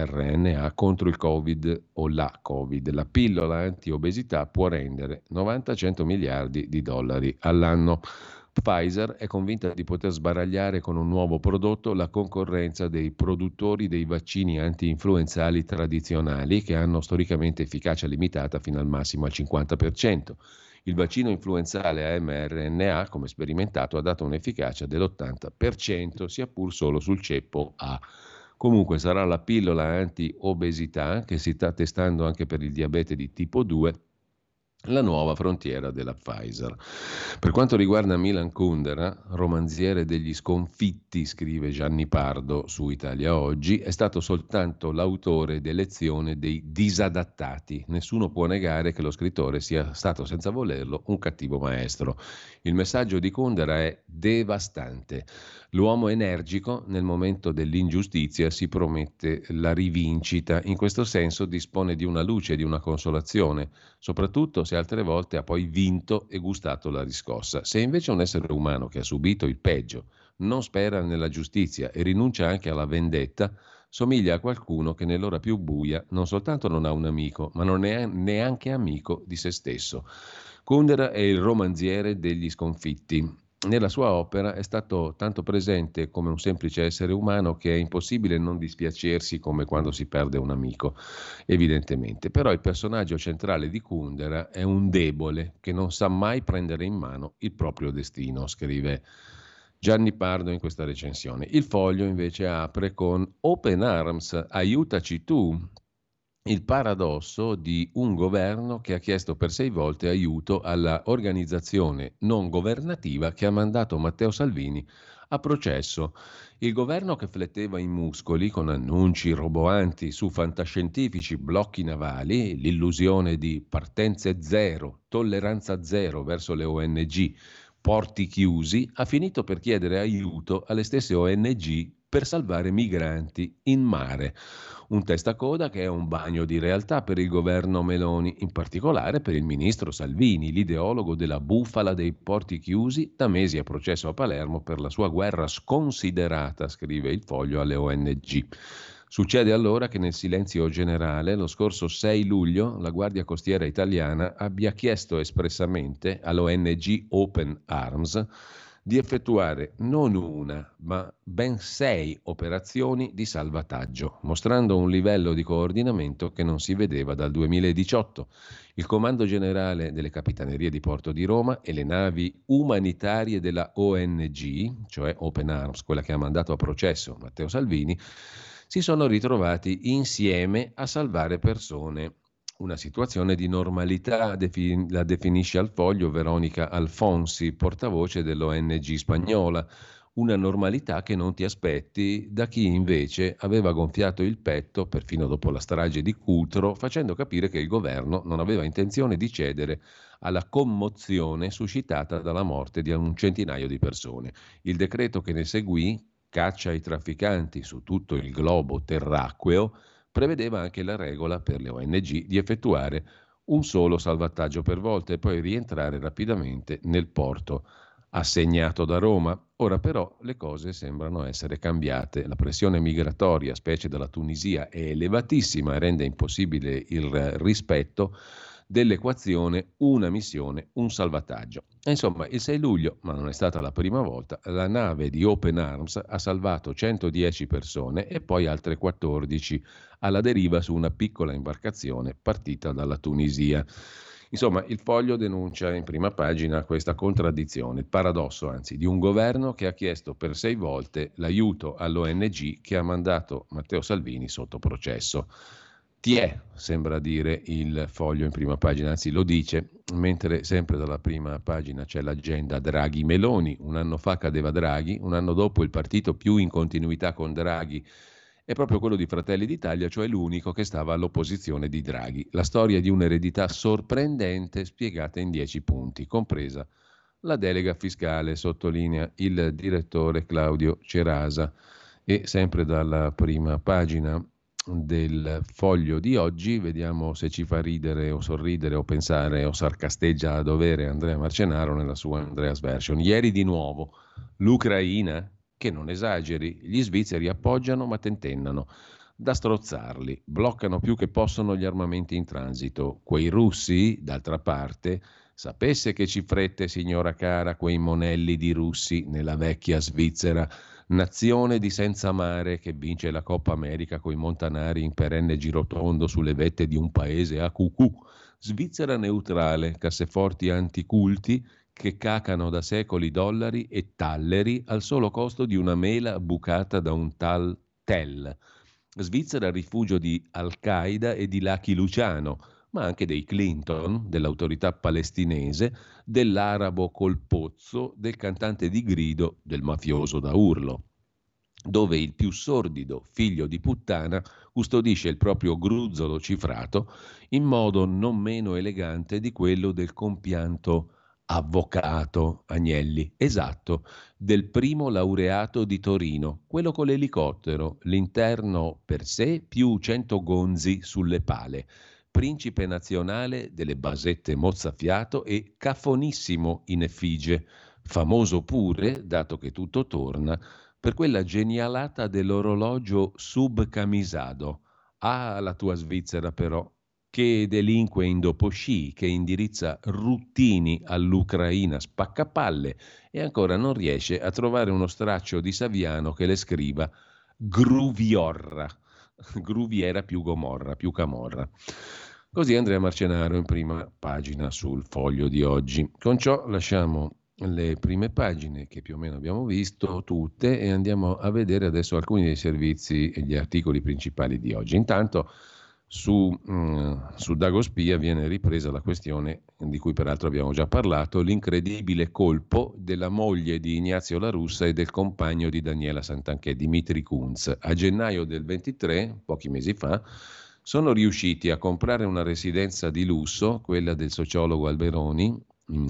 [SPEAKER 3] mRNA contro il Covid o la Covid. La pillola anti-obesità può rendere 90-100 miliardi di dollari all'anno. Pfizer è convinta di poter sbaragliare con un nuovo prodotto la concorrenza dei produttori dei vaccini anti-influenzali tradizionali che hanno storicamente efficacia limitata fino al massimo al 50%. Il vaccino influenzale a mRNA, come sperimentato, ha dato un'efficacia dell'80%, sia pur solo sul ceppo A. Comunque sarà la pillola anti-obesità, che si sta testando anche per il diabete di tipo 2, la nuova frontiera della Pfizer. Per quanto riguarda Milan Kundera, romanziere degli sconfitti, scrive Gianni Pardo su Italia Oggi, è stato soltanto l'autore d'elezione dei disadattati. Nessuno può negare che lo scrittore sia stato, senza volerlo, un cattivo maestro. Il messaggio di Kundera è devastante. L'uomo energico, nel momento dell'ingiustizia, si promette la rivincita. In questo senso dispone di una luce, di una consolazione, soprattutto se altre volte ha poi vinto e gustato la riscossa. Se invece un essere umano che ha subito il peggio non spera nella giustizia e rinuncia anche alla vendetta, somiglia a qualcuno che nell'ora più buia non soltanto non ha un amico, ma non è neanche amico di se stesso. Kundera è il romanziere degli sconfitti. Nella sua opera è stato tanto presente come un semplice essere umano che è impossibile non dispiacersi come quando si perde un amico, evidentemente. Però il personaggio centrale di Kundera è un debole che non sa mai prendere in mano il proprio destino, scrive Gianni Pardo in questa recensione. Il Foglio invece apre con Open Arms, aiutaci tu. Il paradosso di un governo che ha chiesto per 6 volte aiuto alla organizzazione non governativa che ha mandato Matteo Salvini a processo. Il governo che fletteva i muscoli con annunci roboanti su fantascientifici blocchi navali, l'illusione di partenze zero, tolleranza zero verso le ONG, porti chiusi, ha finito per chiedere aiuto alle stesse ONG per salvare migranti in mare. Un testacoda che è un bagno di realtà per il governo Meloni, in particolare per il ministro Salvini, l'ideologo della bufala dei porti chiusi, da mesi a processo a Palermo per la sua guerra sconsiderata, scrive il Foglio, alle ONG. Succede allora che nel silenzio generale, lo scorso 6 luglio, la Guardia Costiera italiana abbia chiesto espressamente all'ONG Open Arms di effettuare non una, ma ben 6 operazioni di salvataggio, mostrando un livello di coordinamento che non si vedeva dal 2018. Il Comando Generale delle Capitanerie di Porto di Roma e le navi umanitarie della ONG, cioè Open Arms, quella che ha mandato a processo Matteo Salvini, si sono ritrovati insieme a salvare persone. Una situazione di normalità, la definisce al Foglio Veronica Alfonsi, portavoce dell'ONG spagnola. Una normalità che non ti aspetti da chi invece aveva gonfiato il petto, perfino dopo la strage di Cutro, facendo capire che il governo non aveva intenzione di cedere alla commozione suscitata dalla morte di un centinaio di persone. Il decreto che ne seguì, caccia ai trafficanti su tutto il globo terracqueo, prevedeva anche la regola per le ONG di effettuare un solo salvataggio per volta e poi rientrare rapidamente nel porto assegnato da Roma. Ora però le cose sembrano essere cambiate. La pressione migratoria, specie dalla Tunisia, è elevatissima e rende impossibile il rispetto dell'equazione una missione, un salvataggio. E insomma, il 6 luglio, ma non è stata la prima volta, la nave di Open Arms ha salvato 110 persone e poi altre 14 alla deriva su una piccola imbarcazione partita dalla Tunisia. Insomma, il Foglio denuncia in prima pagina questa contraddizione, il paradosso anzi, di un governo che ha chiesto per 6 volte l'aiuto all'ONG che ha mandato Matteo Salvini sotto processo. Sembra dire il Foglio in prima pagina, anzi lo dice, mentre sempre dalla prima pagina c'è l'agenda Draghi-Meloni. Un anno fa cadeva Draghi, un anno dopo il partito più in continuità con Draghi è proprio quello di Fratelli d'Italia, cioè l'unico che stava all'opposizione di Draghi. La storia di un'eredità sorprendente spiegata in 10 punti, compresa la delega fiscale, sottolinea il direttore Claudio Cerasa. E sempre dalla prima pagina del Foglio di oggi, vediamo se ci fa ridere o sorridere o pensare o sarcasteggia a dovere Andrea Marcenaro nella sua Andreas Version. Ieri di nuovo l'Ucraina, che non esageri, gli svizzeri appoggiano ma tentennano da strozzarli, bloccano più che possono gli armamenti in transito. Quei russi, d'altra parte, sapesse che ci frette, signora cara, quei monelli di russi nella vecchia Svizzera, nazione di senza mare che vince la Coppa America coi montanari in perenne girotondo sulle vette di un paese a cucù. Svizzera neutrale, casseforti anticulti che cacano da secoli dollari e talleri al solo costo di una mela bucata da un tal Tell. Svizzera rifugio di Al-Qaeda e di Lucky Luciano, ma anche dei Clinton, dell'autorità palestinese, dell'arabo col pozzo, del cantante di grido, del mafioso da urlo, dove il più sordido figlio di puttana custodisce il proprio gruzzolo cifrato in modo non meno elegante di quello del compianto avvocato Agnelli, esatto, del primo laureato di Torino, quello con l'elicottero, l'interno per sé più 100 gonzi sulle pale, principe nazionale delle basette mozzafiato e cafonissimo in effigie, famoso pure, dato che tutto torna, per quella genialata dell'orologio subcamisado. Ah, la tua Svizzera però, che delinque in dopo sci, che indirizza ruttini all'Ucraina spaccapalle e ancora non riesce a trovare uno straccio di Saviano che le scriva Gruviorra, Gruviera più Gomorra, più Camorra. Così Andrea Marcenaro in prima pagina sul Foglio di oggi. Con ciò lasciamo le prime pagine che più o meno abbiamo visto tutte e andiamo a vedere adesso alcuni dei servizi e gli articoli principali di oggi. Intanto su Dagospia viene ripresa la questione di cui peraltro abbiamo già parlato, l'incredibile colpo della moglie di Ignazio La Russa e del compagno di Daniela Santanchè, Dimitri Kunz. A gennaio del 23, pochi mesi fa, sono riusciti a comprare una residenza di lusso, quella del sociologo Alberoni,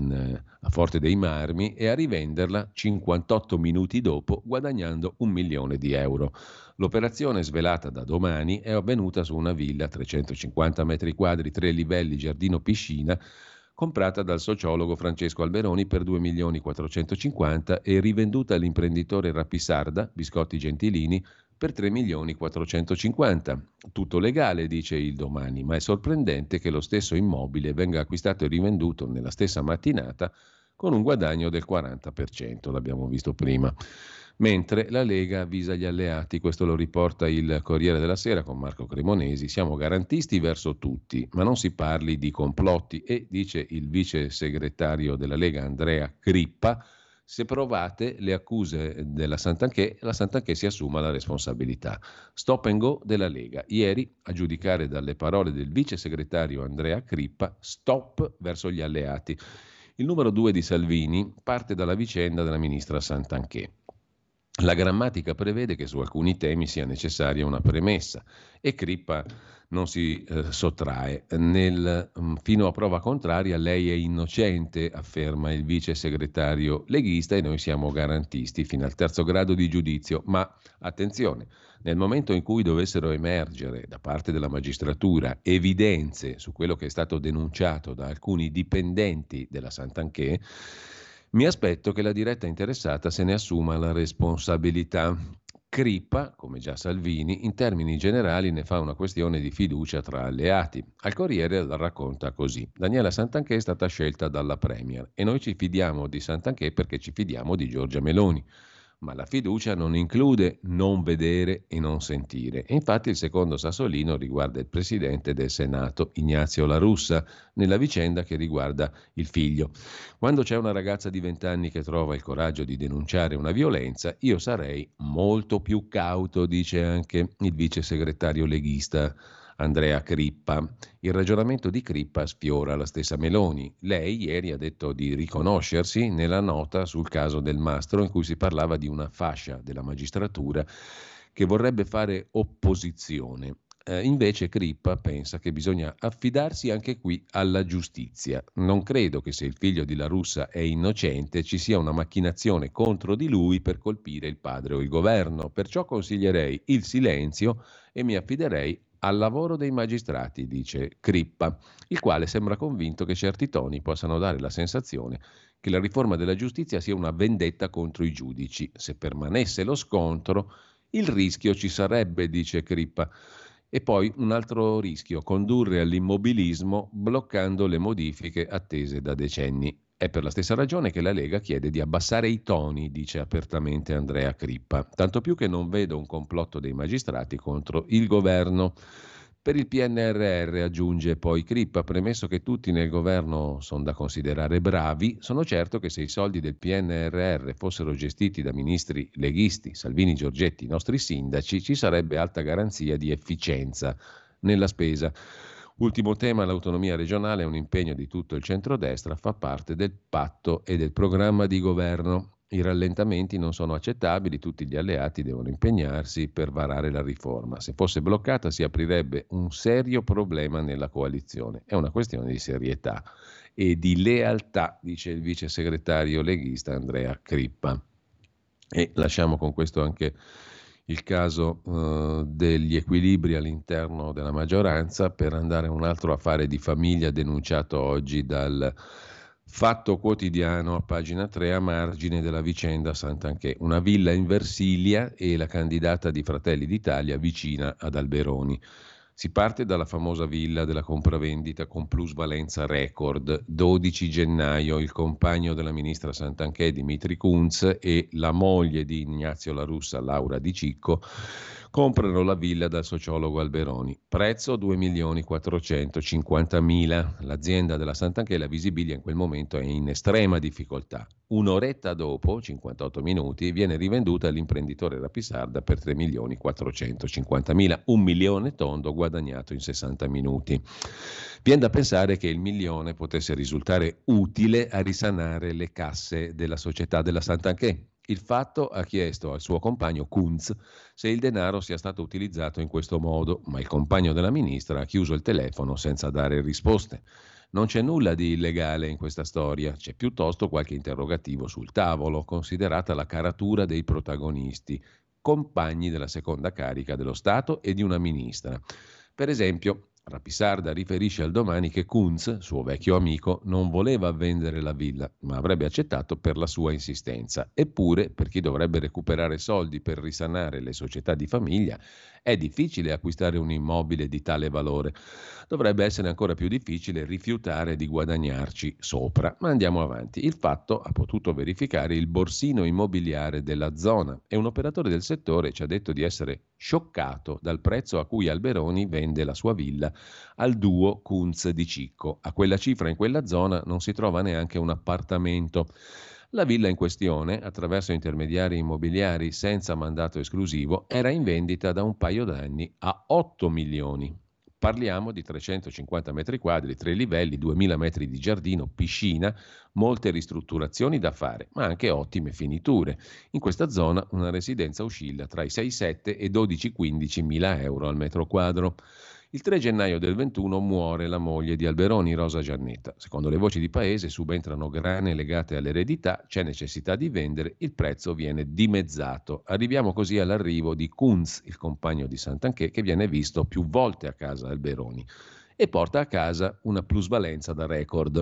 [SPEAKER 3] a Forte dei Marmi, e a rivenderla 58 minuti dopo, guadagnando 1 milione di euro. L'operazione, svelata da domani, è avvenuta su una villa 350 metri quadri, 3 livelli, giardino piscina, comprata dal sociologo Francesco Alberoni per 2.450.000 e rivenduta all'imprenditore Rapisarda, Biscotti Gentilini, per 3.450.000. Tutto legale, dice il Domani, ma è sorprendente che lo stesso immobile venga acquistato e rivenduto nella stessa mattinata con un guadagno del 40%, l'abbiamo visto prima. Mentre la Lega avvisa gli alleati, questo lo riporta il Corriere della Sera con Marco Cremonesi, siamo garantisti verso tutti, ma non si parli di complotti e, dice il vice segretario della Lega Andrea Crippa, se provate le accuse della Santanchè, la Santanchè si assuma la responsabilità. Stop and go della Lega. Ieri, a giudicare dalle parole del vice segretario Andrea Crippa, stop verso gli alleati. Il numero 2 di Salvini parte dalla vicenda della ministra Santanchè. La grammatica prevede che su alcuni temi sia necessaria una premessa e Crippa non si sottrae. Fino a prova contraria lei è innocente, afferma il vice segretario leghista, e noi siamo garantisti fino al terzo grado di giudizio. Ma attenzione, nel momento in cui dovessero emergere da parte della magistratura evidenze su quello che è stato denunciato da alcuni dipendenti della Santanchè, mi aspetto che la diretta interessata se ne assuma la responsabilità. Crippa, come già Salvini, in termini generali ne fa una questione di fiducia tra alleati. Al Corriere la racconta così: Daniela Santanchè è stata scelta dalla Premier e noi ci fidiamo di Santanchè perché ci fidiamo di Giorgia Meloni. Ma la fiducia non include non vedere e non sentire. E infatti il secondo sassolino riguarda il presidente del Senato, Ignazio La Russa, nella vicenda che riguarda il figlio. Quando c'è una ragazza di 20 anni che trova il coraggio di denunciare una violenza, io sarei molto più cauto, dice anche il vice segretario leghista Andrea Crippa. Il ragionamento di Crippa sfiora la stessa Meloni. Lei ieri ha detto di riconoscersi nella nota sul caso del Mastro, in cui si parlava di una fascia della magistratura che vorrebbe fare opposizione. Invece Crippa pensa che bisogna affidarsi anche qui alla giustizia. Non credo che se il figlio di La Russa è innocente ci sia una macchinazione contro di lui per colpire il padre o il governo. Perciò consiglierei il silenzio e mi affiderei al lavoro dei magistrati, dice Crippa, il quale sembra convinto che certi toni possano dare la sensazione che la riforma della giustizia sia una vendetta contro i giudici. Se permanesse lo scontro, il rischio ci sarebbe, dice Crippa. E poi un altro rischio: condurre all'immobilismo bloccando le modifiche attese da decenni. È per la stessa ragione che la Lega chiede di abbassare i toni, dice apertamente Andrea Crippa, tanto più che non vedo un complotto dei magistrati contro il governo. Per il PNRR, aggiunge poi Crippa, premesso che tutti nel governo sono da considerare bravi, sono certo che se i soldi del PNRR fossero gestiti da ministri leghisti, Salvini, Giorgetti, i nostri sindaci, ci sarebbe alta garanzia di efficienza nella spesa. Ultimo tema, l'autonomia regionale è un impegno di tutto il centrodestra, fa parte del patto e del programma di governo. I rallentamenti non sono accettabili, tutti gli alleati devono impegnarsi per varare la riforma. Se fosse bloccata si aprirebbe un serio problema nella coalizione. È una questione di serietà e di lealtà, dice il vice segretario leghista Andrea Crippa. E lasciamo con questo anche il caso degli equilibri all'interno della maggioranza per andare a un altro affare di famiglia denunciato oggi dal Fatto Quotidiano a pagina 3 a margine della vicenda Santanchè. Una villa in Versilia e la candidata di Fratelli d'Italia vicina ad Alberoni. Si parte dalla famosa villa della compravendita con plusvalenza record. 12 gennaio il compagno della ministra Santanchè, Dimitri Kunz, e la moglie di Ignazio La Russa, Laura Di Cicco, comprano la villa dal sociologo Alberoni. Prezzo 2.450.000. L'azienda della Santanchè, la Visibilia, in quel momento è in estrema difficoltà. Un'oretta dopo, 58 minuti, viene rivenduta all'imprenditore Rapisarda per 3.450.000. 1 milione tondo guadagnato in 60 minuti. Viene da pensare che il milione potesse risultare utile a risanare le casse della società della Santanchè. Il Fatto ha chiesto al suo compagno Kunz se il denaro sia stato utilizzato in questo modo, ma il compagno della ministra ha chiuso il telefono senza dare risposte. Non c'è nulla di illegale in questa storia, c'è piuttosto qualche interrogativo sul tavolo, considerata la caratura dei protagonisti, compagni della seconda carica dello Stato e di una ministra. Per esempio, Rapisarda riferisce al Domani che Kunz, suo vecchio amico, non voleva vendere la villa, ma avrebbe accettato per la sua insistenza. Eppure, per chi dovrebbe recuperare soldi per risanare le società di famiglia, è difficile acquistare un immobile di tale valore. Dovrebbe essere ancora più difficile rifiutare di guadagnarci sopra. Ma andiamo avanti. Il fatto ha potuto verificare il borsino immobiliare della zona e un operatore del settore ci ha detto di essere scioccato dal prezzo a cui Alberoni vende la sua villa al duo Kunz di Cicco. A quella cifra in quella zona non si trova neanche un appartamento. La villa in questione, attraverso intermediari immobiliari senza mandato esclusivo, era in vendita da un paio d'anni a 8 milioni. Parliamo di 350 metri quadri, 3 livelli, 2000 metri di giardino, piscina, molte ristrutturazioni da fare, ma anche ottime finiture. In questa zona una residenza oscilla tra i 6-7 e 12-15 mila euro al metro quadro. Il 3 gennaio del 21 muore la moglie di Alberoni, Rosa Giannetta. Secondo le voci di paese subentrano grane legate all'eredità, c'è necessità di vendere, il prezzo viene dimezzato. Arriviamo così all'arrivo di Kunz, il compagno di Santanchè, che viene visto più volte a casa Alberoni e porta a casa una plusvalenza da record.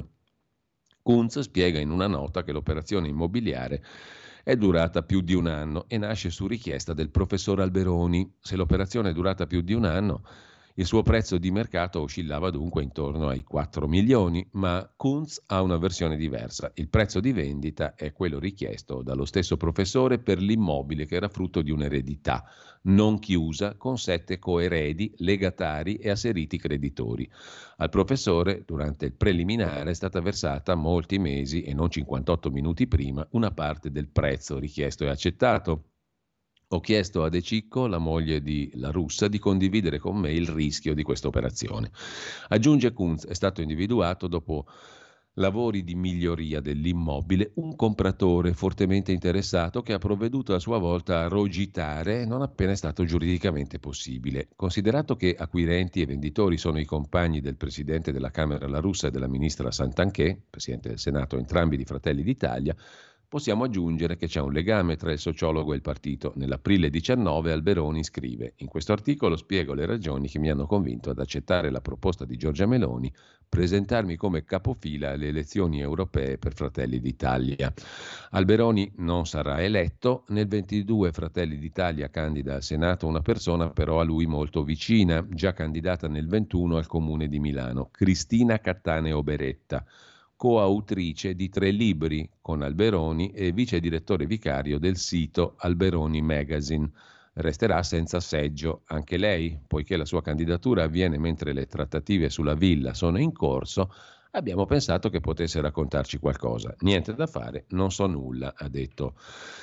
[SPEAKER 3] Kunz spiega in una nota che l'operazione immobiliare è durata più di un anno e nasce su richiesta del professor Alberoni. Se l'operazione è durata più di un anno, il suo prezzo di mercato oscillava dunque intorno ai 4 milioni, ma Kunz ha una versione diversa. Il prezzo di vendita è quello richiesto dallo stesso professore per l'immobile che era frutto di un'eredità non chiusa con 7 coeredi, legatari e asseriti creditori. Al professore, durante il preliminare, è stata versata molti mesi e non 58 minuti prima una parte del prezzo richiesto e accettato. Ho chiesto a De Cicco, la moglie di La Russa, di condividere con me il rischio di questa operazione. Aggiunge Kunz, è stato individuato dopo lavori di miglioria dell'immobile un compratore fortemente interessato che ha provveduto a sua volta a rogitare non appena è stato giuridicamente possibile. Considerato che acquirenti e venditori sono i compagni del presidente della Camera La Russa e della ministra Santanchè, presidente del Senato, entrambi di Fratelli d'Italia, possiamo aggiungere che c'è un legame tra il sociologo e il partito. Nell'aprile 19 Alberoni scrive: in questo articolo spiego le ragioni che mi hanno convinto ad accettare la proposta di Giorgia Meloni, presentarmi come capofila alle elezioni europee per Fratelli d'Italia. Alberoni non sarà eletto, nel 22 Fratelli d'Italia candida al Senato una persona però a lui molto vicina, già candidata nel 21 al Comune di Milano, Cristina Cattaneo Beretta, coautrice di 3 libri con Alberoni e vice direttore vicario del sito Alberoni Magazine. Resterà senza seggio anche lei, poiché la sua candidatura avviene mentre le trattative sulla villa sono in corso. Abbiamo pensato che potesse raccontarci qualcosa. Niente da fare, non so nulla, ha detto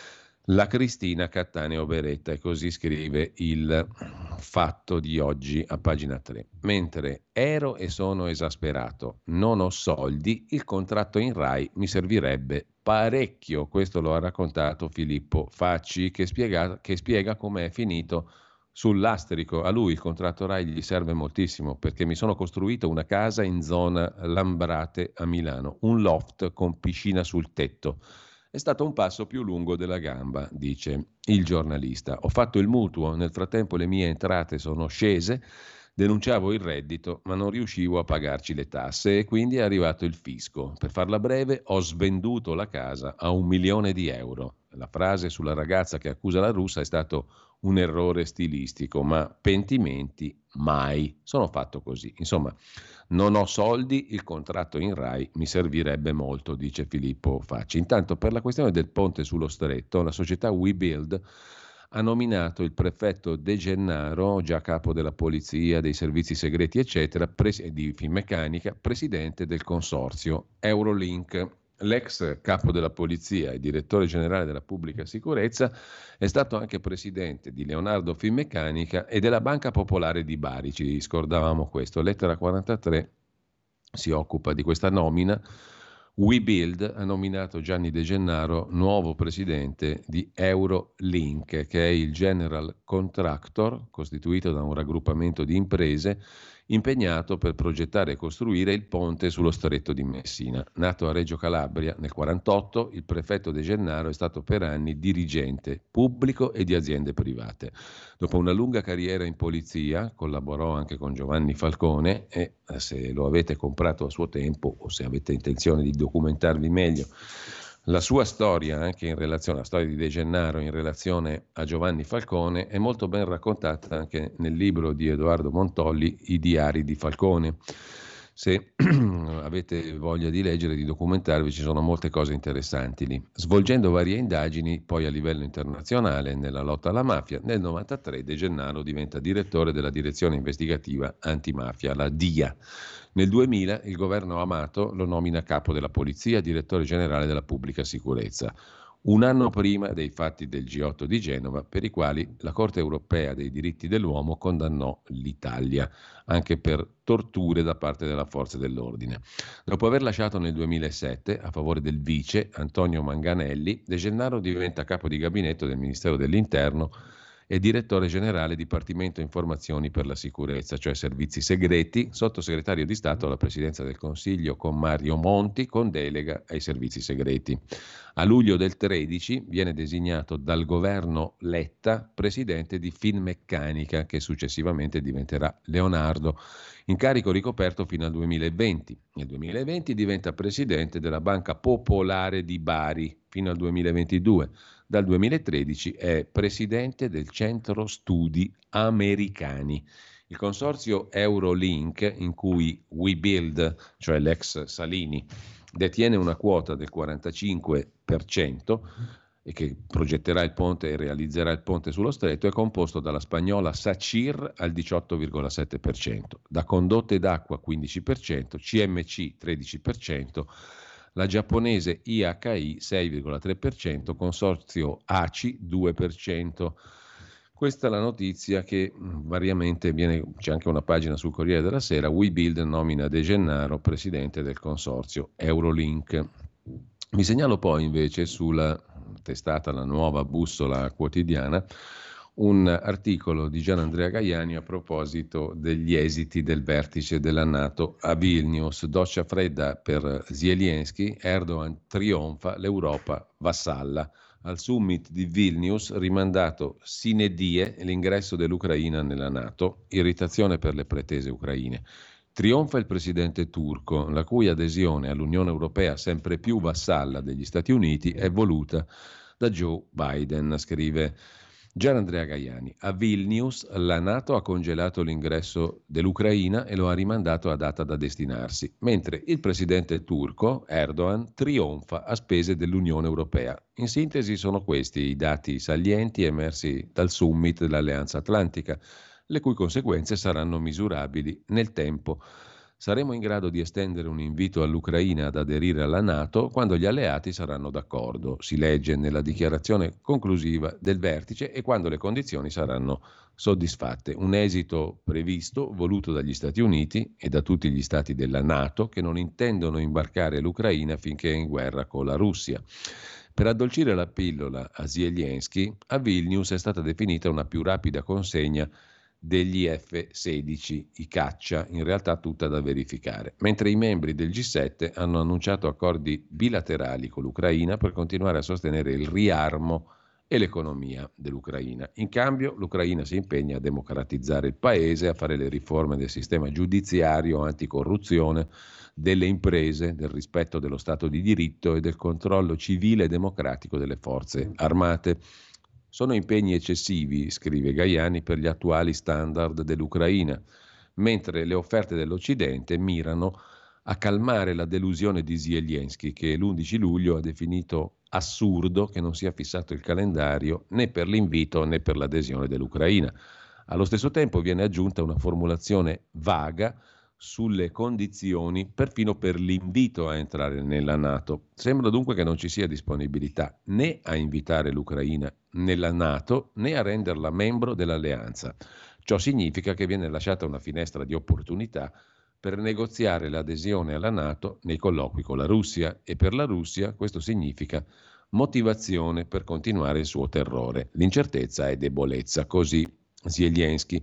[SPEAKER 3] la Cristina Cattaneo Beretta, e così scrive il Fatto di oggi a pagina 3. Mentre ero e sono esasperato, non ho soldi, il contratto in Rai mi servirebbe parecchio. Questo lo ha raccontato Filippo Facci, che spiega com'è finito sul lastrico. A lui il contratto Rai gli serve moltissimo perché mi sono costruito una casa in zona Lambrate a Milano, un loft con piscina sul tetto. È stato un passo più lungo della gamba, dice il giornalista. Ho fatto il mutuo, nel frattempo le mie entrate sono scese, denunciavo il reddito, ma non riuscivo a pagarci le tasse e quindi è arrivato il fisco. Per farla breve, ho svenduto la casa a 1 milione di euro. La frase sulla ragazza che accusa la Russa è stato un errore stilistico, ma pentimenti mai. Sono fatto così. Insomma, non ho soldi, il contratto in Rai mi servirebbe molto, dice Filippo Facci. Intanto, per la questione del ponte sullo stretto, la società WeBuild ha nominato il prefetto De Gennaro, già capo della polizia, dei servizi segreti, eccetera, di Finmeccanica, presidente del consorzio Eurolink. L'ex capo della polizia e direttore generale della pubblica sicurezza è stato anche presidente di Leonardo Finmeccanica e della Banca Popolare di Bari, ci scordavamo questo. Lettera 43 si occupa di questa nomina. WeBuild ha nominato Gianni De Gennaro nuovo presidente di Eurolink, che è il general contractor costituito da un raggruppamento di imprese impegnato per progettare e costruire il ponte sullo stretto di Messina. Nato a Reggio Calabria nel 1948, il prefetto De Gennaro è stato per anni dirigente pubblico e di aziende private. Dopo una lunga carriera in polizia, collaborò anche con Giovanni Falcone e, se lo avete comprato a suo tempo o se avete intenzione di documentarvi meglio, la sua storia, anche in relazione alla storia di De Gennaro in relazione a Giovanni Falcone, è molto ben raccontata anche nel libro di Edoardo Montolli, I diari di Falcone. Se avete voglia di leggere, di documentarvi, ci sono molte cose interessanti lì. Svolgendo varie indagini, poi a livello internazionale, nella lotta alla mafia, nel 1993 De Gennaro diventa direttore della direzione investigativa antimafia, la DIA. Nel 2000 il governo Amato lo nomina capo della polizia, direttore generale della pubblica sicurezza. Un anno prima dei fatti del G8 di Genova, per i quali la Corte europea dei diritti dell'uomo condannò l'Italia, anche per torture da parte della forza dell'ordine. Dopo aver lasciato nel 2007, a favore del vice Antonio Manganelli, De Gennaro diventa capo di gabinetto del Ministero dell'Interno e direttore generale Dipartimento Informazioni per la Sicurezza, cioè servizi segreti, sottosegretario di Stato alla Presidenza del Consiglio con Mario Monti, con delega ai servizi segreti. A luglio del 13 viene designato dal governo Letta presidente di Finmeccanica, che successivamente diventerà Leonardo, incarico ricoperto fino al 2020. Nel 2020 diventa presidente della Banca Popolare di Bari fino al 2022. Dal 2013 è presidente del Centro Studi Americani. Il consorzio Eurolink, in cui WeBuild, cioè l'ex Salini, detiene una quota del 45% e che progetterà il ponte e realizzerà il ponte sullo stretto, è composto dalla spagnola Sacir al 18,7%, da Condotte d'Acqua 15%, CMC 13%, la giapponese IHI 6,3%, consorzio ACI 2%. Questa è la notizia che variamente c'è anche una pagina sul Corriere della Sera, WeBuild nomina De Gennaro presidente del consorzio Eurolink. Vi segnalo poi invece sulla testata La Nuova Bussola Quotidiana un articolo di Gianandrea Gaiani a proposito degli esiti del vertice della NATO a Vilnius. Doccia fredda per Zelensky, Erdogan trionfa, l'Europa vassalla. Al summit di Vilnius rimandato sine die l'ingresso dell'Ucraina nella NATO, irritazione per le pretese ucraine. Trionfa il presidente turco, la cui adesione all'Unione Europea sempre più vassalla degli Stati Uniti è voluta da Joe Biden, scrive Gianandrea Gaiani. A Vilnius la NATO ha congelato l'ingresso dell'Ucraina e lo ha rimandato a data da destinarsi, mentre il presidente turco Erdogan trionfa a spese dell'Unione Europea. In sintesi sono questi i dati salienti emersi dal summit dell'Alleanza Atlantica, le cui conseguenze saranno misurabili nel tempo. Saremo in grado di estendere un invito all'Ucraina ad aderire alla NATO quando gli alleati saranno d'accordo, si legge nella dichiarazione conclusiva del vertice, e quando le condizioni saranno soddisfatte. Un esito previsto, voluto dagli Stati Uniti e da tutti gli stati della NATO che non intendono imbarcare l'Ucraina finché è in guerra con la Russia. Per addolcire la pillola a Zelensky, a Vilnius è stata definita una più rapida consegna degli F-16, i caccia, in realtà tutta da verificare, mentre i membri del G7 hanno annunciato accordi bilaterali con l'Ucraina per continuare a sostenere il riarmo e l'economia dell'Ucraina. In cambio, l'Ucraina si impegna a democratizzare il paese, a fare le riforme del sistema giudiziario, anticorruzione, delle imprese, del rispetto dello Stato di diritto e del controllo civile e democratico delle forze armate. Sono impegni eccessivi, scrive Gaiani, per gli attuali standard dell'Ucraina, mentre le offerte dell'Occidente mirano a calmare la delusione di Zelensky, che l'11 luglio ha definito assurdo che non sia fissato il calendario né per l'invito né per l'adesione dell'Ucraina. Allo stesso tempo viene aggiunta una formulazione vaga sulle condizioni perfino per l'invito a entrare nella NATO. Sembra dunque che non ci sia disponibilità né a invitare l'Ucraina nella NATO né a renderla membro dell'alleanza. Ciò significa che viene lasciata una finestra di opportunità per negoziare l'adesione alla NATO nei colloqui con la Russia, e per la Russia questo significa motivazione per continuare il suo terrore. L'incertezza è debolezza, così Zelensky.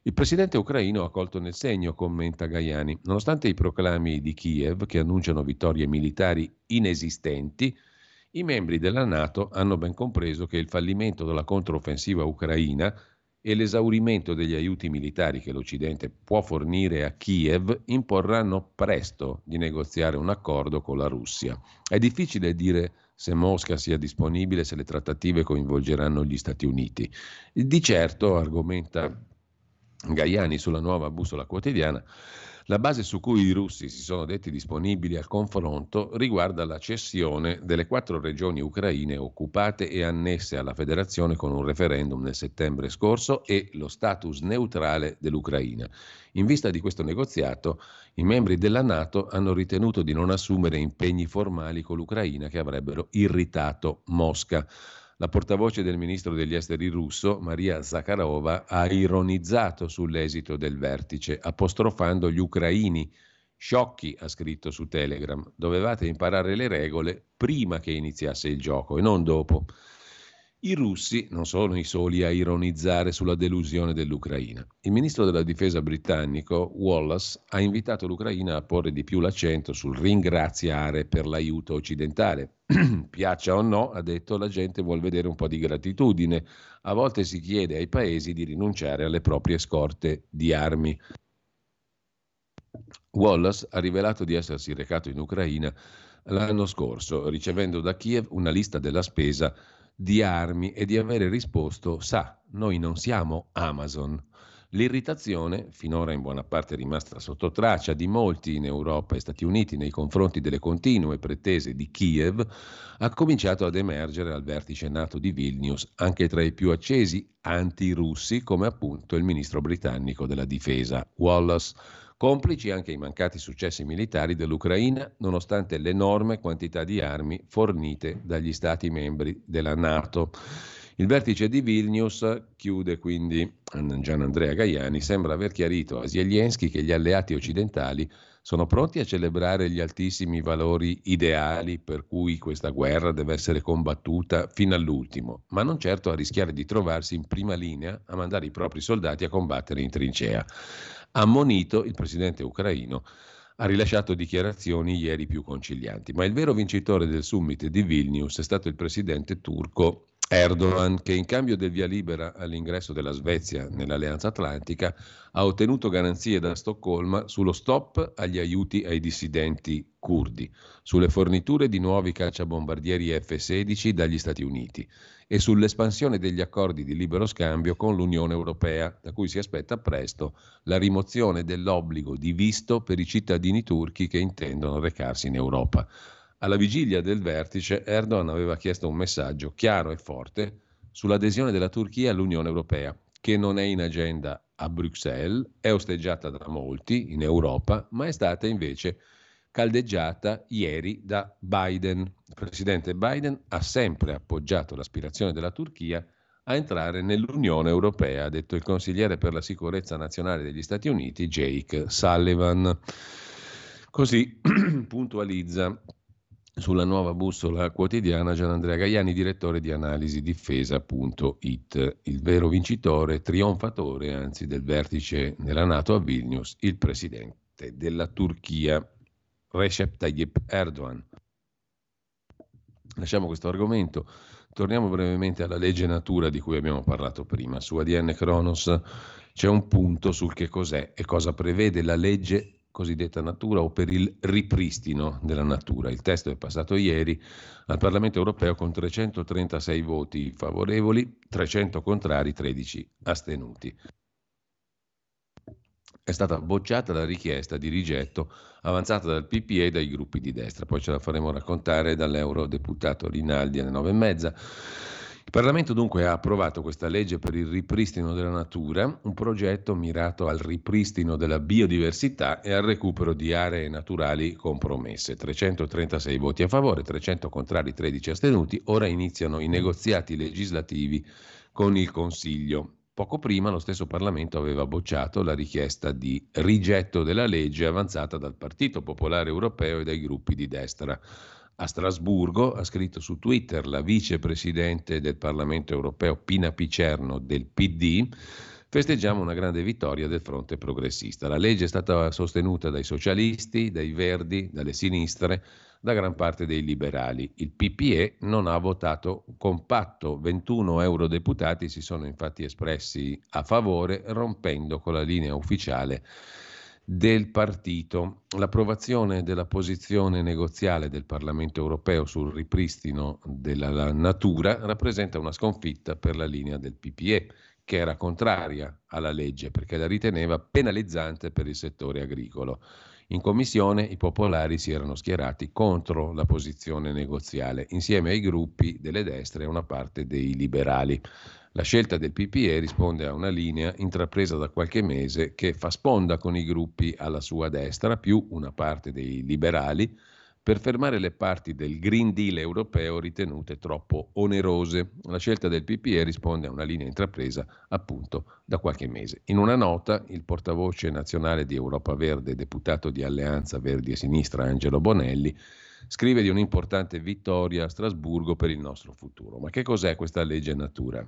[SPEAKER 3] Il presidente ucraino ha colto nel segno, commenta Gajani. Nonostante i proclami di Kiev che annunciano vittorie militari inesistenti, i membri della NATO hanno ben compreso che il fallimento della controffensiva ucraina e l'esaurimento degli aiuti militari che l'Occidente può fornire a Kiev imporranno presto di negoziare un accordo con la Russia. È difficile dire se Mosca sia disponibile, se le trattative coinvolgeranno gli Stati Uniti. Di certo, argomenta Gajani sulla Nuova Bussola Quotidiana, la base su cui i russi si sono detti disponibili al confronto riguarda la cessione delle 4 regioni ucraine occupate e annesse alla federazione con un referendum nel settembre scorso e lo status neutrale dell'Ucraina. In vista di questo negoziato, i membri della NATO hanno ritenuto di non assumere impegni formali con l'Ucraina che avrebbero irritato Mosca. La portavoce del ministro degli esteri russo, Maria Zakharova, ha ironizzato sull'esito del vertice, apostrofando gli ucraini. Sciocchi, ha scritto su Telegram, dovevate imparare le regole prima che iniziasse il gioco e non dopo. I russi non sono i soli a ironizzare sulla delusione dell'Ucraina. Il ministro della difesa britannico, Wallace, ha invitato l'Ucraina a porre di più l'accento sul ringraziare per l'aiuto occidentale. Piaccia o no, ha detto, la gente vuol vedere un po' di gratitudine. A volte si chiede ai paesi di rinunciare alle proprie scorte di armi. Wallace ha rivelato di essersi recato in Ucraina l'anno scorso, ricevendo da Kiev una lista della spesa di armi e di avere risposto: sa, noi non siamo Amazon. L'irritazione, finora in buona parte rimasta sotto traccia di molti in Europa e Stati Uniti nei confronti delle continue pretese di Kiev, ha cominciato ad emergere al vertice NATO di Vilnius, anche tra i più accesi anti-russi, come appunto il ministro britannico della difesa, Wallace. Complici anche i mancati successi militari dell'Ucraina, nonostante l'enorme quantità di armi fornite dagli Stati membri della NATO. Il vertice di Vilnius, chiude quindi Gian Andrea Gajani, sembra aver chiarito a Zelensky che gli alleati occidentali sono pronti a celebrare gli altissimi valori ideali per cui questa guerra deve essere combattuta fino all'ultimo, ma non certo a rischiare di trovarsi in prima linea a mandare i propri soldati a combattere in trincea. Ammonito, il presidente ucraino ha rilasciato dichiarazioni ieri più concilianti, ma il vero vincitore del summit di Vilnius è stato il presidente turco Erdogan, che in cambio del via libera all'ingresso della Svezia nell'Alleanza Atlantica ha ottenuto garanzie da Stoccolma sullo stop agli aiuti ai dissidenti curdi, sulle forniture di nuovi cacciabombardieri F-16 dagli Stati Uniti e sull'espansione degli accordi di libero scambio con l'Unione Europea, da cui si aspetta presto la rimozione dell'obbligo di visto per i cittadini turchi che intendono recarsi in Europa. Alla vigilia del vertice, Erdogan aveva chiesto un messaggio chiaro e forte sull'adesione della Turchia all'Unione Europea, che non è in agenda a Bruxelles, è osteggiata da molti in Europa, ma è stata invece caldeggiata ieri da Biden. Il presidente Biden ha sempre appoggiato l'aspirazione della Turchia a entrare nell'Unione Europea, ha detto il consigliere per la sicurezza nazionale degli Stati Uniti, Jake Sullivan. Così puntualizza sulla Nuova Bussola Quotidiana Gian Andrea Gajani, direttore di analisi difesa.it. Il vero vincitore, trionfatore anzi del vertice della NATO a Vilnius, il presidente della Turchia, Recep Tayyip Erdogan. Lasciamo questo argomento, torniamo brevemente alla legge natura di cui abbiamo parlato prima. Su ADN Cronos c'è un punto sul che cos'è e cosa prevede la legge cosiddetta natura o per il ripristino della natura. Il testo è passato ieri al Parlamento europeo con 336 voti favorevoli, 300 contrari, 13 astenuti. È stata bocciata la richiesta di rigetto avanzata dal PPE e dai gruppi di destra, poi ce la faremo raccontare dall'eurodeputato Rinaldi alle 9:30. Il Parlamento dunque ha approvato questa legge per il ripristino della natura, un progetto mirato al ripristino della biodiversità e al recupero di aree naturali compromesse. 336 voti a favore, 300 contrari, 13 astenuti. Ora iniziano i negoziati legislativi con il Consiglio. Poco prima lo stesso Parlamento aveva bocciato la richiesta di rigetto della legge avanzata dal Partito Popolare Europeo e dai gruppi di destra. A Strasburgo, ha scritto su Twitter la vicepresidente del Parlamento europeo Pina Picerno del PD, festeggiamo una grande vittoria del fronte progressista. La legge è stata sostenuta dai socialisti, dai verdi, dalle sinistre, da gran parte dei liberali. Il PPE non ha votato compatto, 21 eurodeputati si sono infatti espressi a favore, rompendo con la linea ufficiale del partito. L'approvazione della posizione negoziale del Parlamento europeo sul ripristino della natura rappresenta una sconfitta per la linea del PPE, che era contraria alla legge perché la riteneva penalizzante per il settore agricolo. In commissione i popolari si erano schierati contro la posizione negoziale, insieme ai gruppi delle destre e una parte dei liberali. La scelta del PPE risponde a una linea intrapresa da qualche mese che fa sponda con i gruppi alla sua destra, più una parte dei liberali, per fermare le parti del Green Deal europeo ritenute troppo onerose. La scelta del PPE risponde a una linea intrapresa appunto da qualche mese. In una nota, il portavoce nazionale di Europa Verde, deputato di Alleanza Verdi e Sinistra Angelo Bonelli, scrive di un'importante vittoria a Strasburgo per il nostro futuro. Ma che cos'è questa legge natura?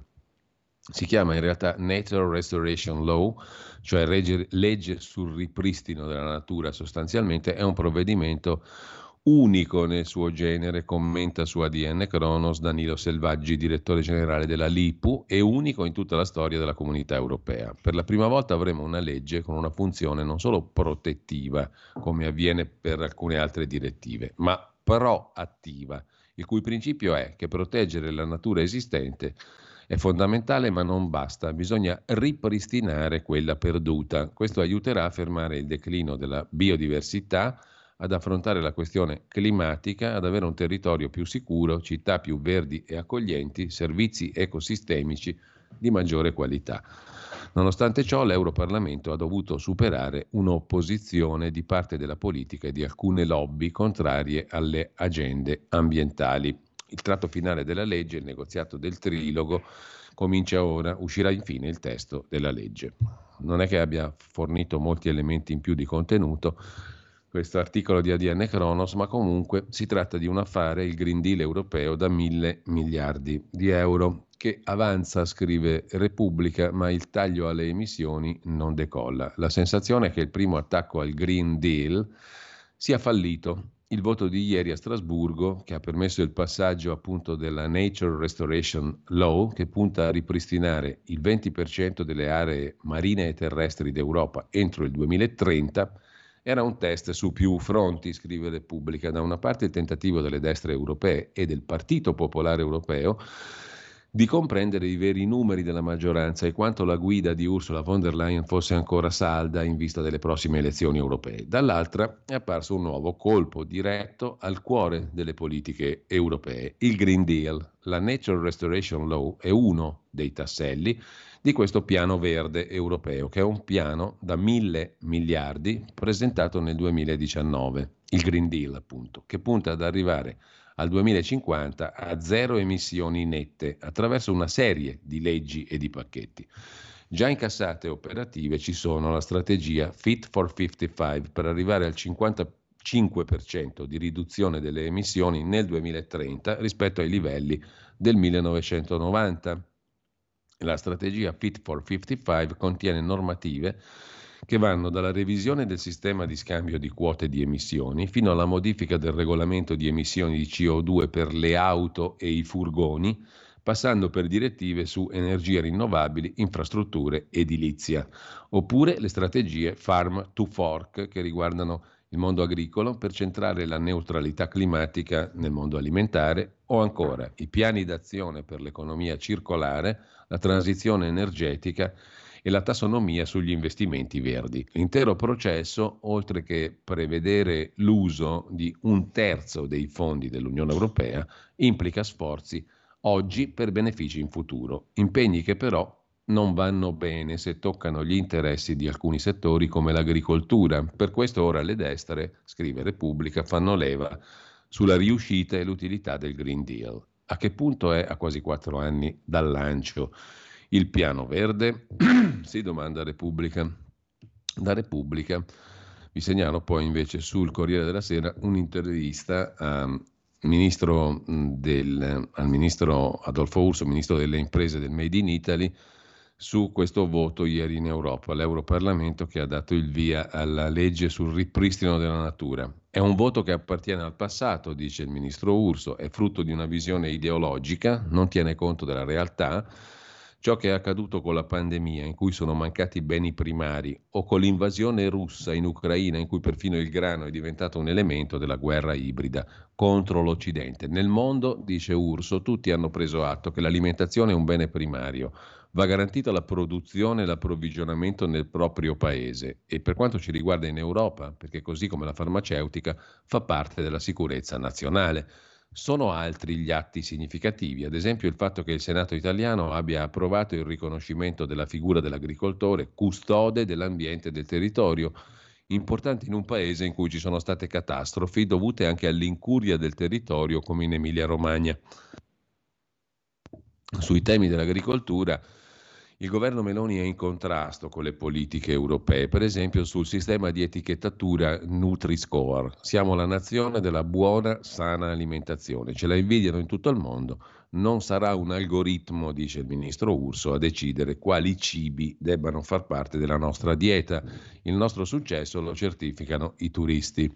[SPEAKER 3] Si chiama in realtà Nature Restoration Law, cioè legge sul ripristino della natura. Sostanzialmente è un provvedimento unico nel suo genere, commenta su ADN Kronos Danilo Selvaggi, direttore generale della LIPU, e unico in tutta la storia della comunità europea. Per la prima volta avremo una legge con una funzione non solo protettiva, come avviene per alcune altre direttive, ma proattiva, il cui principio è che proteggere la natura esistente è fondamentale, ma non basta, bisogna ripristinare quella perduta. Questo aiuterà a fermare il declino della biodiversità, ad affrontare la questione climatica, ad avere un territorio più sicuro, città più verdi e accoglienti, servizi ecosistemici di maggiore qualità. Nonostante ciò, l'Europarlamento ha dovuto superare un'opposizione di parte della politica e di alcune lobby contrarie alle agende ambientali. Il tratto finale della legge, il negoziato del trilogo, comincia ora, uscirà infine il testo della legge. Non è che abbia fornito molti elementi in più di contenuto questo articolo di ADN Kronos, ma comunque si tratta di un affare, il Green Deal europeo, da 1.000 miliardi di euro, che avanza, scrive Repubblica, ma il taglio alle emissioni non decolla. La sensazione è che il primo attacco al Green Deal sia fallito. Il voto di ieri a Strasburgo, che ha permesso il passaggio appunto della Nature Restoration Law, che punta a ripristinare il 20% delle aree marine e terrestri d'Europa entro il 2030, era un test su più fronti, scrive Repubblica. Da una parte il tentativo delle destre europee e del Partito Popolare Europeo di comprendere i veri numeri della maggioranza e quanto la guida di Ursula von der Leyen fosse ancora salda in vista delle prossime elezioni europee. Dall'altra è apparso un nuovo colpo diretto al cuore delle politiche europee, il Green Deal. La Nature Restoration Law è uno dei tasselli di questo piano verde europeo, che è un piano da 1.000 miliardi presentato nel 2019, il Green Deal appunto, che punta ad arrivare al 2050 a zero emissioni nette attraverso una serie di leggi e di pacchetti. Già incassate e operative ci sono la strategia Fit for 55 per arrivare al 55% di riduzione delle emissioni nel 2030 rispetto ai livelli del 1990. La strategia Fit for 55 contiene normative che vanno dalla revisione del sistema di scambio di quote di emissioni fino alla modifica del regolamento di emissioni di CO2 per le auto e i furgoni, passando per direttive su energie rinnovabili, infrastrutture, edilizia. Oppure le strategie Farm to Fork, che riguardano il mondo agricolo per centrare la neutralità climatica nel mondo alimentare, o ancora i piani d'azione per l'economia circolare, la transizione energetica e la tassonomia sugli investimenti verdi. L'intero processo, oltre che prevedere l'uso di 1/3 dei fondi dell'Unione Europea, implica sforzi oggi per benefici in futuro, impegni che però non vanno bene se toccano gli interessi di alcuni settori come l'agricoltura. Per questo ora le destre, scrive Repubblica, fanno leva sulla riuscita e l'utilità del Green Deal. A che punto è, a quasi 4 anni dal lancio, il piano verde? Si domanda Repubblica. Da Repubblica vi segnalo poi invece sul Corriere della Sera un'intervista al ministro Adolfo Urso, ministro delle imprese del Made in Italy, su questo voto ieri in Europa, l'Europarlamento che ha dato il via alla legge sul ripristino della natura. È un voto che appartiene al passato, dice il ministro Urso, è frutto di una visione ideologica, non tiene conto della realtà. Ciò che è accaduto con la pandemia, in cui sono mancati beni primari, o con l'invasione russa in Ucraina, in cui perfino il grano è diventato un elemento della guerra ibrida contro l'Occidente. Nel mondo, dice Urso, tutti hanno preso atto che l'alimentazione è un bene primario. Va garantita la produzione e l'approvvigionamento nel proprio paese e per quanto ci riguarda in Europa, perché così come la farmaceutica fa parte della sicurezza nazionale. Sono altri gli atti significativi, ad esempio il fatto che il Senato italiano abbia approvato il riconoscimento della figura dell'agricoltore custode dell'ambiente e del territorio, importante in un paese in cui ci sono state catastrofi dovute anche all'incuria del territorio come in Emilia-Romagna. Sui temi dell'agricoltura il governo Meloni è in contrasto con le politiche europee, per esempio sul sistema di etichettatura Nutri-Score. Siamo la nazione della buona, sana alimentazione, ce la invidiano in tutto il mondo. Non sarà un algoritmo, dice il ministro Urso, a decidere quali cibi debbano far parte della nostra dieta. Il nostro successo lo certificano i turisti.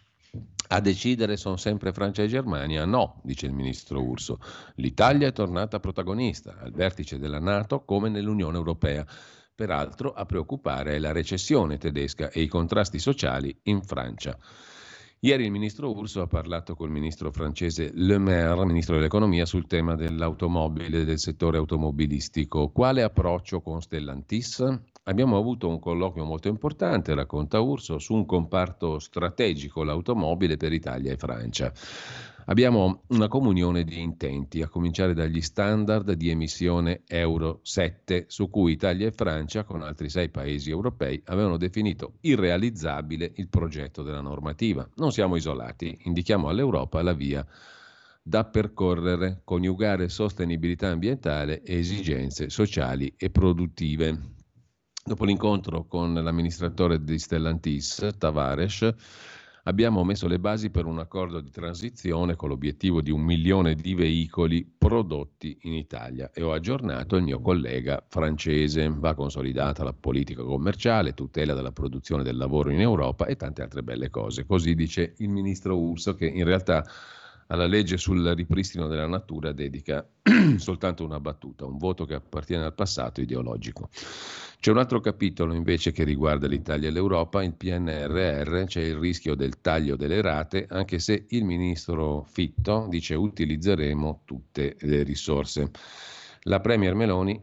[SPEAKER 3] A decidere sono sempre Francia e Germania? No, dice il ministro Urso. L'Italia è tornata protagonista al vertice della NATO come nell'Unione Europea. Peraltro a preoccupare è la recessione tedesca e i contrasti sociali in Francia. Ieri il ministro Urso ha parlato col ministro francese Le Maire, ministro dell'economia, sul tema dell'automobile e del settore automobilistico. Quale approccio con Stellantis? Abbiamo avuto un colloquio molto importante, racconta Urso, su un comparto strategico, l'automobile per Italia e Francia. Abbiamo una comunione di intenti, a cominciare dagli standard di emissione Euro 7, su cui Italia e Francia, con altri 6 paesi europei, avevano definito irrealizzabile il progetto della normativa. Non siamo isolati, indichiamo all'Europa la via da percorrere, coniugare sostenibilità ambientale e esigenze sociali e produttive. Dopo l'incontro con l'amministratore di Stellantis, Tavares, abbiamo messo le basi per un accordo di transizione con l'obiettivo di 1 milione di veicoli prodotti in Italia e ho aggiornato il mio collega francese. Va consolidata la politica commerciale, tutela della produzione del lavoro in Europa e tante altre belle cose. Così dice il ministro Urso, che in realtà alla legge sul ripristino della natura dedica soltanto una battuta, un voto che appartiene al passato ideologico. C'è un altro capitolo invece che riguarda l'Italia e l'Europa, il PNRR, c'è il rischio del taglio delle rate, anche se il ministro Fitto dice utilizzeremo tutte le risorse. Il Premier Meloni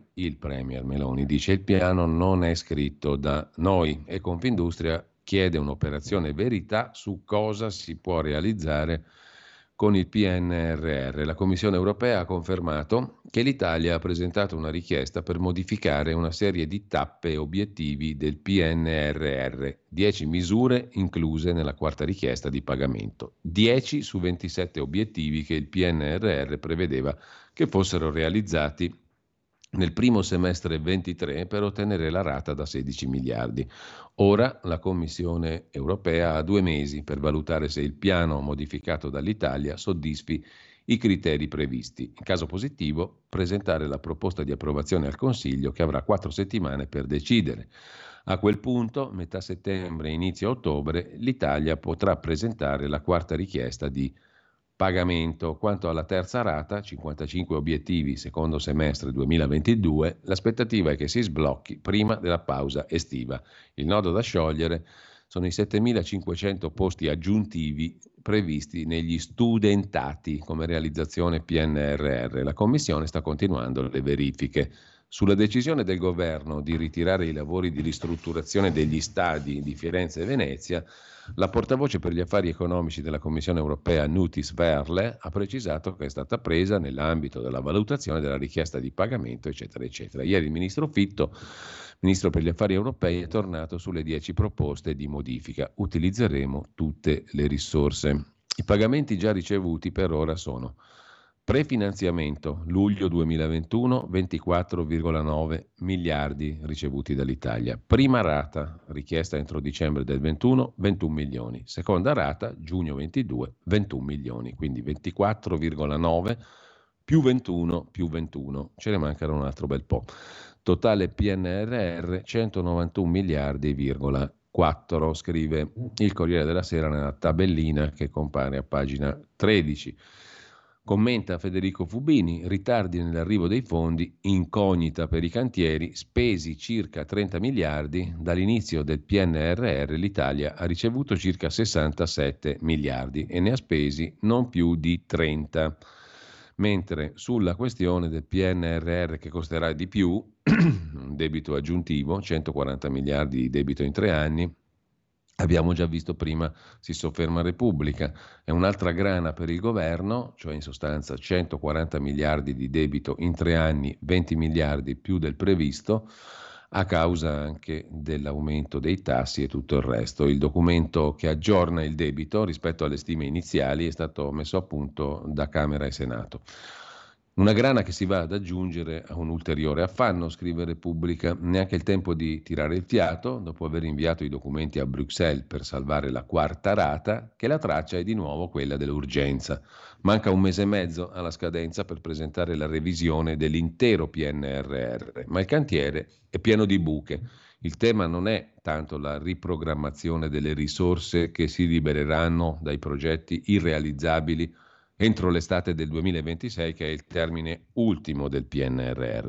[SPEAKER 3] dice il piano non è scritto da noi e Confindustria chiede un'operazione verità su cosa si può realizzare con il PNRR. La Commissione europea ha confermato che l'Italia ha presentato una richiesta per modificare una serie di tappe e obiettivi del PNRR, 10 misure incluse nella quarta richiesta di pagamento, 10 su 27 obiettivi che il PNRR prevedeva che fossero realizzati nel primo semestre 23 per ottenere la rata da 16 miliardi. Ora la Commissione europea ha 2 mesi per valutare se il piano modificato dall'Italia soddisfi i criteri previsti. In caso positivo, presentare la proposta di approvazione al Consiglio, che avrà 4 settimane per decidere. A quel punto, metà settembre, inizio ottobre, l'Italia potrà presentare la quarta richiesta di pagamento. Quanto alla terza rata, 55 obiettivi secondo semestre 2022, l'aspettativa è che si sblocchi prima della pausa estiva. Il nodo da sciogliere sono i 7.500 posti aggiuntivi previsti negli studentati come realizzazione PNRR. La Commissione sta continuando le verifiche. Sulla decisione del governo di ritirare i lavori di ristrutturazione degli stadi di Firenze e Venezia, la portavoce per gli affari economici della Commissione europea Nutis Verle ha precisato che è stata presa nell'ambito della valutazione della richiesta di pagamento, eccetera, eccetera. Ieri il ministro Fitto, ministro per gli affari europei, è tornato sulle 10 proposte di modifica. Utilizzeremo tutte le risorse. I pagamenti già ricevuti per ora sono: prefinanziamento luglio 2021 24,9 miliardi ricevuti dall'Italia. Prima rata richiesta entro dicembre del 21 21 milioni. Seconda rata giugno 22 21 milioni, quindi 24,9 più 21 più 21. Ce ne mancano un altro bel po'. Totale PNRR 191 miliardi,4, scrive il Corriere della Sera nella tabellina che compare a pagina 13. Commenta Federico Fubini: ritardi nell'arrivo dei fondi, incognita per i cantieri, spesi circa 30 miliardi, dall'inizio del PNRR l'Italia ha ricevuto circa 67 miliardi e ne ha spesi non più di 30. Mentre sulla questione del PNRR che costerà di più, un debito aggiuntivo, 140 miliardi di debito in 3 anni, abbiamo già visto prima, si sofferma Repubblica, è un'altra grana per il governo, cioè in sostanza 140 miliardi di debito in 3 anni, 20 miliardi più del previsto, a causa anche dell'aumento dei tassi e tutto il resto. Il documento che aggiorna il debito rispetto alle stime iniziali è stato messo a punto da Camera e Senato. Una grana che si va ad aggiungere a un ulteriore affanno, scrive Repubblica, neanche il tempo di tirare il fiato, dopo aver inviato i documenti a Bruxelles per salvare la quarta rata, che la traccia è di nuovo quella dell'urgenza. Manca 1 mese e mezzo alla scadenza per presentare la revisione dell'intero PNRR, ma il cantiere è pieno di buche. Il tema non è tanto la riprogrammazione delle risorse che si libereranno dai progetti irrealizzabili entro l'estate del 2026, che è il termine ultimo del PNRR.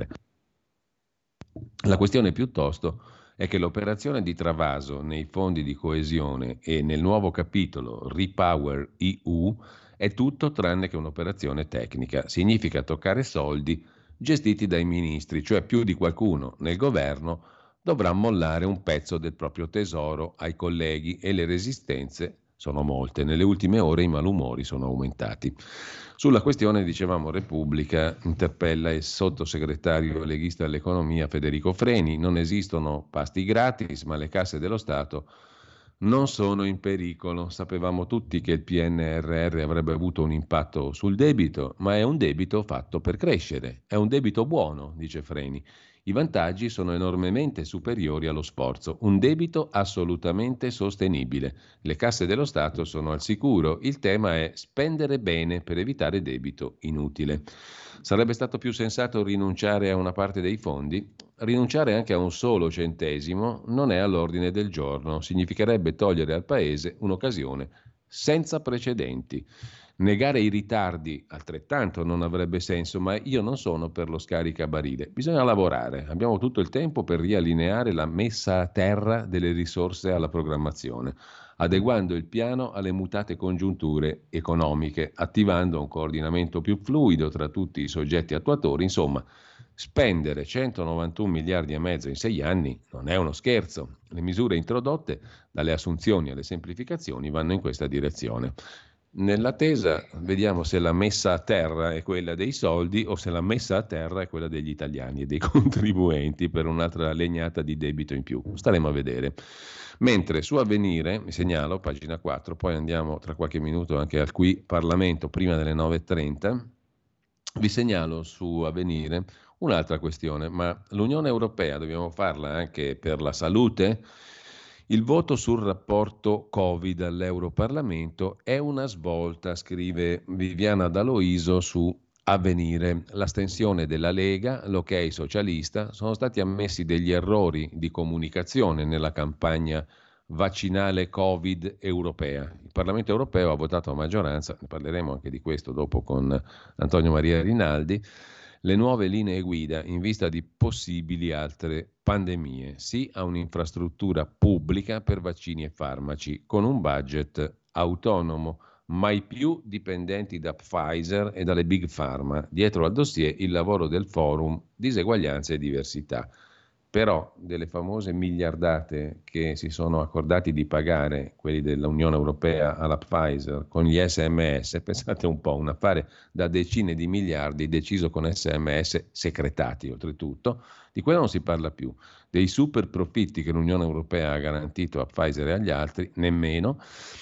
[SPEAKER 3] La questione piuttosto è che l'operazione di travaso nei fondi di coesione e nel nuovo capitolo Repower EU è tutto tranne che un'operazione tecnica. Significa toccare soldi gestiti dai ministri, cioè più di qualcuno nel governo dovrà mollare un pezzo del proprio tesoro ai colleghi e le resistenze sono molte. Nelle ultime ore i malumori sono aumentati. Sulla questione, dicevamo, Repubblica interpella il sottosegretario leghista all'economia Federico Freni. Non esistono pasti gratis, ma le casse dello Stato non sono in pericolo. Sapevamo tutti che il PNRR avrebbe avuto un impatto sul debito, ma è un debito fatto per crescere. È un debito buono, dice Freni. I vantaggi sono enormemente superiori allo sforzo, un debito assolutamente sostenibile. Le casse dello Stato sono al sicuro, il tema è spendere bene per evitare debito inutile. Sarebbe stato più sensato rinunciare a una parte dei fondi? Rinunciare anche a un solo centesimo non è all'ordine del giorno, significherebbe togliere al Paese un'occasione senza precedenti. Negare i ritardi altrettanto non avrebbe senso, ma io non sono per lo scaricabarile. Bisogna lavorare, abbiamo tutto il tempo per riallineare la messa a terra delle risorse alla programmazione, adeguando il piano alle mutate congiunture economiche, attivando un coordinamento più fluido tra tutti i soggetti attuatori. Insomma, spendere 191 miliardi e mezzo in 6 anni non è uno scherzo. Le misure introdotte, dalle assunzioni alle semplificazioni, vanno in questa direzione. Nell'attesa vediamo se la messa a terra è quella dei soldi o se la messa a terra è quella degli italiani e dei contribuenti per un'altra legnata di debito in più. Staremo a vedere. Mentre su Avvenire, mi segnalo, pagina 4, poi andiamo tra qualche minuto anche al qui Parlamento prima delle 9.30, vi segnalo su Avvenire un'altra questione, ma l'Unione Europea dobbiamo farla anche per la salute? Il voto sul rapporto Covid all'Europarlamento è una svolta, scrive Viviana D'Aloiso su Avvenire. L'astensione della Lega, l'ok socialista, sono stati ammessi degli errori di comunicazione nella campagna vaccinale Covid europea. Il Parlamento europeo ha votato a maggioranza, ne parleremo anche di questo dopo con Antonio Maria Rinaldi, le nuove linee guida in vista di possibili altre pandemie. Sì a un'infrastruttura pubblica per vaccini e farmaci con un budget autonomo, mai più dipendenti da Pfizer e dalle Big Pharma. Dietro al dossier il lavoro del forum Diseguaglianza e Diversità. Però delle famose miliardate che si sono accordati di pagare quelli dell'Unione Europea alla Pfizer con gli SMS, pensate un po', un affare da decine di miliardi deciso con SMS secretati oltretutto, di quello non si parla più. Dei super profitti che l'Unione Europea ha garantito a Pfizer e agli altri, nemmeno.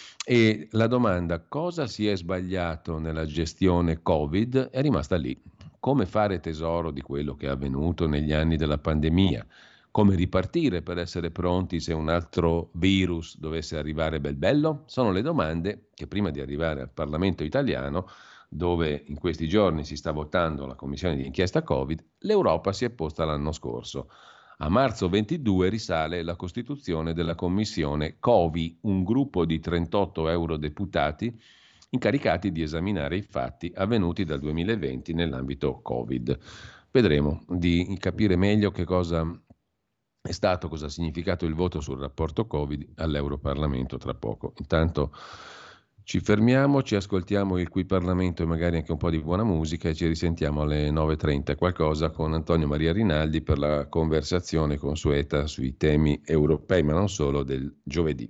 [SPEAKER 3] E la domanda cosa si è sbagliato nella gestione Covid è rimasta lì. Come fare tesoro di quello che è avvenuto negli anni della pandemia? Come ripartire per essere pronti se un altro virus dovesse arrivare bel bello? Sono le domande che prima di arrivare al Parlamento italiano dove in questi giorni si sta votando la commissione di inchiesta Covid, l'Europa si è posta l'anno scorso. A marzo 22 risale la costituzione della commissione COVI, un gruppo di 38 eurodeputati incaricati di esaminare i fatti avvenuti dal 2020 nell'ambito Covid. Vedremo di capire meglio che cosa è stato, cosa ha significato il voto sul rapporto Covid all'Europarlamento tra poco. Intanto ci fermiamo, ci ascoltiamo il Qui Parlamento e magari anche un po' di buona musica e ci risentiamo alle 9.30 qualcosa con Antonio Maria Rinaldi per la conversazione consueta sui temi europei, ma non solo, del giovedì.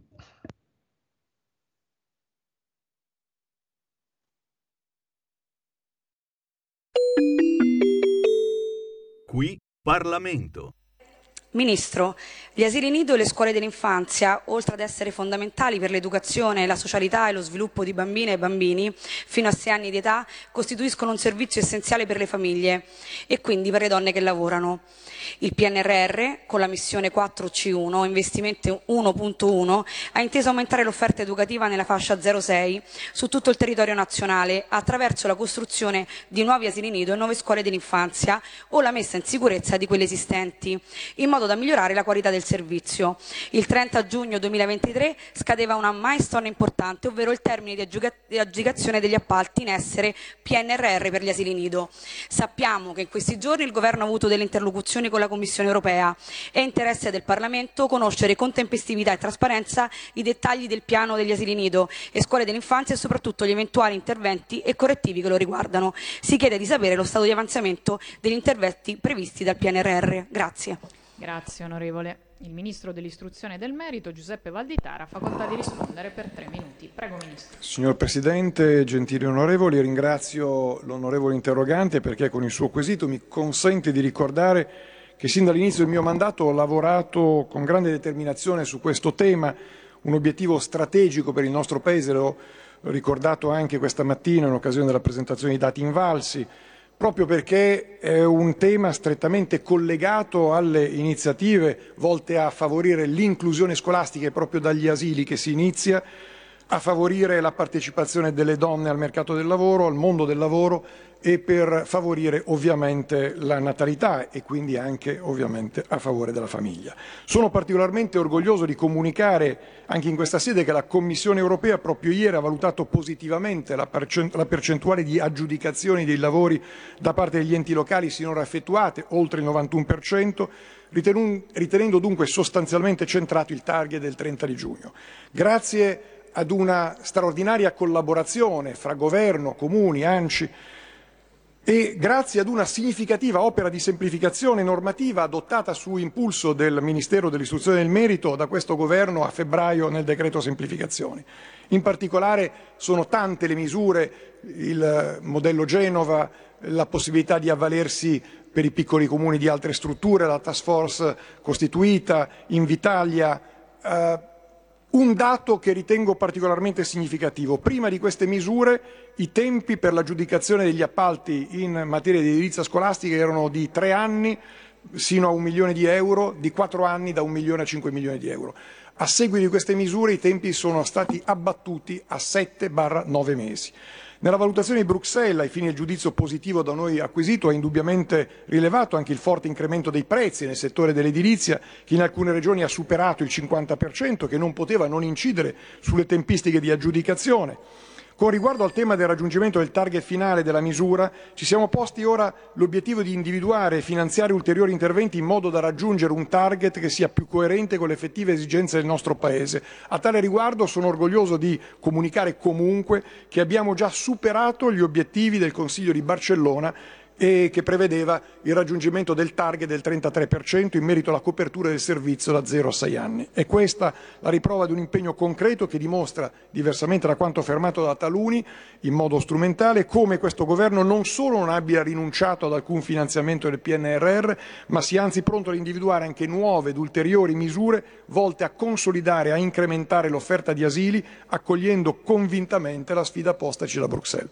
[SPEAKER 8] Qui Parlamento.
[SPEAKER 9] Ministro, gli asili nido e le scuole dell'infanzia, oltre ad essere fondamentali per l'educazione, la socialità e lo sviluppo di bambine e bambini fino a 6 anni di età, costituiscono un servizio essenziale per le famiglie e quindi per le donne che lavorano. Il PNRR, con la missione 4C1, investimento 1.1, ha inteso aumentare l'offerta educativa nella fascia 0-6 su tutto il territorio nazionale attraverso la costruzione di nuovi asili nido e nuove scuole dell'infanzia o la messa in sicurezza di quelle esistenti, in modo da migliorare la qualità del servizio. Il 30 giugno 2023 scadeva una milestone importante, ovvero il termine di aggiudicazione degli appalti in essere PNRR per gli asili nido. Sappiamo che in questi giorni il Governo ha avuto delle interlocuzioni con la Commissione europea. È interesse del Parlamento conoscere con tempestività e trasparenza i dettagli del piano degli asili nido e scuole dell'infanzia e soprattutto gli eventuali interventi e correttivi che lo riguardano. Si chiede di sapere lo stato di avanzamento degli interventi previsti dal PNRR. Grazie.
[SPEAKER 10] Grazie onorevole. Il Ministro dell'Istruzione e del Merito, Giuseppe Valditara, ha facoltà di rispondere per 3 minuti. Prego Ministro.
[SPEAKER 11] Signor Presidente, gentili onorevoli, ringrazio l'onorevole interrogante perché con il suo quesito mi consente di ricordare che sin dall'inizio del mio mandato ho lavorato con grande determinazione su questo tema, un obiettivo strategico per il nostro Paese, l'ho ricordato anche questa mattina in occasione della presentazione dei dati invalsi, proprio perché è un tema strettamente collegato alle iniziative volte a favorire l'inclusione scolastica, e proprio dagli asili che si inizia, a favorire la partecipazione delle donne al mercato del lavoro, al mondo del lavoro e per favorire ovviamente la natalità e quindi anche ovviamente a favore della famiglia. Sono particolarmente orgoglioso di comunicare anche in questa sede che la Commissione europea proprio ieri ha valutato positivamente la percentuale di aggiudicazioni dei lavori da parte degli enti locali sinora effettuate, oltre il 91%, ritenendo dunque sostanzialmente centrato il target del 30 di giugno. Grazie ad una straordinaria collaborazione fra governo, comuni, ANCI e grazie ad una significativa opera di semplificazione normativa adottata su impulso del Ministero dell'Istruzione e del Merito da questo governo a febbraio nel decreto semplificazioni. In particolare sono tante le misure, il modello Genova, la possibilità di avvalersi per i piccoli comuni di altre strutture, la task force costituita, Invitalia. Un dato che ritengo particolarmente significativo: prima di queste misure i tempi per l'aggiudicazione degli appalti in materia di edilizia scolastica erano di 3 anni sino a 1 milione di euro, di 4 anni da 1 milione a 5 milioni di euro. A seguito di queste misure i tempi sono stati abbattuti a 7-9 mesi. Nella valutazione di Bruxelles, ai fini del giudizio positivo da noi acquisito, è indubbiamente rilevato anche il forte incremento dei prezzi nel settore dell'edilizia, che in alcune regioni ha superato il 50%, che non poteva non incidere sulle tempistiche di aggiudicazione. Con riguardo al tema del raggiungimento del target finale della misura, ci siamo posti ora l'obiettivo di individuare e finanziare ulteriori interventi in modo da raggiungere un target che sia più coerente con le effettive esigenze del nostro Paese. A tale riguardo sono orgoglioso di comunicare comunque che abbiamo già superato gli obiettivi del Consiglio di Barcellona e che prevedeva il raggiungimento del target del 33% in merito alla copertura del servizio da 0 a 6 anni. È questa la riprova di un impegno concreto che dimostra, diversamente da quanto affermato da taluni in modo strumentale, come questo Governo non solo non abbia rinunciato ad alcun finanziamento del PNRR, ma sia anzi pronto ad individuare anche nuove ed ulteriori misure volte a consolidare e a incrementare l'offerta di asili, accogliendo convintamente la sfida postaci da Bruxelles.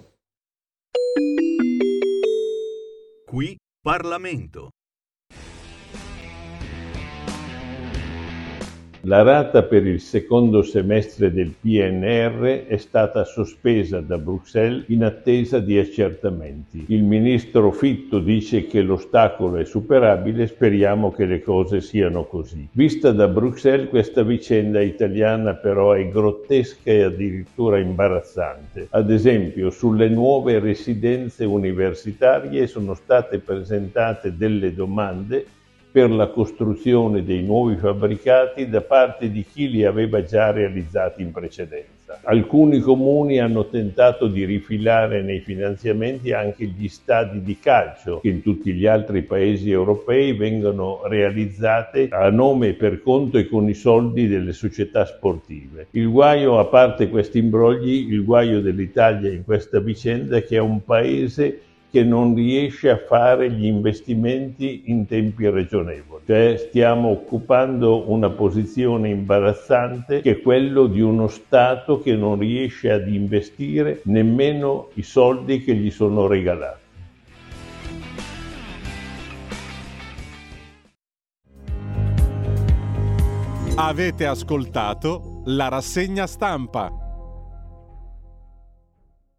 [SPEAKER 8] Qui Parlamento.
[SPEAKER 12] La rata per il secondo semestre del PNR è stata sospesa da Bruxelles in attesa di accertamenti. Il ministro Fitto dice che l'ostacolo è superabile, speriamo che le cose siano così. Vista da Bruxelles, questa vicenda italiana però è grottesca e addirittura imbarazzante. Ad esempio, sulle nuove residenze universitarie sono state presentate delle domande per la costruzione dei nuovi fabbricati da parte di chi li aveva già realizzati in precedenza. Alcuni comuni hanno tentato di rifilare nei finanziamenti anche gli stadi di calcio, che in tutti gli altri paesi europei vengono realizzate a nome e per conto e con i soldi delle società sportive. Il guaio, a parte questi imbrogli, il guaio dell'Italia in questa vicenda è che è un paese che non riesce a fare gli investimenti in tempi ragionevoli. Cioè stiamo occupando una posizione imbarazzante che è quello di uno Stato che non riesce ad investire nemmeno i soldi che gli sono regalati.
[SPEAKER 1] Avete ascoltato la rassegna stampa.